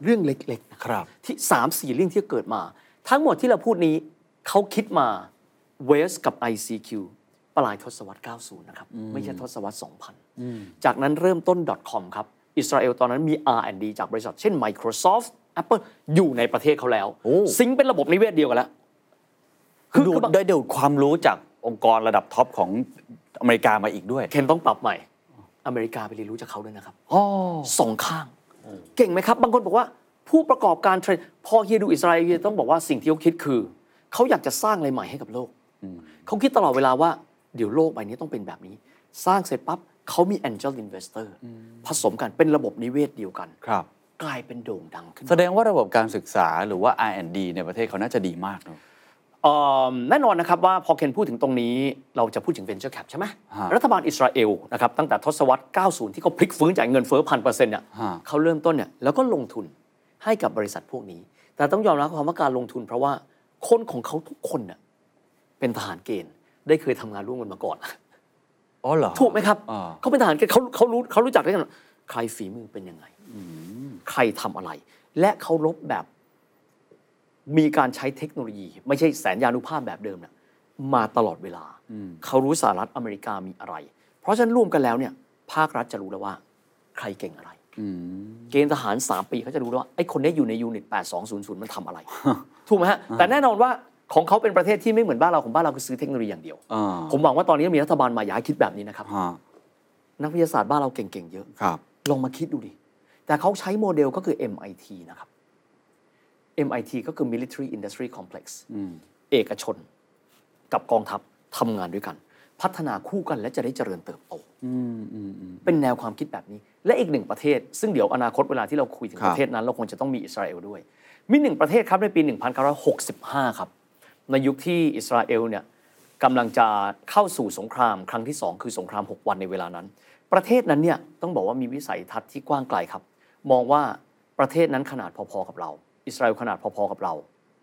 เรื่องเล็กๆนะครับที่ สามสี่ เรื่องที่เกิดมาทั้งหมดที่เราพูดนี้เขาคิดมา West กับ ไอ ซี คิว ปลายทศวรรษเก้าสิบนะครับไม่ใช่ทศวรรษ สองพัน จากนั้นเริ่มต้น .com ครับอิสราเอลตอนนั้นมี อาร์ แอนด์ ดี จากบริษัทเช่น Microsoft Apple อยู่ในประเทศเขาแล้วซิงค์เป็นระบบนิเวศเดียวกันแล้วคือดูได้ดูความรู้จากองค์กรระดับท็อปของอเมริกามาอีกด้วยเคนต้องปรับใหม่อเมริกาไปเรียนรู้จากเขาด้วยนะครับสองข้างเก่งไหมครับบางคนบอกว่าผู้ประกอบการเทรนพอเฮียดูอิสราเอลต้องบอกว่าสิ่งที่เขาคิดคือเขาอยากจะสร้างอะไรใหม่ให้กับโลกเขาคิดตลอดเวลาว่าเดี๋ยวโลกใบนี้ต้องเป็นแบบนี้สร้างเสร็จปั๊บเขามี Angel Investor ผสมกันเป็นระบบนิเวศเดียวกันกลายเป็นโด่งดังขึ้นแสดงว่าระบบการศึกษาหรือว่า อาร์ แอนด์ ดี ในประเทศเขาน่าจะดีมากเนาะแน่นอนนะครับว่าพอเคนพูดถึงตรงนี้เราจะพูดถึง Venture Cap ใช่ไหมรัฐบาลอิสราเอลนะครับตั้งแต่ทศวรรษเก้าสิบที่เขาพลิกฟื้นจากเงินเฟ้อ หนึ่งพันเปอร์เซ็นต์ เนี่ยเขาเริ่มต้นเนี่ยแล้วก็ลงทุนให้กับบริษัทพวกนี้แต่ต้องยอมรับความว่าการลงทุนเพราะว่าคนของเขาทุกคนเนี่ยเป็นทหารเกณฑ์ได้เคยทำงานร่วมกันมาก่อนอ๋อเหรอถูกไหมครับเขาเป็นทหารเกณฑ์เขาเขารู้เขารู้จักได้กันใครฝีมือเป็นยังไงใครทำอะไรและเขารบแบบมีการใช้เทคโนโลยีไม่ใช่แสนยานุภาพแบบเดิมนะมาตลอดเวลาเขารู้สหรัฐอเมริกามีอะไรเพราะฉะนั้นร่วมกันแล้วเนี่ยภาครัฐจะรู้แล้วว่าใครเก่งอะไรเกณฑ์ทหารสามปีเขาจะรู้แล้วว่าไอ้คนนี้อยู่ในยูนิตแปดสองศูนย์ศูนย์มันทำอะไรถูกไหมฮะแต่แน่นอนว่าของเขาเป็นประเทศที่ไม่เหมือนบ้านเราของบ้านเราคือซื้อเทคโนโลยีอย่างเดียวผมหวังว่าตอนนี้มีรัฐบาลมาอยากให้คิดแบบนี้นะครับนักวิทยาศาสตร์บ้านเราเก่งๆเยอะลองมาคิดดูดิแต่เขาใช้โมเดลก็คือ เอ็ม ไอ ที นะครับ เอ็ม ไอ ที ก็คือ Military Industry Complex เอกชนกับกองทัพทำงานด้วยกันพัฒนาคู่กันและจะได้เจริญเติบโตเป็นแนวความคิดแบบนี้และอีกหนึ่งประเทศซึ่งเดี๋ยวอนาคตเวลาที่เราคุยถึงประเทศนั้นเราคงจะต้องมีอิสราเอลด้วยมีหนึ่งประเทศครับในปี หนึ่งพันเก้าร้อยหกสิบห้า ครับในยุคที่อิสราเอลเนี่ยกำลังจะเข้าสู่สงครามครั้งที่สองคือสงครามหกวันในเวลานั้นประเทศนั้นเนี่ยต้องบอกว่ามีวิสัยทัศน์ที่กว้างไกลครับมองว่าประเทศนั้นขนาดพอๆกับเราอิสราเอลขนาดพอๆกับเรา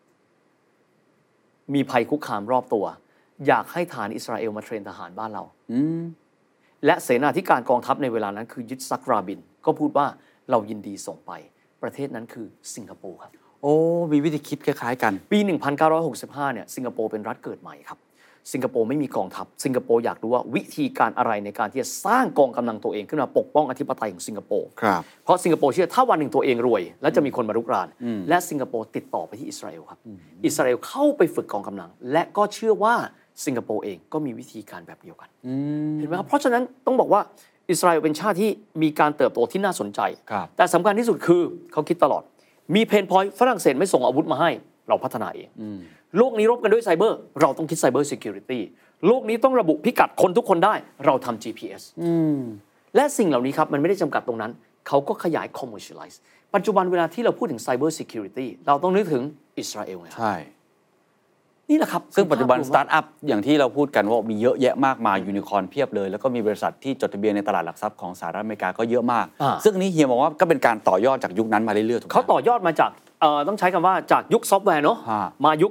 มีภัยคุกคามรอบตัวอยากให้ฐานอิสราเอลมาเทรนทหารบ้านเราและเสนาธิการกองทัพในเวลานั้นคือยิทซักราบินก็พูดว่าเรายินดีส่งไปประเทศนั้นคือสิงคโปร์ครับโอ้มีวิธีคิดคล้ายๆกันปี หนึ่งพันเก้าร้อยหกสิบห้า เนี่ยสิงคโปร์เป็นรัฐเกิดใหม่ครับสิงคโปร์ไม่มีกองทัพสิงคโปร์อยากรู้ว่าวิธีการอะไรในการที่จะสร้างกองกำลังตัวเองขึ้นมาปกป้องอธิปไตยของสิงคโปร์เพราะสิงคโปร์เชื่อถ้าวันหนึ่งตัวเองรวยแล้วจะมีคนมารุกรานและสิงคโปร์ติดต่อไปที่อิสราเอลครับอิสราเอลเข้าไปฝึกกองกำลังและก็เชื่อว่าสิงคโปร์เองก็มีวิธีการแบบเดียวกันเห็นไหมครับเพราะฉะนั้นต้องบอกว่าอิสราเอลเป็นชาติที่มีการเติบโตที่น่าสนใจแต่สำคัญที่สุดคือเขาคิดตลอดมีเพนพอยต์ฝรั่งเศสไม่ส่งอาวุธมาให้เราพัฒนาเองโลกนี้รบกันด้วยไซเบอร์เราต้องคิดไซเบอร์ซิเคียวริตี้โลกนี้ต้องระบุพิกัดคนทุกคนได้เราทำ จี พี เอส และสิ่งเหล่านี้ครับมันไม่ได้จำกัดตรงนั้นเขาก็ขยาย commercialize ปัจจุบันเวลาที่เราพูดถึง cyber security เราต้องนึกถึงอิสราเอลไงครับใช่นี่แหละครับซึ่งปัจจุบันสตาร์ทอัพอย่างที่เราพูดกันว่ามีเยอะแยะมากมายยูนิคอร์นเพียบเลยแล้วก็มีบริษัทที่จดทะเบียนในตลาดหลักทรัพย์ของสหรัฐอเมริกาก็เยอะมากซึ่งนี้เฮียบอกว่าก็เป็นการต่อยอดจากยุคนั้นมาเรื่อยๆเขาต่อยอดมาจากต้องใช้คำว่าจากยุคซอฟต์แวร์เนาะมายุค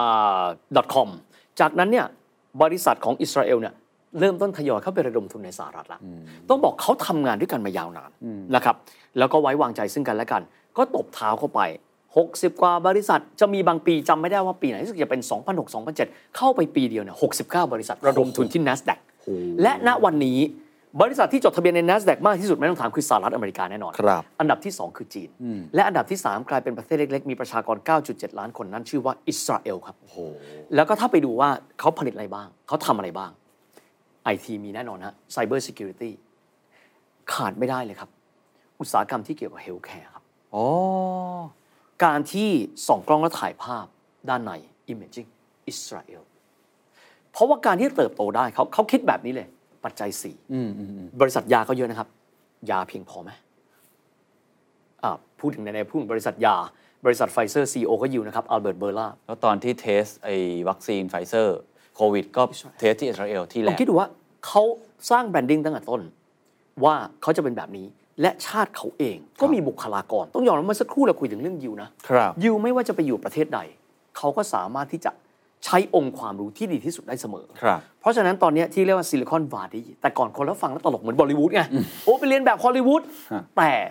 .com จากนั้นเนี่ยบริษัทของอิสราเอลเนี่ยเริ่มต้นทยอยเข้าไประดมทุนในสหรัฐละต้องบอกเขาทำงานด้วยกันมายาวนานนะครับแล้วก็ไว้วางใจซึ่งกันและกันก็ตบเท้าเข้าไปหกสิบกว่าบริษัทจะมีบางปีจำไม่ได้ว่าปีไหนรู้สึกจะเป็น สองพันหก สองพันเจ็ด เข้าไปปีเดียวเนี่ยหกสิบเก้าบริษัทระดมทุนที่ NASDAQ และณวันนี้บริษัทที่จดทะเบียนใน NASDAQ มากที่สุดไม่ต้องถามคือสหรัฐอเมริกาแน่นอนอันดับที่สองคือจีนและอันดับที่สามกลายเป็นประเทศเล็กๆมีประชากร เก้าจุดเจ็ด ล้านคนนั้นชื่อว่าอิสราเอลครับแล้วก็ถ้าไปดูว่าเขาผลิตอะไรบ้างเขาทำอะไรบ้าง ไอ ที มีแน่นอนฮะ Cyber Security ขาดไม่ได้เลยครับอุตสาหกรรมที่เกี่ยวกับ Healthcare ครับอ๋อการที่ส่องกล้องและถ่ายภาพด้านใน Imaging อิสราเอลเพราะว่าการที่เติบโตได้เขาเขาคิดแบบนี้เลยปัจจัยสี่บริษัทยาเขาเยอะนะครับยาเพียงพอไหมอ่าพูดถึงในในพูดถึงบริษัทยาบริษัทไฟเซอร์ ซี อี โอ ก็อยู่นะครับอัลเบิร์ตเบอร์ล่าแล้วตอนที่เทสไอ้วัคซีนไฟเซอร์โควิดก็เทสที่อิสราเอลที่แลบผมคิดดูว่าเขาสร้างแบรนดิ้งตั้งแต่ต้นว่าเขาจะเป็นแบบนี้และชาติเขาเองก็มีบุคลากรต้องยอมรับเมื่อสักครู่เราคุยถึงเรื่องยิวนะยิวไม่ว่าจะไปอยู่ประเทศใดเขาก็สามารถที่จะใช้องค์ความรู้ที่ดีที่สุดได้เสมอเพราะฉะนั้นตอนนี้ที่เรียกว่าซิลิคอนวาลีย์แต่ก่อนคนแล้วฟังแล้วตลกเหมือนบอลลีวูดไงโอ้ไปเรียนแบบฮอลลีวูดแต่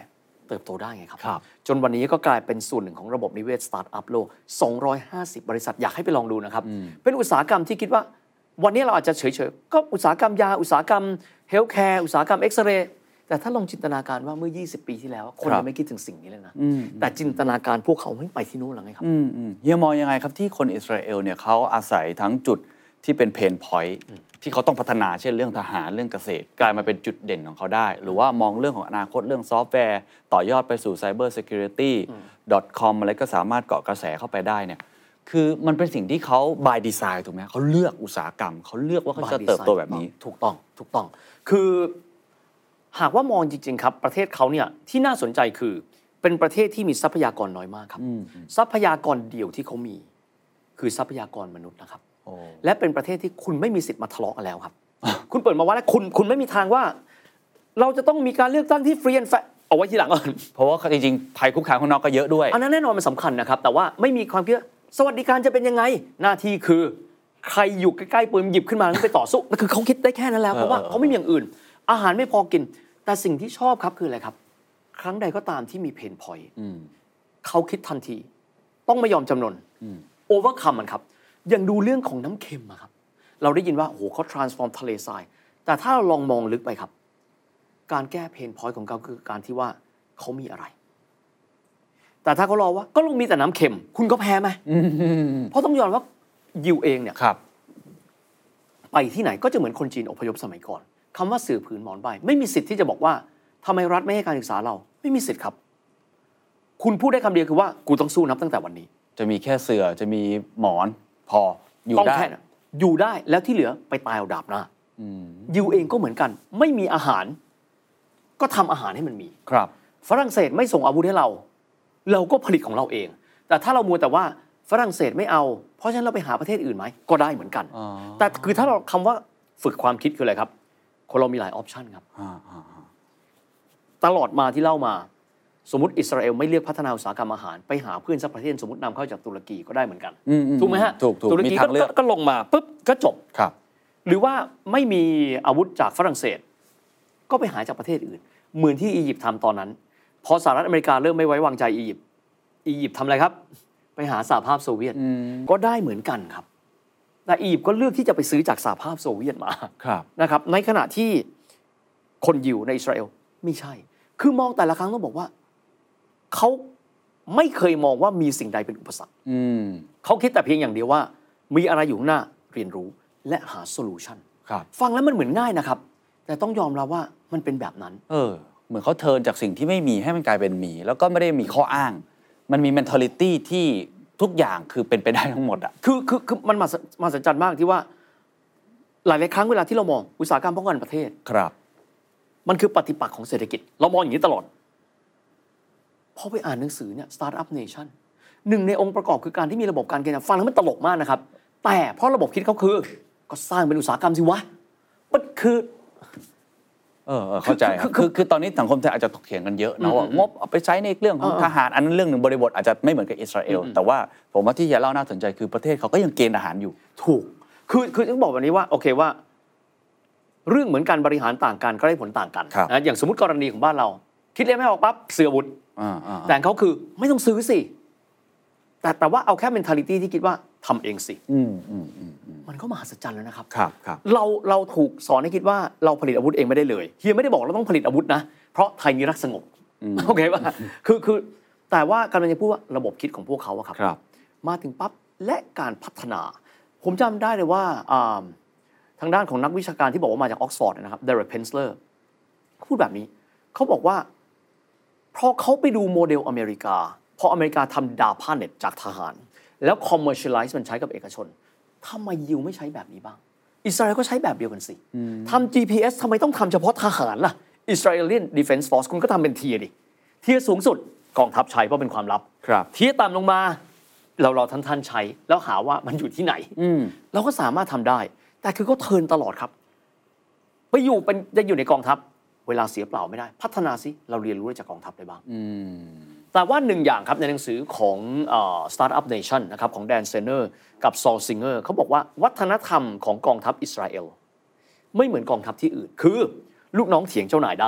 เติบโตได้ไงครับครับจนวันนี้ก็กลายเป็นส่วนหนึ่งของระบบนิเวศสตาร์ทอัพโลกสองร้อยห้าสิบบริษัทอยากให้ไปลองดูนะครับเป็นอุตสาหกรรมที่คิดว่าวันนี้เราอาจจะเฉยๆก็อุตสาหกรรมยาอุตสาหกรรมเฮลท์แคร์อุตสาหกรรมเอ็กซเรย์แต่ถ้าลองจินตนาการว่าเมื่อยี่สิบปีที่แล้วคนยังไม่คิดถึงสิ่งนี้เลยนะแต่จินตนาการพวกเขาไม่ไปที่นู่นแล้วไงครับเฮียมองยังไงครับที่คนอิสราเอลเนี่ยเขาอาศัยทั้งจุดที่เป็นเพนพอยต์ที่เขาต้องพัฒนาเช่นเรื่องทหารเรื่องเกษตรกลายมาเป็นจุดเด่นของเขาได้หรือว่ามองเรื่องของอนาคตเรื่องซอฟต์แวร์ต่อยอดไปสู่ Cyber Security .com อะไรก็สามารถเกาะกระแสเข้าไปได้เนี่ยคือมันเป็นสิ่งที่เขา by design ถูกไหมเขาเลือกอุตสาหกรรมเขาเลือกว่าเขาจะเติบโตแบบนี้ถูกต้องถูกต้องคือหากว่ามองจริงๆครับประเทศเขาเนี่ยที่น่าสนใจคือเป็นประเทศที่มีทรัพยากรน้อยมากครับทรัพยากรเดียวที่เขามีคือทรัพยากรมนุษย์นะครับและเป็นประเทศที่คุณไม่มีสิทธิ์มาทะเลาะกันแล้วครับ คุณเปิดมาว่าแล้วคุณคุณไม่มีทางว่าเราจะต้องมีการเลือกตั้งที่ฟรีแอนด์แฟร์เอาไว้ทีหลังก่อนเพราะว่าจริงๆภัยคุกคามข้างนอกก็เยอะด้วยอันนั้นแน่นอนมันสำคัญนะครับแต่ว่าไม่มีความคิดสวัสดิการจะเป็นยังไงหน้าที่คือใครอยู่ใกล้ๆปืนหยิบขึ้นมาแล้วไปต่อสู้คือเขาคิดได้แค่นั้นแล้วเพราะว่าเขาไม่มีอย่างอื่นอาหารไม่พอกินแต่สิ่งที่ชอบครับคืออะไรครับครั้งใดก็ตามที่มีเพนพอยต์เขาคิดทันทีต้องไม่ยอมจำนนโอเวอร์คัมมันครับอย่างดูเรื่องของน้ำเค็มครับเราได้ยินว่าโอ้โหเขา transform ทะเลทรายแต่ถ้าเราลองมองลึกไปครับการแก้เพนพอยต์ของเขาคือการที่ว่าเขามีอะไรแต่ถ้าเขารอว่าก็ลงมีแต่น้ำเค็มคุณก็แพ้ไหมเพราะต้องยอมว่ายิวเองเนี่ยไปที่ไหนก็จะเหมือนคนจีนอพยพสมัยก่อนคำว่าสื่อผืนหมอนใบไม่มีสิทธิ์ที่จะบอกว่าทำไมรัฐไม่ให้การศึกษาเราไม่มีสิทธิ์ครับคุณพูดได้คำเดียวคือว่ากูต้องสู้นับตั้งแต่วันนี้จะมีแค่เสื่อจะมีหมอนพออยู่ได้อยู่ได้แล้วที่เหลือไปตายเอาดาบหน้ายิวเองก็เหมือนกันไม่มีอาหารก็ทำอาหารให้มันมีครับฝรั่งเศสไม่ส่งอาวุธให้เราเราก็ผลิตของเราเองแต่ถ้าเรามัวแต่ว่าฝรั่งเศสไม่เอาเพราะฉะนั้นเราไปหาประเทศอื่นไหมก็ได้เหมือนกันแต่คือถ้าเราคำว่าฝึกความคิดคืออะไรครับคนเรามีหลายออปชันครับตลอดมาที่เล่ามาสมมติอิสราเอลไม่เลือกพัฒนาอุตสาหกรรมอาหารไปหาเพื่อนสักประเทศสมมตินำเข้าจากตุรกีก็ได้เหมือนกันถูกไหมฮะตุรกีก็ลงมาปุ๊บก็จบหรือว่าไม่มีอาวุธจากฝรั่งเศสก็ไปหาจากประเทศอื่นเหมือนที่อียิปต์ทำตอนนั้นพอสหรัฐอเมริกาเริ่มไม่ไว้วางใจอียิปต์อียิปต์ทำอะไรครับไปหาสหภาพโซเวียตก็ได้เหมือนกันครับแต่อียิปต์ก็เลือกที่จะไปซื้อจากสหภาพโซเวียตมานะครับในขณะที่คนยิวในอิสราเอลไม่ใช่คือมองแต่ละครั้งต้องบอกว่าเขาไม่เคยมองว่ามีสิ่งใดเป็นอุปสรรคเขาคิดแต่เพียงอย่างเดียวว่ามีอะไรอยู่ข้างหน้าเรียนรู้และหาโซลูชันฟังแล้วมันเหมือนง่ายนะครับแต่ต้องยอมรับว่ามันเป็นแบบนั้นเออเหมือนเขาเทิร์นจากสิ่งที่ไม่มีให้มันกลายเป็นมีแล้วก็ไม่ได้มีข้ออ้างมันมี mentality ที่ทุกอย่างคือเป็นไปได้ทั้งหมดอ่ะคือคือคือมันมามาสัจจ์มากที่ว่าหลายๆครั้งเวลาที่เรามองอุตสาหกรรมป้องกันประเทศครับมันคือปฏิปักษ์ของเศรษฐกิจเรามองอย่างนี้ตลอดพอไปอ่านหนังสือเนี่ย Startup Nation หนึ่งในองค์ประกอบคือการที่มีระบบการเงินฟังแล้วมันตลกมากนะครับแต่เพราะระบบคิดเขาคือก็สร้างเป็นอุตสาหกรรมสิวะมันคือเออเข้าใจครับคือคือตอนนี้สังคมไทยอาจจะถกเถียงกันเยอะนะว่างบเอาไปใช้ในเรื่องของทหารอันนั้นเรื่องหนึ่งบริบทอาจจะไม่เหมือนกับอิสราเอลแต่ว่าผมว่าที่จะเล่าน่าสนใจคือประเทศเขาก็ยังเกณฑ์ทหารอยู่ถูกคือคือต้องบอกแบบนี้ว่าโอเคว่าเรื่องเหมือนการบริหารต่างกันก็ได้ผลต่างกันนะอย่างสมมติกรณีของบ้านเราคิดเลขไม่ออกปั๊บซื้ออาวุธแต่เขาคือไม่ต้องซื้อสิแต่แต่ว่าเอาแค่ mentality ที่คิดว่าทำเองสิมันก็มหัศจรรย์แล้วนะครับเราเราถูกสอนให้คิดว่าเราผลิตอาวุธเองไม่ได้เลยเฮียไม่ได้บอกเราต้องผลิตอาวุธนะเพราะไทยมีรักสงบโอเคป่ะคือคือแต่ว่ากำลังจะพูดว่าระบบคิดของพวกเขาอะครับมาถึงปั๊บและการพัฒนาผมจำได้เลยว่าทางด้านของนักวิชาการที่บอกว่ามาจากออกซฟอร์ดนะครับเดเรก เพนสเลอร์พูดแบบนี้เขาบอกว่าพอเขาไปดูโมเดลอเมริกาพออเมริกาทำ DARPA เน็ตจากทหารแล้ว commercialize มันใช้กับเอกชนทำไมยิวไม่ใช้แบบนี้บ้างอิสราเอลก็ใช้แบบเดียวกันสิทำ จี พี เอส ทำไมต้องทำเฉพาะทหารล่ะ Israeli Defense Force คุณก็ทำเป็นเทียร์ดิเทียร์สูงสุดกองทัพใช้เพราะเป็นความลับเทียร์ต่ำลงมาเราเราท่านๆใช้แล้วหาว่ามันอยู่ที่ไหนเราก็สามารถทำได้แต่คือเขาเทิร์นตลอดครับไปอยู่เป็นจะอยู่ในกองทัพเวลาเสียเปล่าไม่ได้พัฒนาสิเราเรียนรู้จากกองทัพได้บ้างแต่ว่าหนึ่งอย่างครับในหนังสือของ uh, Startup Nation นะครับของแดนเซเนอร์กับซอลซิงเกอร์เขาบอกว่าวัฒนธรรมของกองทัพอิสราเอลไม่เหมือนกองทัพที่อื่นคือลูกน้องเถียงเจ้านายได้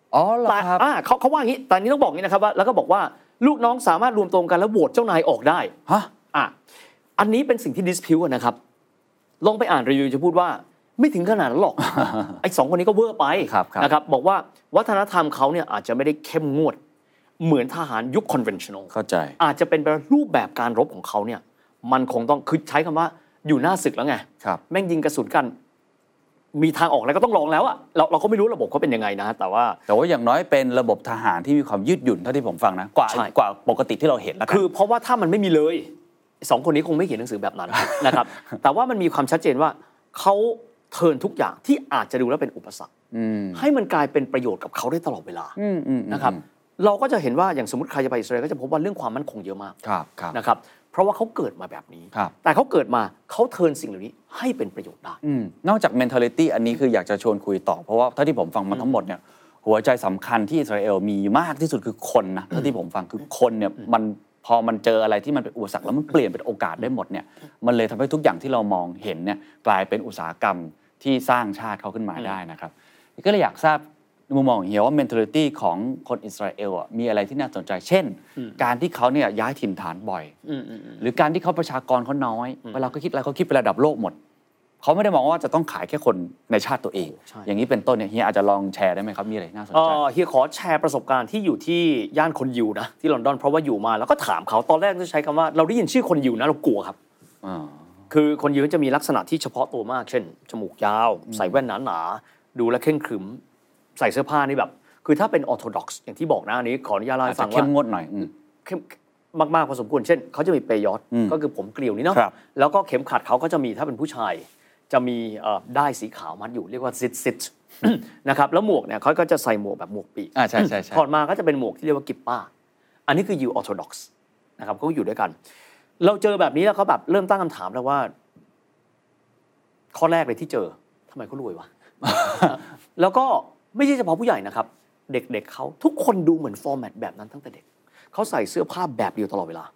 อ๋อเหรอครับอ่าเขาเขาว่าอย่างนี้แต่นี้ต้องบอกอย่างนี้นะครับว่าแล้วก็บอกว่าลูกน้องสามารถรวมตัวกันแล้วโหวตเจ้านายออกได้ฮะอ่ะอันนี้เป็นสิ่งที่ dispute นะครับลองไปอ่านรีวิวจะพูดว่าไม่ถึงขนาดนั้นหรอก ไอ้สองคนนี้ก็เวอร์ไปนะครับบอกว่าวัฒนธรรมเขาเนี่ยอาจจะไม่ได้เข้มงวดเหมือนทหารยุค conventional เข้าใจอาจจะเป็นรูปแบบการรบของเขาเนี่ยมันคงต้องคือใช้คำว่าอยู่หน้าศึกแล้วไงแม่งยิงกระสุนกันมีทางออกแล้วก็ต้องลองแล้วอะเราเราก็ไม่รู้ระบบเขาเป็นยังไงนะแต่ว่าแต่ว่าอย่างน้อยเป็นระบบทหารที่มีความยืดหยุ่นเท่าที่ผมฟังนะกว่ากว่าปกติที่เราเห็นแล้วคือเพราะว่าถ้ามันไม่มีเลยสองคนนี้คงไม่เขียนหนังสือแบบนั้นนะครับแต่ว่ามันมีความชัดเจนว่าเขาเทิร์นทุกอย่างที่อาจจะดูแล้วเป็นอุปสรรคให้มันกลายเป็นประโยชน์กับเขาได้ตลอดเวลานะครับเราก็จะเห็นว่าอย่างสมมติใครจะไปอิสราเอลก็จะพบว่าเรื่องความมั่นคงเยอะมากนะครับเพราะว่าเขาเกิดมาแบบนี้แต่เขาเกิดมาเขาเทิร์นสิ่งเหล่านี้ให้เป็นประโยชน์ได้นอกจาก mentality อันนี้คืออยากจะชวนคุยต่อเพราะว่าเท่าที่ผมฟังมาทั้งหมดเนี่ยหัวใจสำคัญที่อิสราเอลมีมากที่สุดคือคนนะเท่าที่ผมฟังคือคนเนี่ยมันพอมันเจออะไรที่มันเป็นอุปสรรคแล้วมันเปลี่ยนเป็นโอกาสได้หมดเนี่ยมันเลยทำให้ทุกอย่างที่เรามองเห็นเนี่ยกลายเป็นอุตสาหกรรมที่สร้างชาติเขาขึ้นมาได้นะครับก็เลยอยากทราบมุมมองเหี่ยวว่า mentality ของคนอิสราเอลอ่ะมีอะไรที่น่าสนใจเช่นการที่เขาเนี่ยย้ายถิ่นฐานบ่อยหรือการที่เขาประชากรเขาน้อยเวลาเขาคิดอะไรเขาคิดเป็นระดับโลกหมดเขาไม่ได้มองว่าจะต้องขายแค่คนในชาติตัวเองอย่างนี้เป็นต้นเนี่ยเฮียอาจจะลองแชร์ได้ไหมครับมีอะไรน่าสนใจเฮียขอแชร์ประสบการณ์ที่อยู่ที่ย่านคนยิวนะที่ลอนดอนเพราะว่าอยู่มาแล้วก็ถามเขาตอนแรกจะใช้คำว่าเราได้ยินชื่อคนยิวนะเรากลัวครับคือคนยิวจะมีลักษณะที่เฉพาะตัวมากเช่นจมูกยาวใส่แว่นหนาๆดูแลเคร่งขรึมใส่เสื้อผ้านี่แบบคือถ้าเป็นออร์โธดอกซ์อย่างที่บอกนะอันนี้ขออนุญาตเล่าให้ฟังว่าเข้มงวดหน่อยเข้มมากๆพอสมควรเช่นเขาจะมีเปยอทก็คือผมเกลียวนี่เนาะแล้วก็เข็มขัดเขาก็จะมีถ้าเป็นผู้ชายจะมีด้ายสีขาวมัดอยู่เรียกว่าซิทซิทนะครับแล้วหมวกเนี่ยเขาก็จะใส่หมวกแบบหมวกปีกอ่าใช่ใช่ถอดมาก็จะเป็นหมวกที่เรียกว่ากิปป้าอันนี้คือยูออร์โธดอกซ์นะครับเขาอยู่ด้วยกันเราเจอแบบนี้แล้วเขาแบบเริ่มตั้งคำถามแล้วว่าข้อแรกเลยที่เจอทำไมเขารวยวะ แล้วก็ไม่ใช่เฉพาะผู้ใหญ่นะครับเด็กๆ เ, เขาทุกคนดูเหมือนฟอร์แมตแบบนั้นตั้งแต่เด็กเขาใส่เสื้อผ้าแบบเดียวตลอดเวลา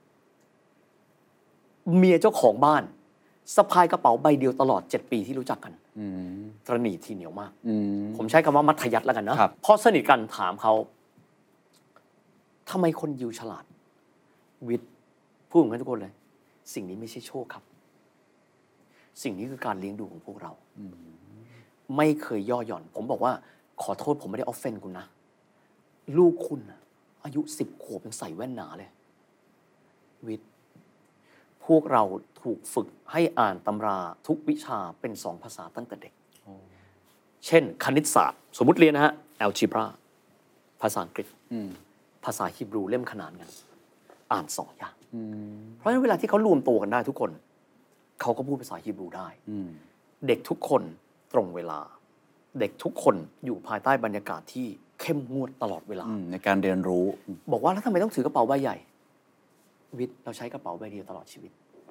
เมียเจ้าของบ้านสะพายกระเป๋าใบเดียวตลอดเจ็ดปีที่รู้จักกันตระหนี่ทีเหนียวมากผมใช้คำว่ามัธยัสถ์แล้วกันนะพอสนิทกันถามเขาทำไมคนยิวฉลาดวิทย์พูดเหมือนกันทุกคนเลยสิ่งนี้ไม่ใช่โชคครับสิ่งนี้คือการเลี้ยงดูของพวกเราไม่เคยย่อหย่อนผมบอกว่าขอโทษผมไม่ได้ออฟเฟนคุณนะลูกคุณอายุสิบขวบยังใส่แว่นหนาเลยวิทย์พวกเราถูกฝึกให้อ่านตำราทุกวิชาเป็นสองภาษาตั้งแต่เด็กเช่นคณิตศาสตร์สมมุติเรียนนะฮะ algebra ภาษาอังกฤษภาษาฮีบรูเล่มขนานกันอ่านสองอย่างเพราะฉะนั้นเวลาที่เขารวมตัวกันได้ทุกคนเขาก็พูดภาษาฮีบรูได้เด็กทุกคนตรงเวลาเด็กทุกคนอยู่ภายใต้บรรยากาศที่เข้มงวดตลอดเวลาในการเรียนรู้บอกว่าแล้วทำไมต้องถือกระเป๋าใบใหญ่วิทย์เราใช้กระเป๋าใบเดียวตลอดชีวิต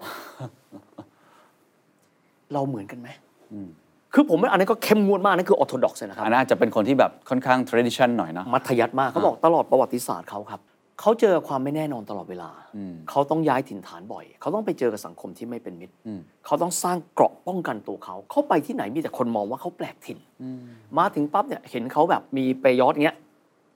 เราเหมือนกันไหมคือผมอันนี้ก็เข้มงวดมากนั่นคือออร์โธดอกซ์นะครับอันนั้นจะเป็นคนที่แบบค่อนข้าง tradition หน่อยนะมัธยัสถ์มากเขาบอกตลอดประวัติศาสตร์เขาครับเขาเจอความไม่แน่นอนตลอดเวลาเขาต้องย้ายถิ่นฐานบ่อยเขาต้องไปเจอกับสังคมที่ไม่เป็นมิตรเขาต้องสร้างเกราะป้องกันตัวเขาเขาไปที่ไหนมีแต่คนมองว่าเขาแปลกถิ่นมาถึงปั๊บเนี่ยเห็นเขาแบบมีเปยอทเงี้ย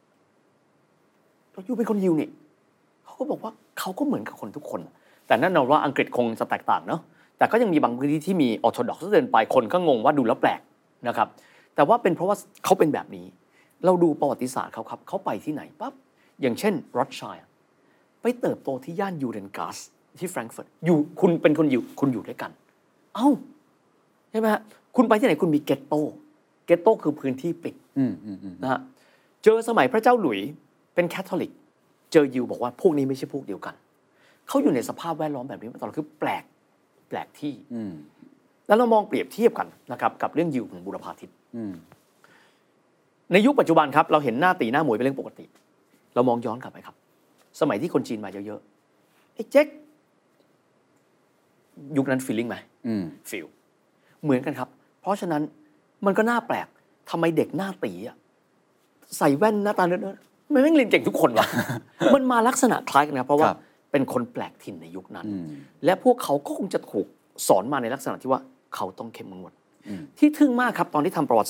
เราอยู่เป็นคนยิวนี่เขาก็บอกว่าเขาก็เหมือนกับคนทุกคนแต่นั่นเราว่าอังกฤษคงจะแตกต่างเนาะแต่ก็ยังมีบางพื้นที่ที่มีออร์โธดอกซ์เดินไปคนก็งงว่าดูแล้วแปลกนะครับแต่ว่าเป็นเพราะว่าเขาเป็นแบบนี้เราดูประวัติศาสตร์เขาครับเขาไปที่ไหนปั๊บอย่างเช่นรอดชัยร์ไปเติบโตที่ย่านยูเรนกัสที่แฟรงก์เฟิร์ตอยู่คุณเป็นคนอยู่คุณอยู่ด้วยกันเอ้าใช่ไหมฮะคุณไปที่ไหนคุณมีเกตโตเกตโตคือพื้นที่ปิดนะฮะเจอสมัยพระเจ้าหลุยส์เป็นแคทอลิกเจอยิวบอกว่าพวกนี้ไม่ใช่พวกเดียวกันเขาอยู่ในสภาพแวดล้อมแบบนี้มาตลอดคือแปลกแปลกที่แล้วเรามองเปรียบเทียบกันนะครับกับเรื่องยิวของบูรพาทิตย์ในยุคปัจจุบันครับเราเห็นหน้าตีหน้าหมวยเป็นเรื่องปกติเรามองย้อนกลับไปครับสมัยที่คนจีนมาเยอะๆไอ้เจ๊กยุคนั้นฟีลลิ่งไหมฟีลเหมือนกันครับเพราะฉะนั้นมันก็น่าแปลกทำไมเด็กหน้าตีอ่ะใส่แว่นหน้าตาเนื้อๆไม่แม่งเรียนเก่งทุกคนวะ มันมาลักษณะคล้ายกันนะเพราะว่าเป็นคนแปลกถิ่นในยุคนั้นและพวกเขาก็คงจะถูกสอนมาในลักษณะที่ว่าเขาต้องเข้มงวดที่ทึ่งมากครับตอนที่ทำประวัติศาสตร์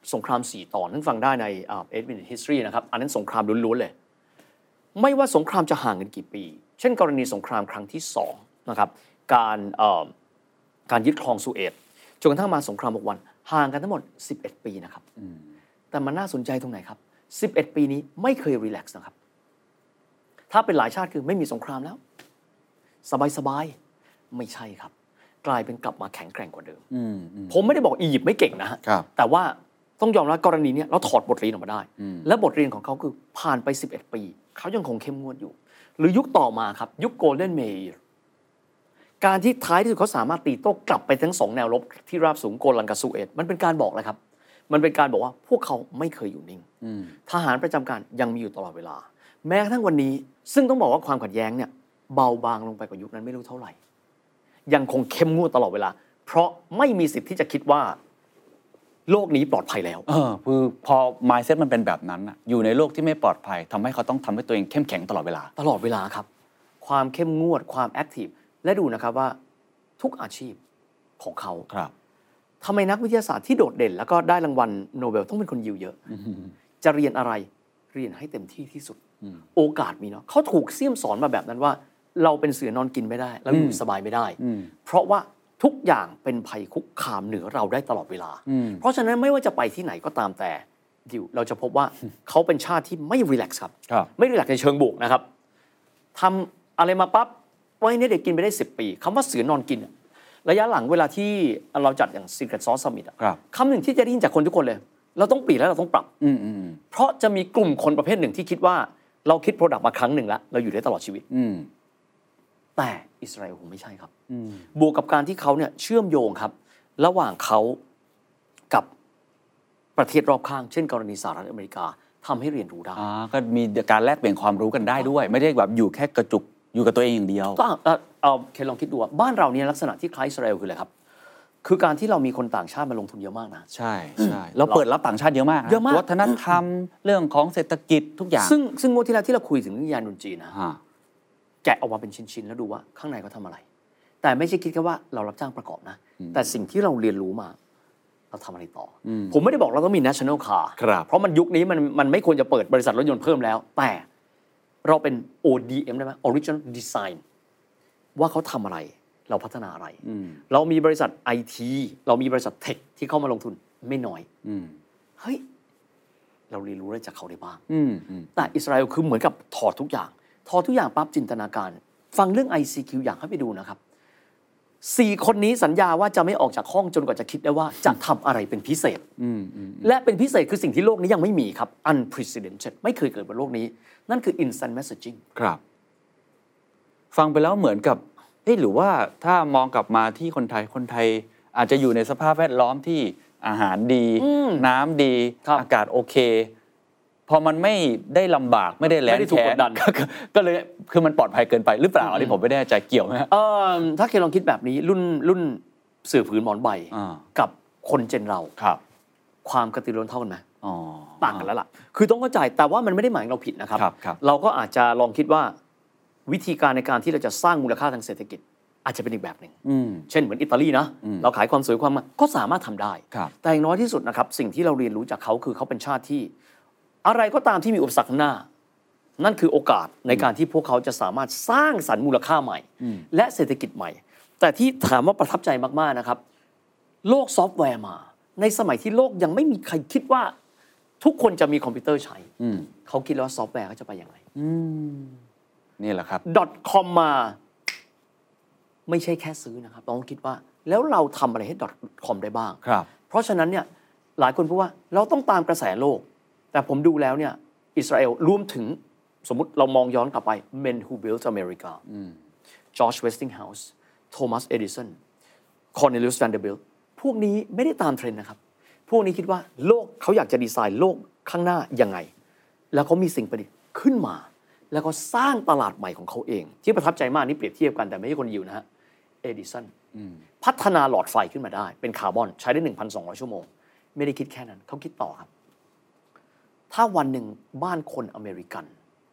สงครามสี่ตอนนั้นฟังได้ใน eight minute history นะครับอันนั้นสงครามล้วนๆเลยไม่ว่าสงครามจะห่างกันกี่ปีเช่นกรณีสงครามครั้งที่สองนะครับการการยึดครองสุเอตจนกระทั่งมาสงครามหกวันห่างกันทั้งหมดสิบเอ็ดปีนะครับแต่มันน่าสนใจตรงไหนครับสิบเอ็ดปีนี้ไม่เคยรีแลกซ์นะครับถ้าเป็นหลายชาติคือไม่มีสงครามแล้วสบายๆไม่ใช่ครับกลายเป็นกลับมาแข็งแกร่งกว่าเดิมผมไม่ได้บอกอียิปต์ไม่เก่งนะฮะแต่ว่าต้องยอมรับกรณีนี้เราถอดบทเรียนออกมาได้และบทเรียนของเขาคือผ่านไปสิบเอ็ดปีเขายังคงเข้มงวดอยู่หรือยุคต่อมาครับยุคโกลเด้นเมย์การที่ท้ายที่สุดเขาสามารถตีโต้กลับไปทั้งสองแนวรบที่ราบสูงโกลันกับสุเอตมันเป็นการบอกเลยครับมันเป็นการบอกว่าพวกเขาไม่เคยอยู่นิ่งทหารประจำการยังมีอยู่ตลอดเวลาแม้กระทั่งวันนี้ซึ่งต้องบอกว่าความขัดแย้งเนี่ยเบาบางลงไปกว่ายุคนั้นไม่รู้เท่าไหร่ยังคงเข้มงวดตลอดเวลาเพราะไม่มีสิทธิ์ที่จะคิดว่าโลกนี้ปลอดภัยแล้วเออคือพอ mindset มันเป็นแบบนั้นอะอยู่ในโลกที่ไม่ปลอดภัยทำให้เขาต้องทำให้ตัวเองเข้มแข็งตลอดเวลาตลอดเวลาครับความเข้มงวดความแอคทีฟและดูนะครับว่าทุกอาชีพของเขาครับทำไมนักวิทยาศาสตร์ที่โดดเด่นแล้วก็ได้รางวัลโนเบลต้องเป็นคนยิวเยอะจะเรียนอะไรเรียนให้เต็มที่ที่สุดโอกาสมีเนาะเขาถูกเสี่ยมสอนมาแบบนั้นว่าเราเป็นเสือนอนกินไม่ได้เราอยู่สบายไม่ได้เพราะว่าทุกอย่างเป็นภัยคุกคามเหนือเราได้ตลอดเวลาเพราะฉะนั้นไม่ว่าจะไปที่ไหนก็ตามแต่ดิวเราจะพบว่าเขาเป็นชาติที่ไม่รีแลกซ์ครับไม่รีแลกซ์ในเชิงบวกนะครับทำอะไรมาปั๊บไว้เนี่ยเด็กกินไปได้สิบปีคำว่าเสือนอนกินระยะหลังเวลาที่เราจัดอย่าง Secret Sauce Summit คำหนึ่งที่จะได้ยินจากคนทุกคนเลยเราต้องเปลี่ยนแล้วเราต้องปรับเพราะจะมีกลุ่มคนประเภทหนึ่งที่คิดว่าเราคิด product มาครั้งหนึ่งแล้วเราอยู่ได้ตลอดชีวิตแต่อิสราเอลคงไม่ใช่ครับบวกกับการที่เขาเนี่ยเชื่อมโยงครับระหว่างเขากับประเทศรอบข้างเช่นกรณีสหรัฐอเมริกาทำให้เรียนรู้ได้ก็มีการแลกเปลี่ยนความรู้กันได้ด้วยไม่ได้แบบอยู่แค่กระจุกอยู่กับตัวเองอย่างเดียวก็เอาเคลองคิดดูว่าบ้านเราเนี่ยลักษณะที่คล้ายอิสราเอลคืออะไรครับคือการที่เรามีคนต่างชาติมาลงทุนเยอะมากนะใช่ใช่เราเปิดรับต่างชาติเยอะมากเยอะมากวัฒนธรรมเรื่องของเศรษฐกิจทุกอย่างซึ่งซึ่งงวดที่แล้วที่เราคุยถึงเรื่องยานยนต์จีนนะแกะออกมาเป็นชิ้นๆแล้วดูว่าข้างในเขาทำอะไรแต่ไม่ใช่คิดแค่ว่าเรารับจ้างประกอบนะแต่สิ่งที่เราเรียนรู้มาเราทำอะไรต่อผมไม่ได้บอกเราต้องมี national car เพราะมันยุคนี้มันมันไม่ควรจะเปิดบริษัทรถยนต์เพิ่มแล้วแต่เราเป็น โอ ดี เอ็ม ได้ไหม Original Design ว่าเขาทำอะไรเราพัฒนาอะไรเรามีบริษัท ไอ ที เรามีบริษัทเทคที่เข้ามาลงทุนไม่น้อยเฮ้ยเราเรียนรู้อะไรจากเขาได้บ้างแต่อิสราเอลคือเหมือนกับถอดทุกอย่างถอดทุกอย่างปั๊บจินตนาการฟังเรื่อง ไอ ซี คิว อยากให้ไปดูนะครับสี่คนนี้สัญญาว่าจะไม่ออกจากห้องจนกว่าจะคิดได้ว่าจะทำอะไรเป็นพิเศษและเป็นพิเศษคือสิ่งที่โลกนี้ยังไม่มีครับ unprecedented ไม่เคยเกิดบนโลกนี้นั่นคือ instant messaging ครับฟังไปแล้วเหมือนกับเอ๊ะหรือว่าถ้ามองกลับมาที่คนไทยคนไทยอาจจะอยู่ในสภาพแวดล้อมที่อาหารดีน้ำดีอากาศโอเคพอมันไม่ได้ลำบากไม่ได้แรงแค้นก็เลยคือมันปลอดภัยเกินไปหรือเปล่าอันนี้ผมไม่แน่ใจเกี่ยวไหมเออถ้าเคลองคิดแบบนี้รุ่นรุ่นสื่อผืนหมอนใบกับคนเจนเราความกระตือรือร้นเท่ากันไหมต่างกันแล้วล่ะคือต้องเข้าใจแต่ว่ามันไม่ได้หมายเราผิดนะครับเราก็อาจจะลองคิดว่าวิธีการในการที่เราจะสร้างมูลค่าทางเศรษฐกิจอาจจะเป็นอีกแบบหนึ่งเช่นเหมือนอิตาลีนะเราขายความสวยความงามก็สามารถทำได้แต่อย่างน้อยที่สุดนะครับสิ่งที่เราเรียนรู้จากเขาคือเขาเป็นชาติที่อะไรก็ตามที่มีอุปสรรคหน้านั่นคือโอกาสในการที่พวกเขาจะสามารถสร้างสรรค์มูลค่าใหม่และเศรษฐกิจใหม่แต่ที่ถามว่าประทับใจมากๆนะครับโลกซอฟต์แวร์มาในสมัยที่โลกยังไม่มีใครคิดว่าทุกคนจะมีคอมพิวเตอร์ใช้เขาคิดแล้วว่าซอฟต์แวร์เขาจะไปยังไงนี่แหละครับ .com มาไม่ใช่แค่ซื้อนะครับต้องคิดว่าแล้วเราทำอะไรให้ .com ได้บ้างเพราะฉะนั้นเนี่ยหลายคนพูดว่าเราต้องตามกระแสโลกแต่ผมดูแล้วเนี่ยอิสราเอลรวมถึงสมมุติเรามองย้อนกลับไป Men Who Built America George Westinghouse Thomas Edison Cornelius Vanderbilt พวกนี้ไม่ได้ตามเทรนด์นะครับพวกนี้คิดว่าโลกเขาอยากจะดีไซน์โลกข้างหน้ายังไงแล้วเขามีสิ่งประดิษฐ์ขึ้นมาแล้วก็สร้างตลาดใหม่ของเขาเองที่ประทับใจมากนี่เปรียบเทียบกันแต่ไม่ใช่คนยิวนะฮะเอดิสันพัฒนาหลอดไฟขึ้นมาได้เป็นคาร์บอนใช้ได้ หนึ่งพันสองร้อย ชั่วโมงไม่ได้คิดแค่นั้นเขาคิดต่อครับถ้าวันหนึ่งบ้านคนอเมริกัน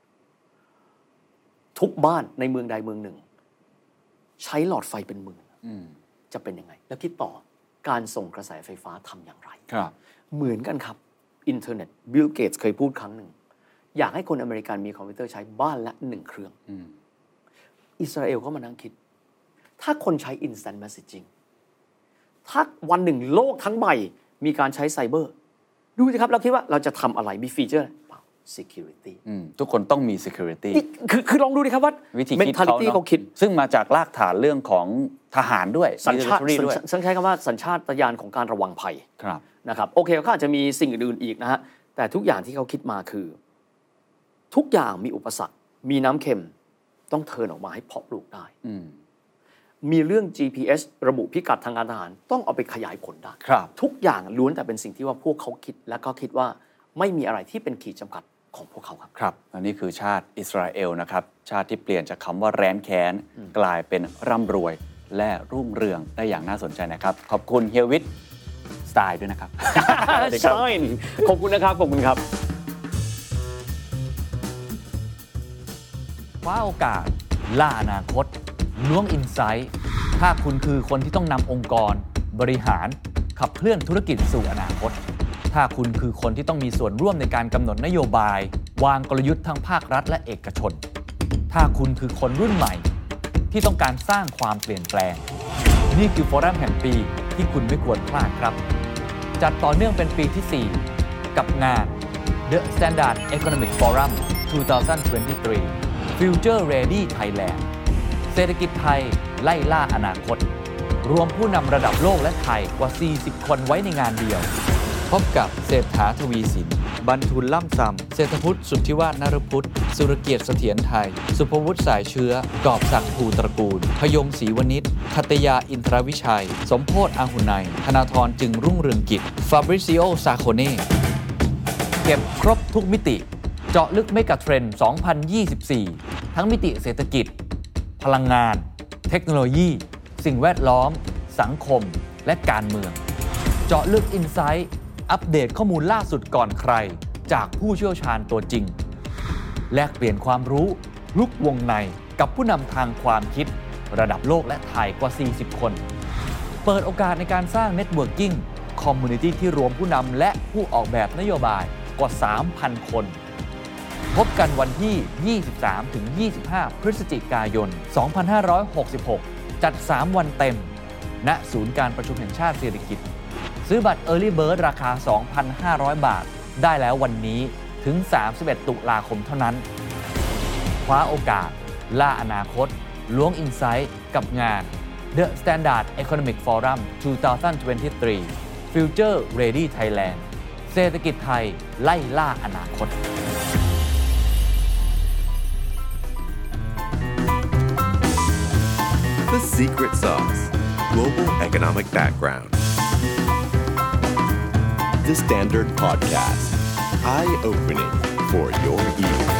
ทุกบ้านในเมืองใดเมืองหนึ่งใช้หลอดไฟเป็นหมื่นจะเป็นยังไงแล้วคิดต่อการส่งกระแสไฟฟ้าทำอย่างไรครับเหมือนกันครับอินเทอร์เน็ตบิลเกตส์เคยพูดครั้งหนึ่งอยากให้คนอเมริกันมีคอมพิวเตอร์ใช้บ้านละหนึ่งเครื่องอิสราเอลก็มานั่งคิดถ้าคนใช้ instant messaging ถ้าวันหนึ่งโลกทั้งใบมีการใช้ไซเบอร์ดูสิครับเราคิดว่าเราจะทำอะไรมีฟีเจอร์เปล่า security ทุกคนต้องมี security คือคือลองดูดิครับว่าวิธีคิดเขา mentality เขาคิดซึ่งมาจากรากฐานเรื่องของทหารด้วยสัญชาติด้วยสัญใช้คำว่าสัญชาตญาณของการระวังภัยครับนะครับโอเคเขาอาจจะมีสิ่งอื่นๆอีกนะฮะแต่ทุกอย่างที่เขาคิดมาคือทุกอย่างมีอุปสรรคมีน้ำเค็มต้องเทิร์นออกมาให้เพาะปลูกได้มีเรื่อง จี พี เอส ระบุพิกัดทางการทหารต้องเอาไปขยายผลได้ทุกอย่างล้วนแต่เป็นสิ่งที่ว่าพวกเขาคิดและก็คิดว่าไม่มีอะไรที่เป็นขีดจำกัดของพวกเขาครับครับอันนี้คือชาติอิสราเอลนะครับชาติที่เปลี่ยนจากคำว่าแร้นแค้นกลายเป็นร่ำรวยและรุ่งเรืองได้อย่างน่าสนใจนะครับขอบคุณเฮียวิทย์สไตล์ด้วยนะครับใช่ขอบคุณนะครับขอบคุณครับคว้าโอกาสล่าอนาคตล้วงอินไซต์ถ้าคุณคือคนที่ต้องนำองค์กรบริหารขับเคลื่อนธุรกิจสู่อนาคตถ้าคุณคือคนที่ต้องมีส่วนร่วมในการกำหนดนโยบายวางกลยุทธ์ทั้งภาครัฐและเอกชนถ้าคุณคือคนรุ่นใหม่ที่ต้องการสร้างความเปลี่ยนแปลงนี่คือโฟรัมแห่งปีที่คุณไม่ควรพลาดครับจัดต่อเนื่องเป็นปีที่สี่กับงาน The Standard Economic Forum สองพันยี่สิบสาม Future Ready Thailand เศรษฐกิจไทยไล่ล่าอนาคตรวมผู้นำระดับโลกและไทยกว่าสี่สิบคนไว้ในงานเดียวพบกับเศรษฐาทวีสินบรรทุลล่ำซำเศรษฐพุทธสุทธิวาฒนฤพุทธสุรเกียรติเสถียรไทยสุภวุฒิสายเชื้อกอบศักดิ์ภูตระกูลพยงศรีวณิชคัตยาอินทรวิชัยสมโพธิ์อาหุไนธนาธรจึงรุ่งเรืองกิจฟาบริซิโอซาโคเน่เก็บครบทุกมิติเจาะลึกเมกะเทรนด์ สองพันยี่สิบสี่ ทั้งมิติเศรษฐกิจพลังงานเทคโนโลยีสิ่งแวดล้อมสังคมและการเมืองเจาะลึกอินไซต์อัปเดตข้อมูลล่าสุดก่อนใครจากผู้เชี่ยวชาญตัวจริงแลกเปลี่ยนความรู้ลุกวงในกับผู้นำทางความคิดระดับโลกและไทยกว่าสี่สิบคนเปิดโอกาสในการสร้างเน็ตเวิร์กิ่งคอมมูนิตี้ที่รวมผู้นำและผู้ออกแบบนโยบายกว่า สามพัน คนพบกันวันที่ ยี่สิบสามถึงยี่สิบห้า พฤศจิกายน สองพันห้าร้อยหกสิบหก จัด สาม วันเต็มณศูนย์การประชุมแห่งชาติเศรษฐกิจซื้อบัตร Early Bird ราคา สองพันห้าร้อย บาทได้แล้ววันนี้ถึง สามสิบเอ็ด ตุลาคมเท่านั้นคว้าโอกาสล่าอนาคตล้วงอินไซต์กับงาน The Standard Economic Forum สองพันยี่สิบสาม Future Ready Thailand เศรษฐกิจไทยไล่ล่าอนาคต The Secret Sauce Global Economic Background The Standard Podcast Eye Opening for your ears